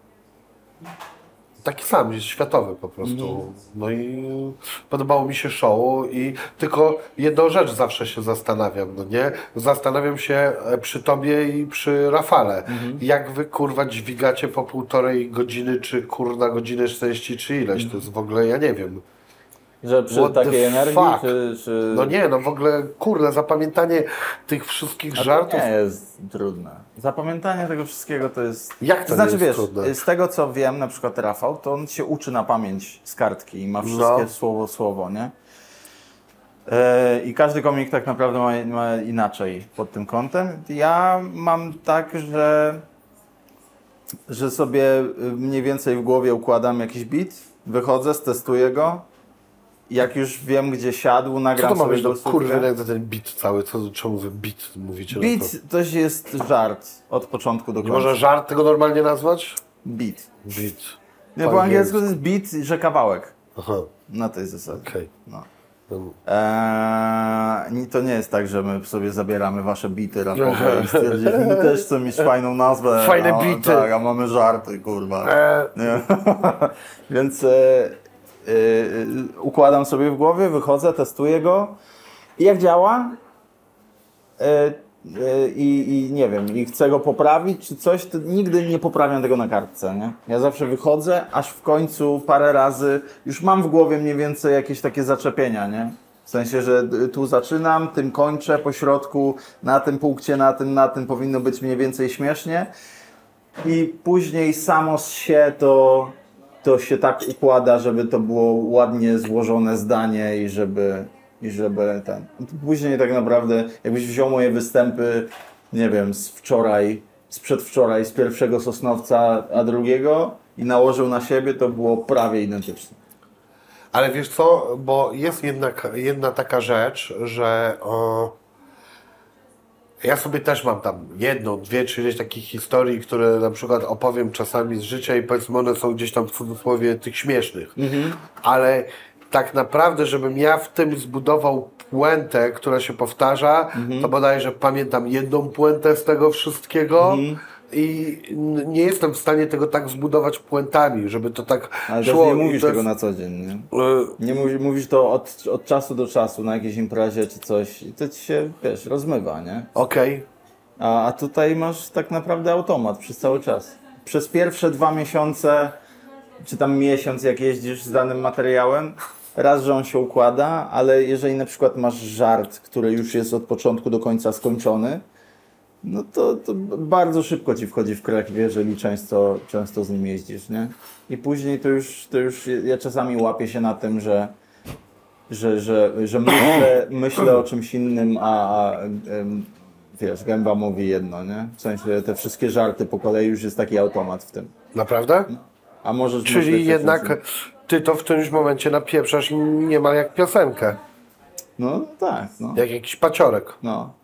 taki sam, jest światowy po prostu. No i podobało mi się show i tylko jedną rzecz zawsze się zastanawiam, no nie? Zastanawiam się przy tobie i przy Rafale. Jak wy kurwa dźwigacie po półtorej godziny, czy kurna godzinę czterdzieści, czy ileś. To jest w ogóle, ja nie wiem. Że przy What the takiej energii, fuck? czy, czy... No nie, no w ogóle kurde, zapamiętanie tych wszystkich A to żartów. nie jest trudne. Zapamiętanie tego wszystkiego to jest... Jak to nie znaczy, jest wiesz, trudne? z tego co wiem, na przykład Rafał, to on się uczy na pamięć z kartki i ma wszystkie No. słowo słowo, nie? E, I każdy komik tak naprawdę ma, ma inaczej pod tym kątem. Ja mam tak, że, że sobie mniej więcej w głowie układam jakiś beat, wychodzę, stestuję go. Jak już wiem, gdzie siadł, Co nagram to ma sobie być do głosówkę. kurwy jak za ten beat cały? Co, czemu wy beat mówicie na to? Beat to jest żart od początku do Nie końca. można żart tego normalnie nazwać? Beat. Beat. Nie, po angielsku to jest beat, że kawałek. Aha, Na tej zasadzie. okej. No. Um, Eee, to nie jest tak, że my sobie zabieramy wasze bity rapowe i stwierdziliśmy, my też chcemy mieć fajną nazwę. Fajne a, bity. Tak, a mamy żarty, kurwa. e, Nie? Więc e, e, układam sobie w głowie, wychodzę, testuję go i jak działa e, e, i, i nie wiem, i chcę go poprawić czy coś, to nigdy nie poprawiam tego na kartce, nie? Ja zawsze wychodzę, aż w końcu parę razy już mam w głowie mniej więcej jakieś takie zaczepienia, nie? W sensie, że tu zaczynam, tym kończę, po środku, na tym punkcie, na tym, na tym powinno być mniej więcej śmiesznie. I później samo z się to, to się tak układa, żeby to było ładnie złożone zdanie i żeby, i żeby ten... Później tak naprawdę, jakbyś wziął moje występy, nie wiem, z wczoraj, z przedwczoraj, z pierwszego Sosnowca, a drugiego i nałożył na siebie, to było prawie identyczne. ale wiesz co, bo jest jednak jedna taka rzecz, że o, ja sobie też mam tam jedną, dwie, trzy ileś takich historii, które na przykład opowiem czasami z życia i powiedzmy one są gdzieś tam w cudzysłowie tych śmiesznych. Ale tak naprawdę, żebym ja w tym zbudował puentę, która się powtarza, to bodajże pamiętam jedną puentę z tego wszystkiego i n- nie jestem w stanie tego tak zbudować puentami, żeby to tak Ale szło. też nie I mówisz to tego jest- na co dzień, nie? y, Nie mówisz, mówisz to od, od czasu do czasu na jakiejś imprezie czy coś i to ci się, wiesz, rozmywa, nie? Okej. A, a tutaj masz tak naprawdę automat przez cały czas. Przez pierwsze dwa miesiące, czy tam miesiąc, jak jeździsz z danym materiałem, raz, że on się układa, ale jeżeli na przykład masz żart, który już jest od początku do końca skończony, no to, to bardzo szybko ci wchodzi w krew, jeżeli często, często z nim jeździsz, nie? I później to już, to już ja czasami łapię się na tym, że że, że, że myślę, myślę o czymś innym, a, a em, wiesz, gęba mówi jedno, nie? W sensie te wszystkie żarty po kolei już jest taki automat w tym. Naprawdę? A możesz myśleć o Czyli czymś jednak innym. ty to w którymś momencie napieprzasz niemal jak piosenkę, No tak, no. jak jakiś paciorek. no.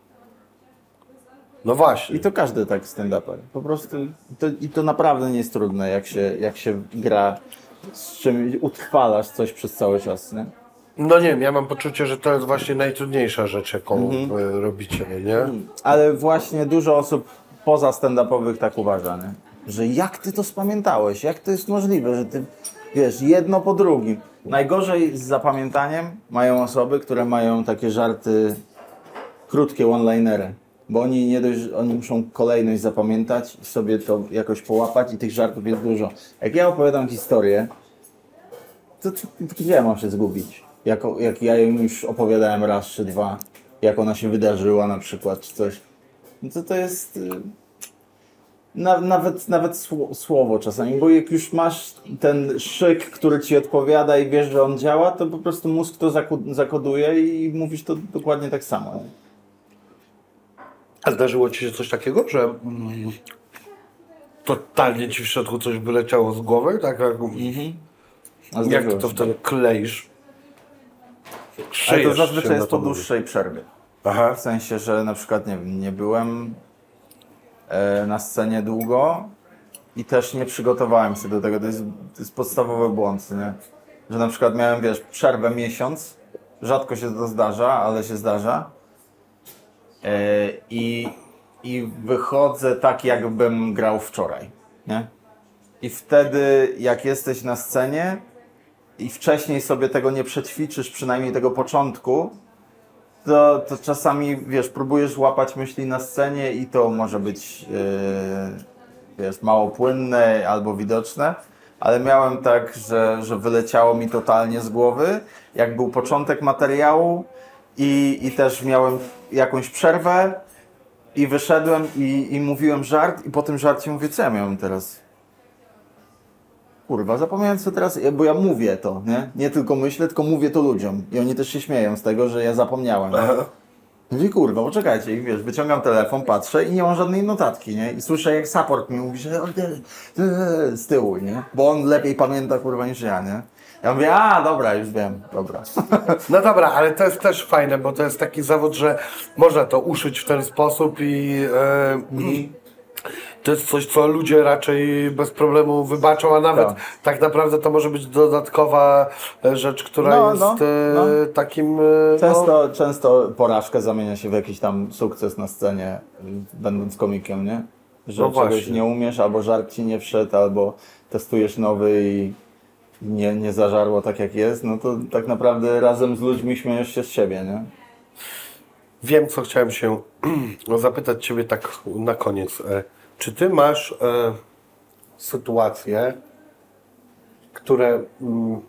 No właśnie. I to każdy tak stand-uper. Po prostu to, i to naprawdę nie jest trudne, jak się, jak się gra z czym utrwalasz coś przez cały czas, nie? No nie wiem, ja mam poczucie, że to jest właśnie najtrudniejsza rzecz, jaką wy robicie, nie? Ale właśnie dużo osób poza stand-upowych tak uważa, nie? Że jak ty to spamiętałeś? Jak to jest możliwe, że ty, wiesz, jedno po drugim. Najgorzej z zapamiętaniem mają osoby, które mają takie żarty, krótkie one-linery. Bo oni nie dość, oni muszą kolejność zapamiętać i sobie to jakoś połapać i tych żartów jest dużo. Jak ja opowiadam historię, to, to, to gdzie ja mam się zgubić? Jak, jak ja ją już opowiadałem raz czy dwa, jak ona się wydarzyła na przykład, czy coś. No to to jest... y, Na, nawet nawet sło- słowo czasami, bo jak już masz ten szyk, który ci odpowiada i wiesz, że on działa, to po prostu mózg to zaku- zakoduje i mówisz to dokładnie tak samo. Nie? A zdarzyło ci się coś takiego, że mm, totalnie ci w środku coś wyleciało z głowy? Tak jak, A jak zdarzyło ty to się. wtedy kleisz? Ale to Szyjesz się zazwyczaj na jest to po mówię. dłuższej przerwie. Aha. W sensie, że na przykład nie wiem, nie byłem e, na scenie długo i też nie przygotowałem się do tego. To jest, to jest podstawowy błąd, nie? Że na przykład miałem, wiesz, przerwę miesiąc. Rzadko się to zdarza, ale się zdarza. E, i, I wychodzę tak, jakbym grał wczoraj, nie? I wtedy, jak jesteś na scenie i wcześniej sobie tego nie przećwiczysz, przynajmniej tego początku, to, to czasami, wiesz, próbujesz łapać myśli na scenie i to może być, yy, wiesz, mało płynne albo widoczne, ale miałem tak, że, że wyleciało mi totalnie z głowy, jak był początek materiału i, i też miałem jakąś przerwę i wyszedłem i, i mówiłem żart i po tym żarcie mówię, co ja miałem teraz? Kurwa, zapomniałem co teraz, bo ja mówię to, nie? Nie tylko myślę, tylko mówię to ludziom. I oni też się śmieją z tego, że ja zapomniałem. Mówię, kurwa, poczekajcie. I wiesz, wyciągam telefon, patrzę i nie mam żadnej notatki, nie? I słyszę, jak support mi mówi, że z tyłu, nie? Bo on lepiej pamięta, kurwa, niż ja, nie? Ja mówię, a dobra, już wiem, dobra. No dobra, ale to jest też fajne, bo to jest taki zawód, że można to uszyć w ten sposób i e, to jest coś, co ludzie raczej bez problemu wybaczą, a nawet Tak. tak naprawdę to może być dodatkowa e, rzecz, która No, jest no, e, no. takim... E, Często, często porażka zamienia się w jakiś tam sukces na scenie, będąc komikiem, nie? Że No czegoś właśnie. nie umiesz, albo żart ci nie wszedł, albo testujesz nowy i nie, nie zażarło tak jak jest, no to tak naprawdę razem z ludźmi śmiejesz się z siebie, nie? Wiem, co chciałem się zapytać Ciebie tak na koniec. E, Czy Ty masz e, sytuacje, które mm,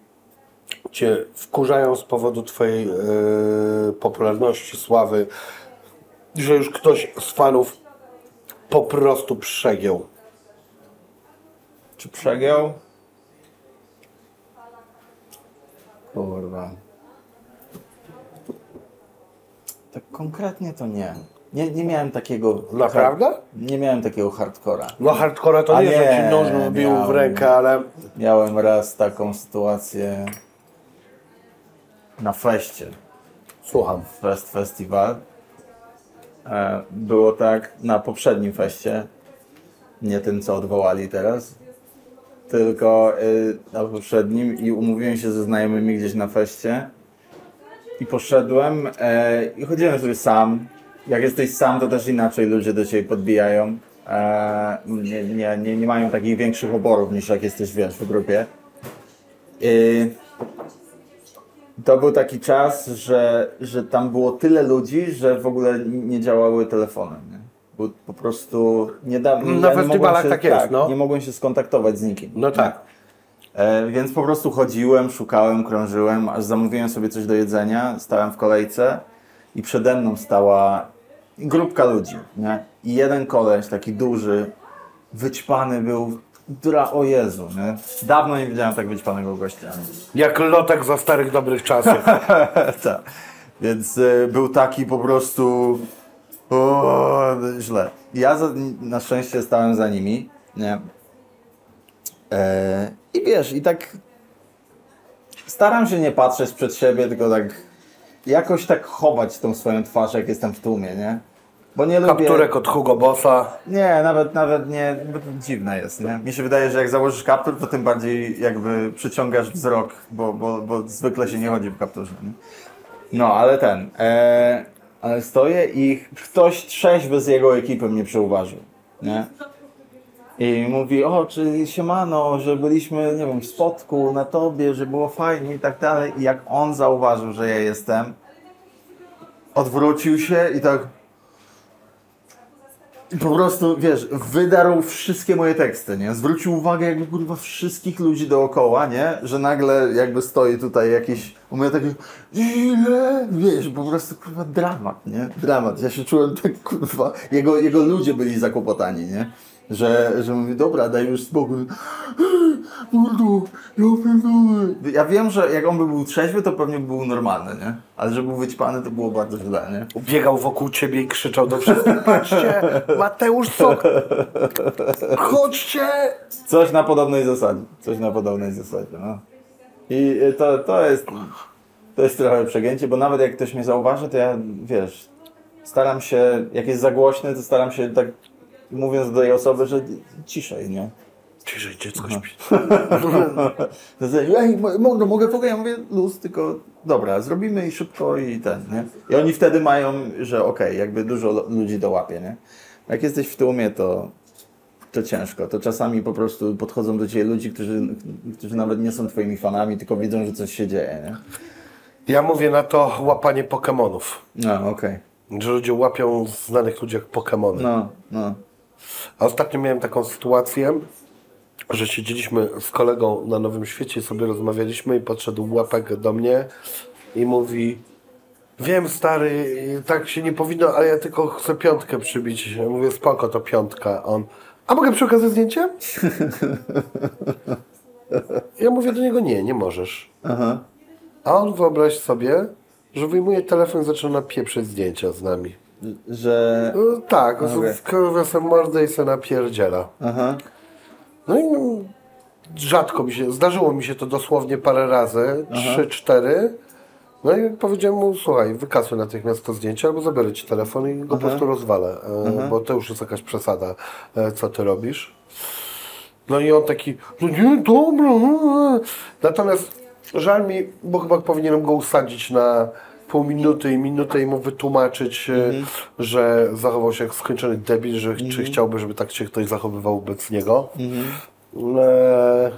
Cię wkurzają z powodu Twojej e, popularności, sławy, że już ktoś z fanów po prostu przegiął? Czy przegiął? Kurwa. Tak konkretnie to nie. Nie, nie miałem takiego... Naprawdę? Nie miałem takiego hardcora. No hardcore to A nie, że nie, Ci nóż wbił w miałem. rękę, ale... Miałem raz taką sytuację na feście. Słucham. Fest Festival. E, Było tak na poprzednim feście, nie tym co odwołali teraz, tylko y, na poprzednim i umówiłem się ze znajomymi gdzieś na feście i poszedłem e, i chodziłem sobie sam. Jak jesteś sam, to też inaczej ludzie do ciebie podbijają. E, nie, nie, nie, nie mają takich większych oborów niż jak jesteś, wiesz, w grupie. I to był taki czas, że, że tam było tyle ludzi, że w ogóle nie działały telefony. Nie? Bo po prostu nie da, Na ja nie mogłem festiwalach się, tak jest, no. nie mogłem się skontaktować z nikim. No tak. E, więc po prostu chodziłem, szukałem, krążyłem, aż zamówiłem sobie coś do jedzenia, stałem w kolejce i przede mną stała grupka ludzi, nie? I jeden koleś, taki duży, wyćpany był, dra, o Jezu, nie? Dawno nie widziałem tak wyćpanego gościa. Jak lotek za starych dobrych czasów. Tak. Więc y, był taki po prostu o, źle. Ja za, na szczęście stałem za nimi, nie? E, I wiesz, i tak staram się nie patrzeć przed siebie, tylko tak jakoś tak chować tą swoją twarz, jak jestem w tłumie, nie? Bo nie lubię... Kapturek od Hugo Bossa. Nie, nawet, nawet nie, bo to dziwne jest, nie? Mi się wydaje, że jak założysz kaptur, to tym bardziej jakby przyciągasz wzrok, bo, bo, bo zwykle się nie chodzi w kapturze, nie? No, ale ten, e, ale stoję i ktoś trzeźwy z jego ekipy mnie przeuważył, nie? I mówi, o, czy siemano, że byliśmy, nie wiem, w spotku na tobie, że było fajnie i tak dalej. I jak on zauważył, że ja jestem, odwrócił się i tak... I po prostu, wiesz, wydarł wszystkie moje teksty, nie? Zwrócił uwagę jakby kurwa wszystkich ludzi dookoła, nie? Że nagle jakby stoi tutaj jakiś On miał taki, ile? Wiesz, po prostu kurwa dramat, nie? Dramat. Ja się czułem tak kurwa, jego, jego ludzie byli zakłopotani, nie? Że, że mówi, dobra, daj już spokój. Mordo, ja pierdolę. Ja wiem, że jak on by był trzeźwy, to pewnie by był normalny, nie? Ale że był wyćpany, to było bardzo źle, nie? Biegał wokół ciebie i krzyczał do wszystkich, patrzcie, Mateusz Sok, chodźcie! Coś na podobnej zasadzie. Coś na podobnej zasadzie, no. I to, to jest to jest trochę przegięcie, bo nawet jak ktoś mnie zauważy, to ja, wiesz, staram się, jak jest za głośny, to staram się tak, mówiąc do tej osoby, że ciszej, nie? Ciszej, dziecko śpi. Ej, mogę, mogę powiedzieć, ja mówię, luz, tylko dobra, zrobimy i szybko i ten, nie? I oni wtedy mają, że okej, okay, jakby dużo ludzi dołapie, nie? Jak jesteś w tłumie, to to ciężko. To czasami po prostu podchodzą do ciebie ludzi, którzy, którzy nawet nie są twoimi fanami, tylko widzą, że coś się dzieje, nie? Ja mówię na to łapanie Pokemonów. No, okej. Okay. Że ludzie łapią znanych ludzi jak Pokemony. No, no. A ostatnio miałem taką sytuację, że siedzieliśmy z kolegą na Nowym Świecie i sobie rozmawialiśmy i podszedł łapek do mnie i mówi: wiem, stary, tak się nie powinno, ale ja tylko chcę piątkę przybić. Ja mówię: spoko, to piątka. On: a mogę przy okazji zdjęcie? Ja mówię do niego: nie, nie możesz. Aha. A on, wyobraź sobie, że wyjmuje telefon i zaczyna pieprzeć zdjęcia z nami. Że... No, tak, Okay. wkurwia sobie mordę i se napierdziela. Aha. No i no, rzadko mi się, zdarzyło mi się to dosłownie parę razy, trzy, cztery. No i powiedziałem mu: słuchaj, wykasuj natychmiast to zdjęcie albo zabiorę ci telefon i go po prostu rozwalę, e, bo to już jest jakaś przesada, e, co ty robisz. No i on taki: no nie, dobra. No. Natomiast żal mi, bo chyba powinienem go usadzić na pół minuty i minutę i mu wytłumaczyć, mm-hmm. że zachował się jak skończony debil, że mm-hmm. czy chciałby, żeby tak się ktoś zachowywał wobec niego. Mm-hmm. E...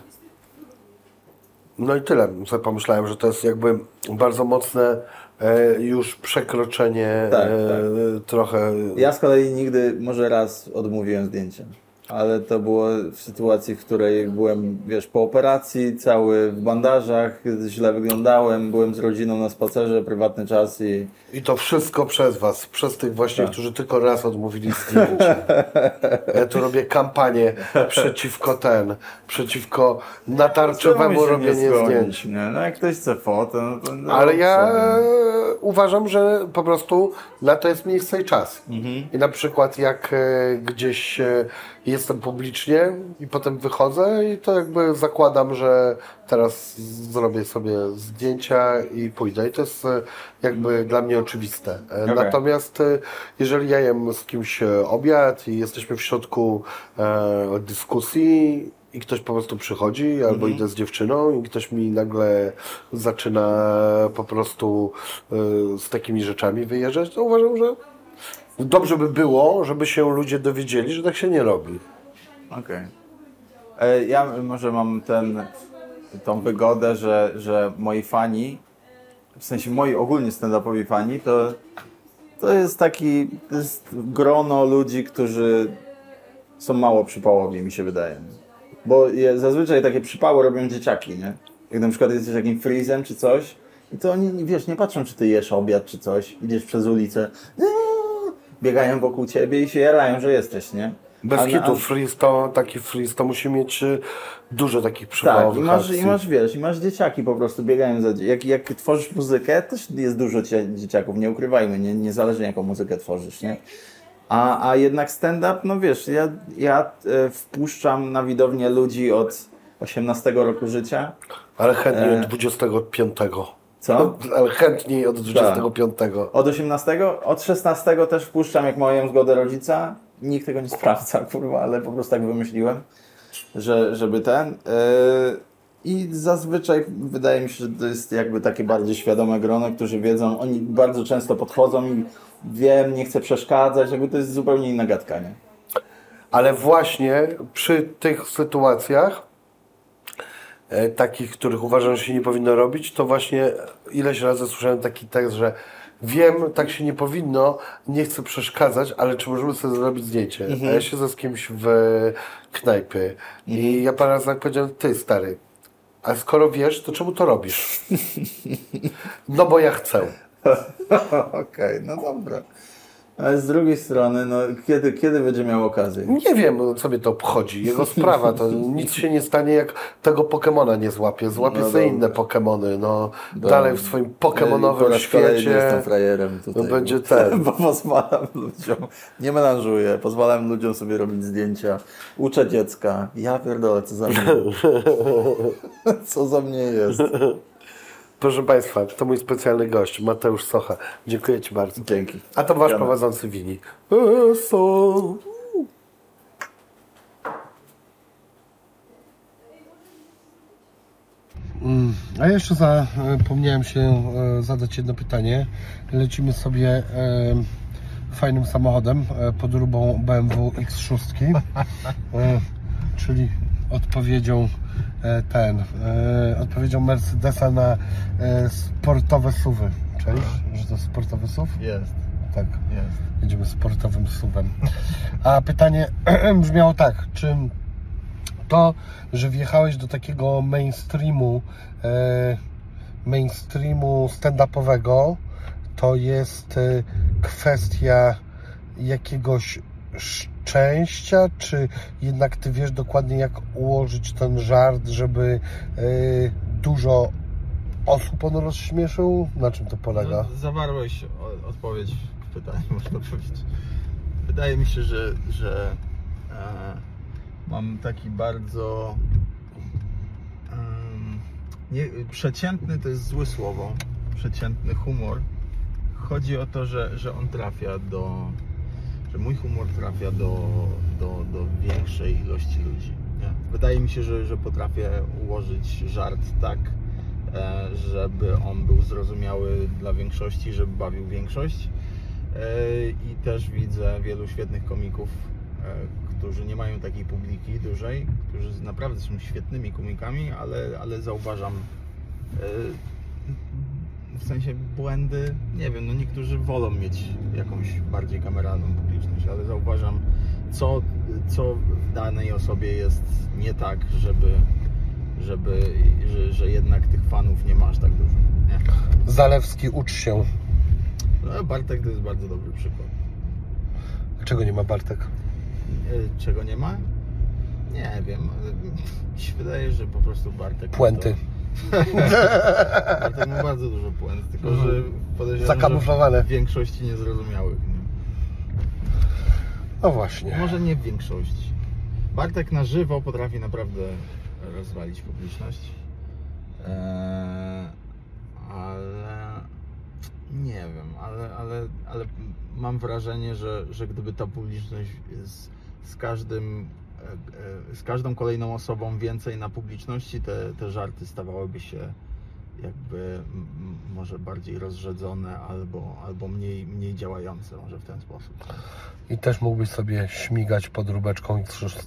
No i tyle. Sobie pomyślałem, że to jest jakby bardzo mocne e, już przekroczenie tak, e, tak. trochę... Ja z kolei nigdy, może raz odmówiłem zdjęcia. Ale to było w sytuacji, w której byłem, wiesz, po operacji, cały w bandażach, źle wyglądałem, byłem z rodziną na spacerze, prywatny czas i... I to wszystko przez was, przez tych właśnie, tak. którzy tylko raz odmówili zdjęcia. Ja tu robię kampanię przeciwko ten, przeciwko natarczywemu robieniu zdjęć. Nie? No jak ktoś chce fotę, no to... No, ale ja uważam, że po prostu na to jest miejsce i czas. Mhm. I na przykład jak e, gdzieś e, jestem publicznie i potem wychodzę i to jakby zakładam, że teraz zrobię sobie zdjęcia i pójdę. I to jest e, jakby dla mnie oczywiste. E, okay. Natomiast e, jeżeli ja jem z kimś obiad i jesteśmy w środku e, dyskusji i ktoś po prostu przychodzi, albo mm-hmm. idę z dziewczyną i ktoś mi nagle zaczyna po prostu y, z takimi rzeczami wyjeżdżać, to uważam, że dobrze by było, żeby się ludzie dowiedzieli, że tak się nie robi. Okej. Okay. Ja może mam ten, tą wygodę, że, że moi fani, w sensie moi ogólnie stand-upowi fani, to, to jest taki, to jest grono ludzi, którzy są mało przypałowi, mi się wydaje. Bo je, zazwyczaj takie przypały robią dzieciaki, nie? Jak na przykład jesteś takim freezem czy coś, i to oni, wiesz, nie patrzą, czy ty jesz obiad czy coś, idziesz przez ulicę, biegają wokół ciebie i się jarają, że jesteś, nie? Bez kitu, freeze to, taki freeze to musi mieć dużo takich przypałowych tak, i masz, akcji. i masz, wiesz, i masz dzieciaki po prostu biegają za... Jak, jak tworzysz muzykę, też jest dużo dzieciaków, nie ukrywajmy, nie, niezależnie jaką muzykę tworzysz, nie? A, a jednak stand-up, no wiesz, ja, ja e, wpuszczam na widownię ludzi od osiemnastego roku życia. Ale chętniej e... od dwudziestego piątego. Co? Ale chętniej od dwudziestego piątego. Tak. Od osiemnastego? Od szesnastego też wpuszczam, jak mają zgodę rodzica. Nikt tego nie sprawdza, kurwa, ale po prostu tak wymyśliłem, że, żeby ten... Yy... I zazwyczaj wydaje mi się, że to jest jakby takie bardziej świadome grono, którzy wiedzą, oni bardzo często podchodzą i wiem, nie chcę przeszkadzać, jakby to jest zupełnie inna gadka, nie? Ale właśnie przy tych sytuacjach, e, takich, których uważam, że się nie powinno robić, to właśnie ileś razy słyszałem taki tekst, że wiem, tak się nie powinno, nie chcę przeszkadzać, ale czy możemy sobie zrobić zdjęcie? Mhm. A ja siedzę z kimś w knajpie mhm. i ja parę razy tak powiedziałem: ty stary, A skoro wiesz, to czemu to robisz? No bo ja chcę. Okej, okay, no dobra. Ale z drugiej strony, no kiedy, kiedy będzie miał okazję? Nie wiem, co mnie to obchodzi. Jego sprawa, to nic się nie stanie, jak tego Pokemona nie złapie. Złapie No sobie dobra. inne Pokemony. No, Dobra. dalej w swoim pokemonowym Ja świecie. jestem frajerem tutaj. No będzie ten. Bo pozwalam ludziom, nie melanżuję, pozwalam ludziom sobie robić zdjęcia, uczę dziecka. Ja pierdolę, co za mnie. Co za mnie jest. Proszę Państwa, to mój specjalny gość, Mateusz Socha. Dziękuję Ci bardzo. Dzięki. A to Wasz Jana. prowadzący Wini. E, so. Mm, A jeszcze zapomniałem się e, zadać jedno pytanie. Lecimy sobie e, fajnym samochodem e, podróbą B M W X sześć, e, czyli odpowiedzią e, ten, e, odpowiedzią Mercedesa na e, sportowe suwy. Czaisz, że to sportowy S U V? Jest, Tak. jest. Jedziemy sportowym suwem. A pytanie brzmiało tak, czy to, że wjechałeś do takiego mainstreamu, e, mainstreamu stand-upowego, to jest e, kwestia jakiegoś szczęścia, czy jednak Ty wiesz dokładnie, jak ułożyć ten żart, żeby e, dużo osób on rozśmieszył? Na czym to polega? No, zawarłeś o, odpowiedź w pytaniu, można powiedzieć. Wydaje mi się, że, że e, mam taki bardzo um, nie, przeciętny to jest złe słowo, przeciętny humor. Chodzi o to, że, że on trafia do, że mój humor trafia do, do, do większej ilości ludzi. Nie? Wydaje mi się, że, że potrafię ułożyć żart tak, e, żeby on był zrozumiały dla większości, żeby bawił większość. E, I też widzę wielu świetnych komików, e, którzy nie mają takiej publiki dużej, którzy naprawdę są świetnymi komikami, ale, ale zauważam e, w sensie błędy, nie wiem, no niektórzy wolą mieć jakąś bardziej kameralną publiczność, ale zauważam, co, co w danej osobie jest nie tak, żeby, żeby że, że jednak tych fanów nie ma aż tak dużo. Nie? Zalewski, ucz się. No, Bartek to jest bardzo dobry przykład. Dlaczego nie ma Bartek? E, Czego nie ma? Nie wiem, ale mi się wydaje, że po prostu Bartek... Puenty. Bartek ma bardzo dużo puent, tylko że podejrzewam, Zakamuflowane. że w większości niezrozumiałych. Nie? No właśnie. Może nie w większości. Bartek na żywo potrafi naprawdę rozwalić publiczność. Eee, ale nie wiem, ale, ale, ale mam wrażenie, że, że gdyby ta publiczność z, z każdym z każdą kolejną osobą więcej na publiczności, te, te żarty stawałyby się jakby m, może bardziej rozrzedzone albo, albo mniej, mniej działające, może w ten sposób. I też mógłbyś sobie śmigać podróbeczką X sześć.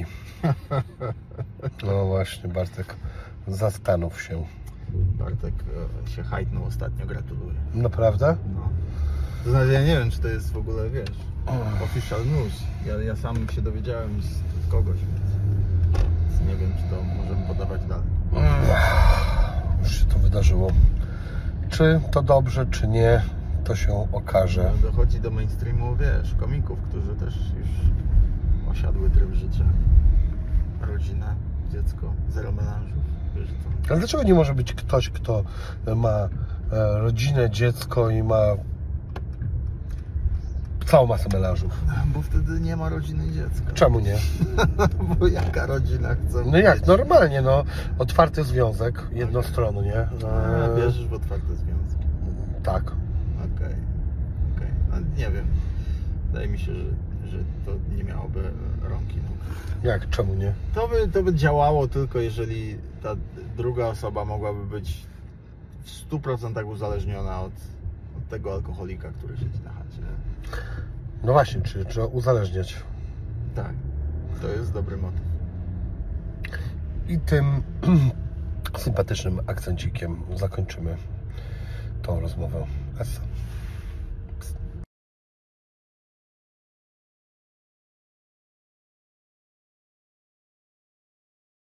No właśnie, Bartek, zastanów się. Bartek e, się hajtnął ostatnio, gratuluję. Naprawdę? No. To znaczy, ja nie wiem, czy to jest w ogóle, wiesz, official news. Ja, ja sam się dowiedziałem z kogoś, więc, więc nie wiem, czy to możemy podawać dalej. Już się to wydarzyło. Czy to dobrze, czy nie, to się okaże. No, dochodzi do mainstreamu, wiesz, komików, którzy też już osiadły tryb życia. Rodzinę, dziecko, zero melanżów. Wiesz co? Ale dlaczego nie może być ktoś, kto ma e, rodzinę, dziecko i ma całą masę melanżów? Bo wtedy nie ma rodziny i dziecka. Czemu nie? Bo jaka rodzina chce No jak, mieć? normalnie, no. Otwarty związek, jednostronnie. A, E, wierzysz w otwarte związki. tak. Okej, okej. No, nie wiem. Wydaje mi się, że, że to nie miałoby rąk i nóg. Jak, czemu nie? To by, to by działało tylko jeżeli ta druga osoba mogłaby być w stu procentach uzależniona od, od tego alkoholika, który siedzi na chacie. No właśnie, czy trzeba uzależniać. Tak, to jest dobry motyw. I tym sympatycznym akcencikiem zakończymy tą rozmowę. Essa.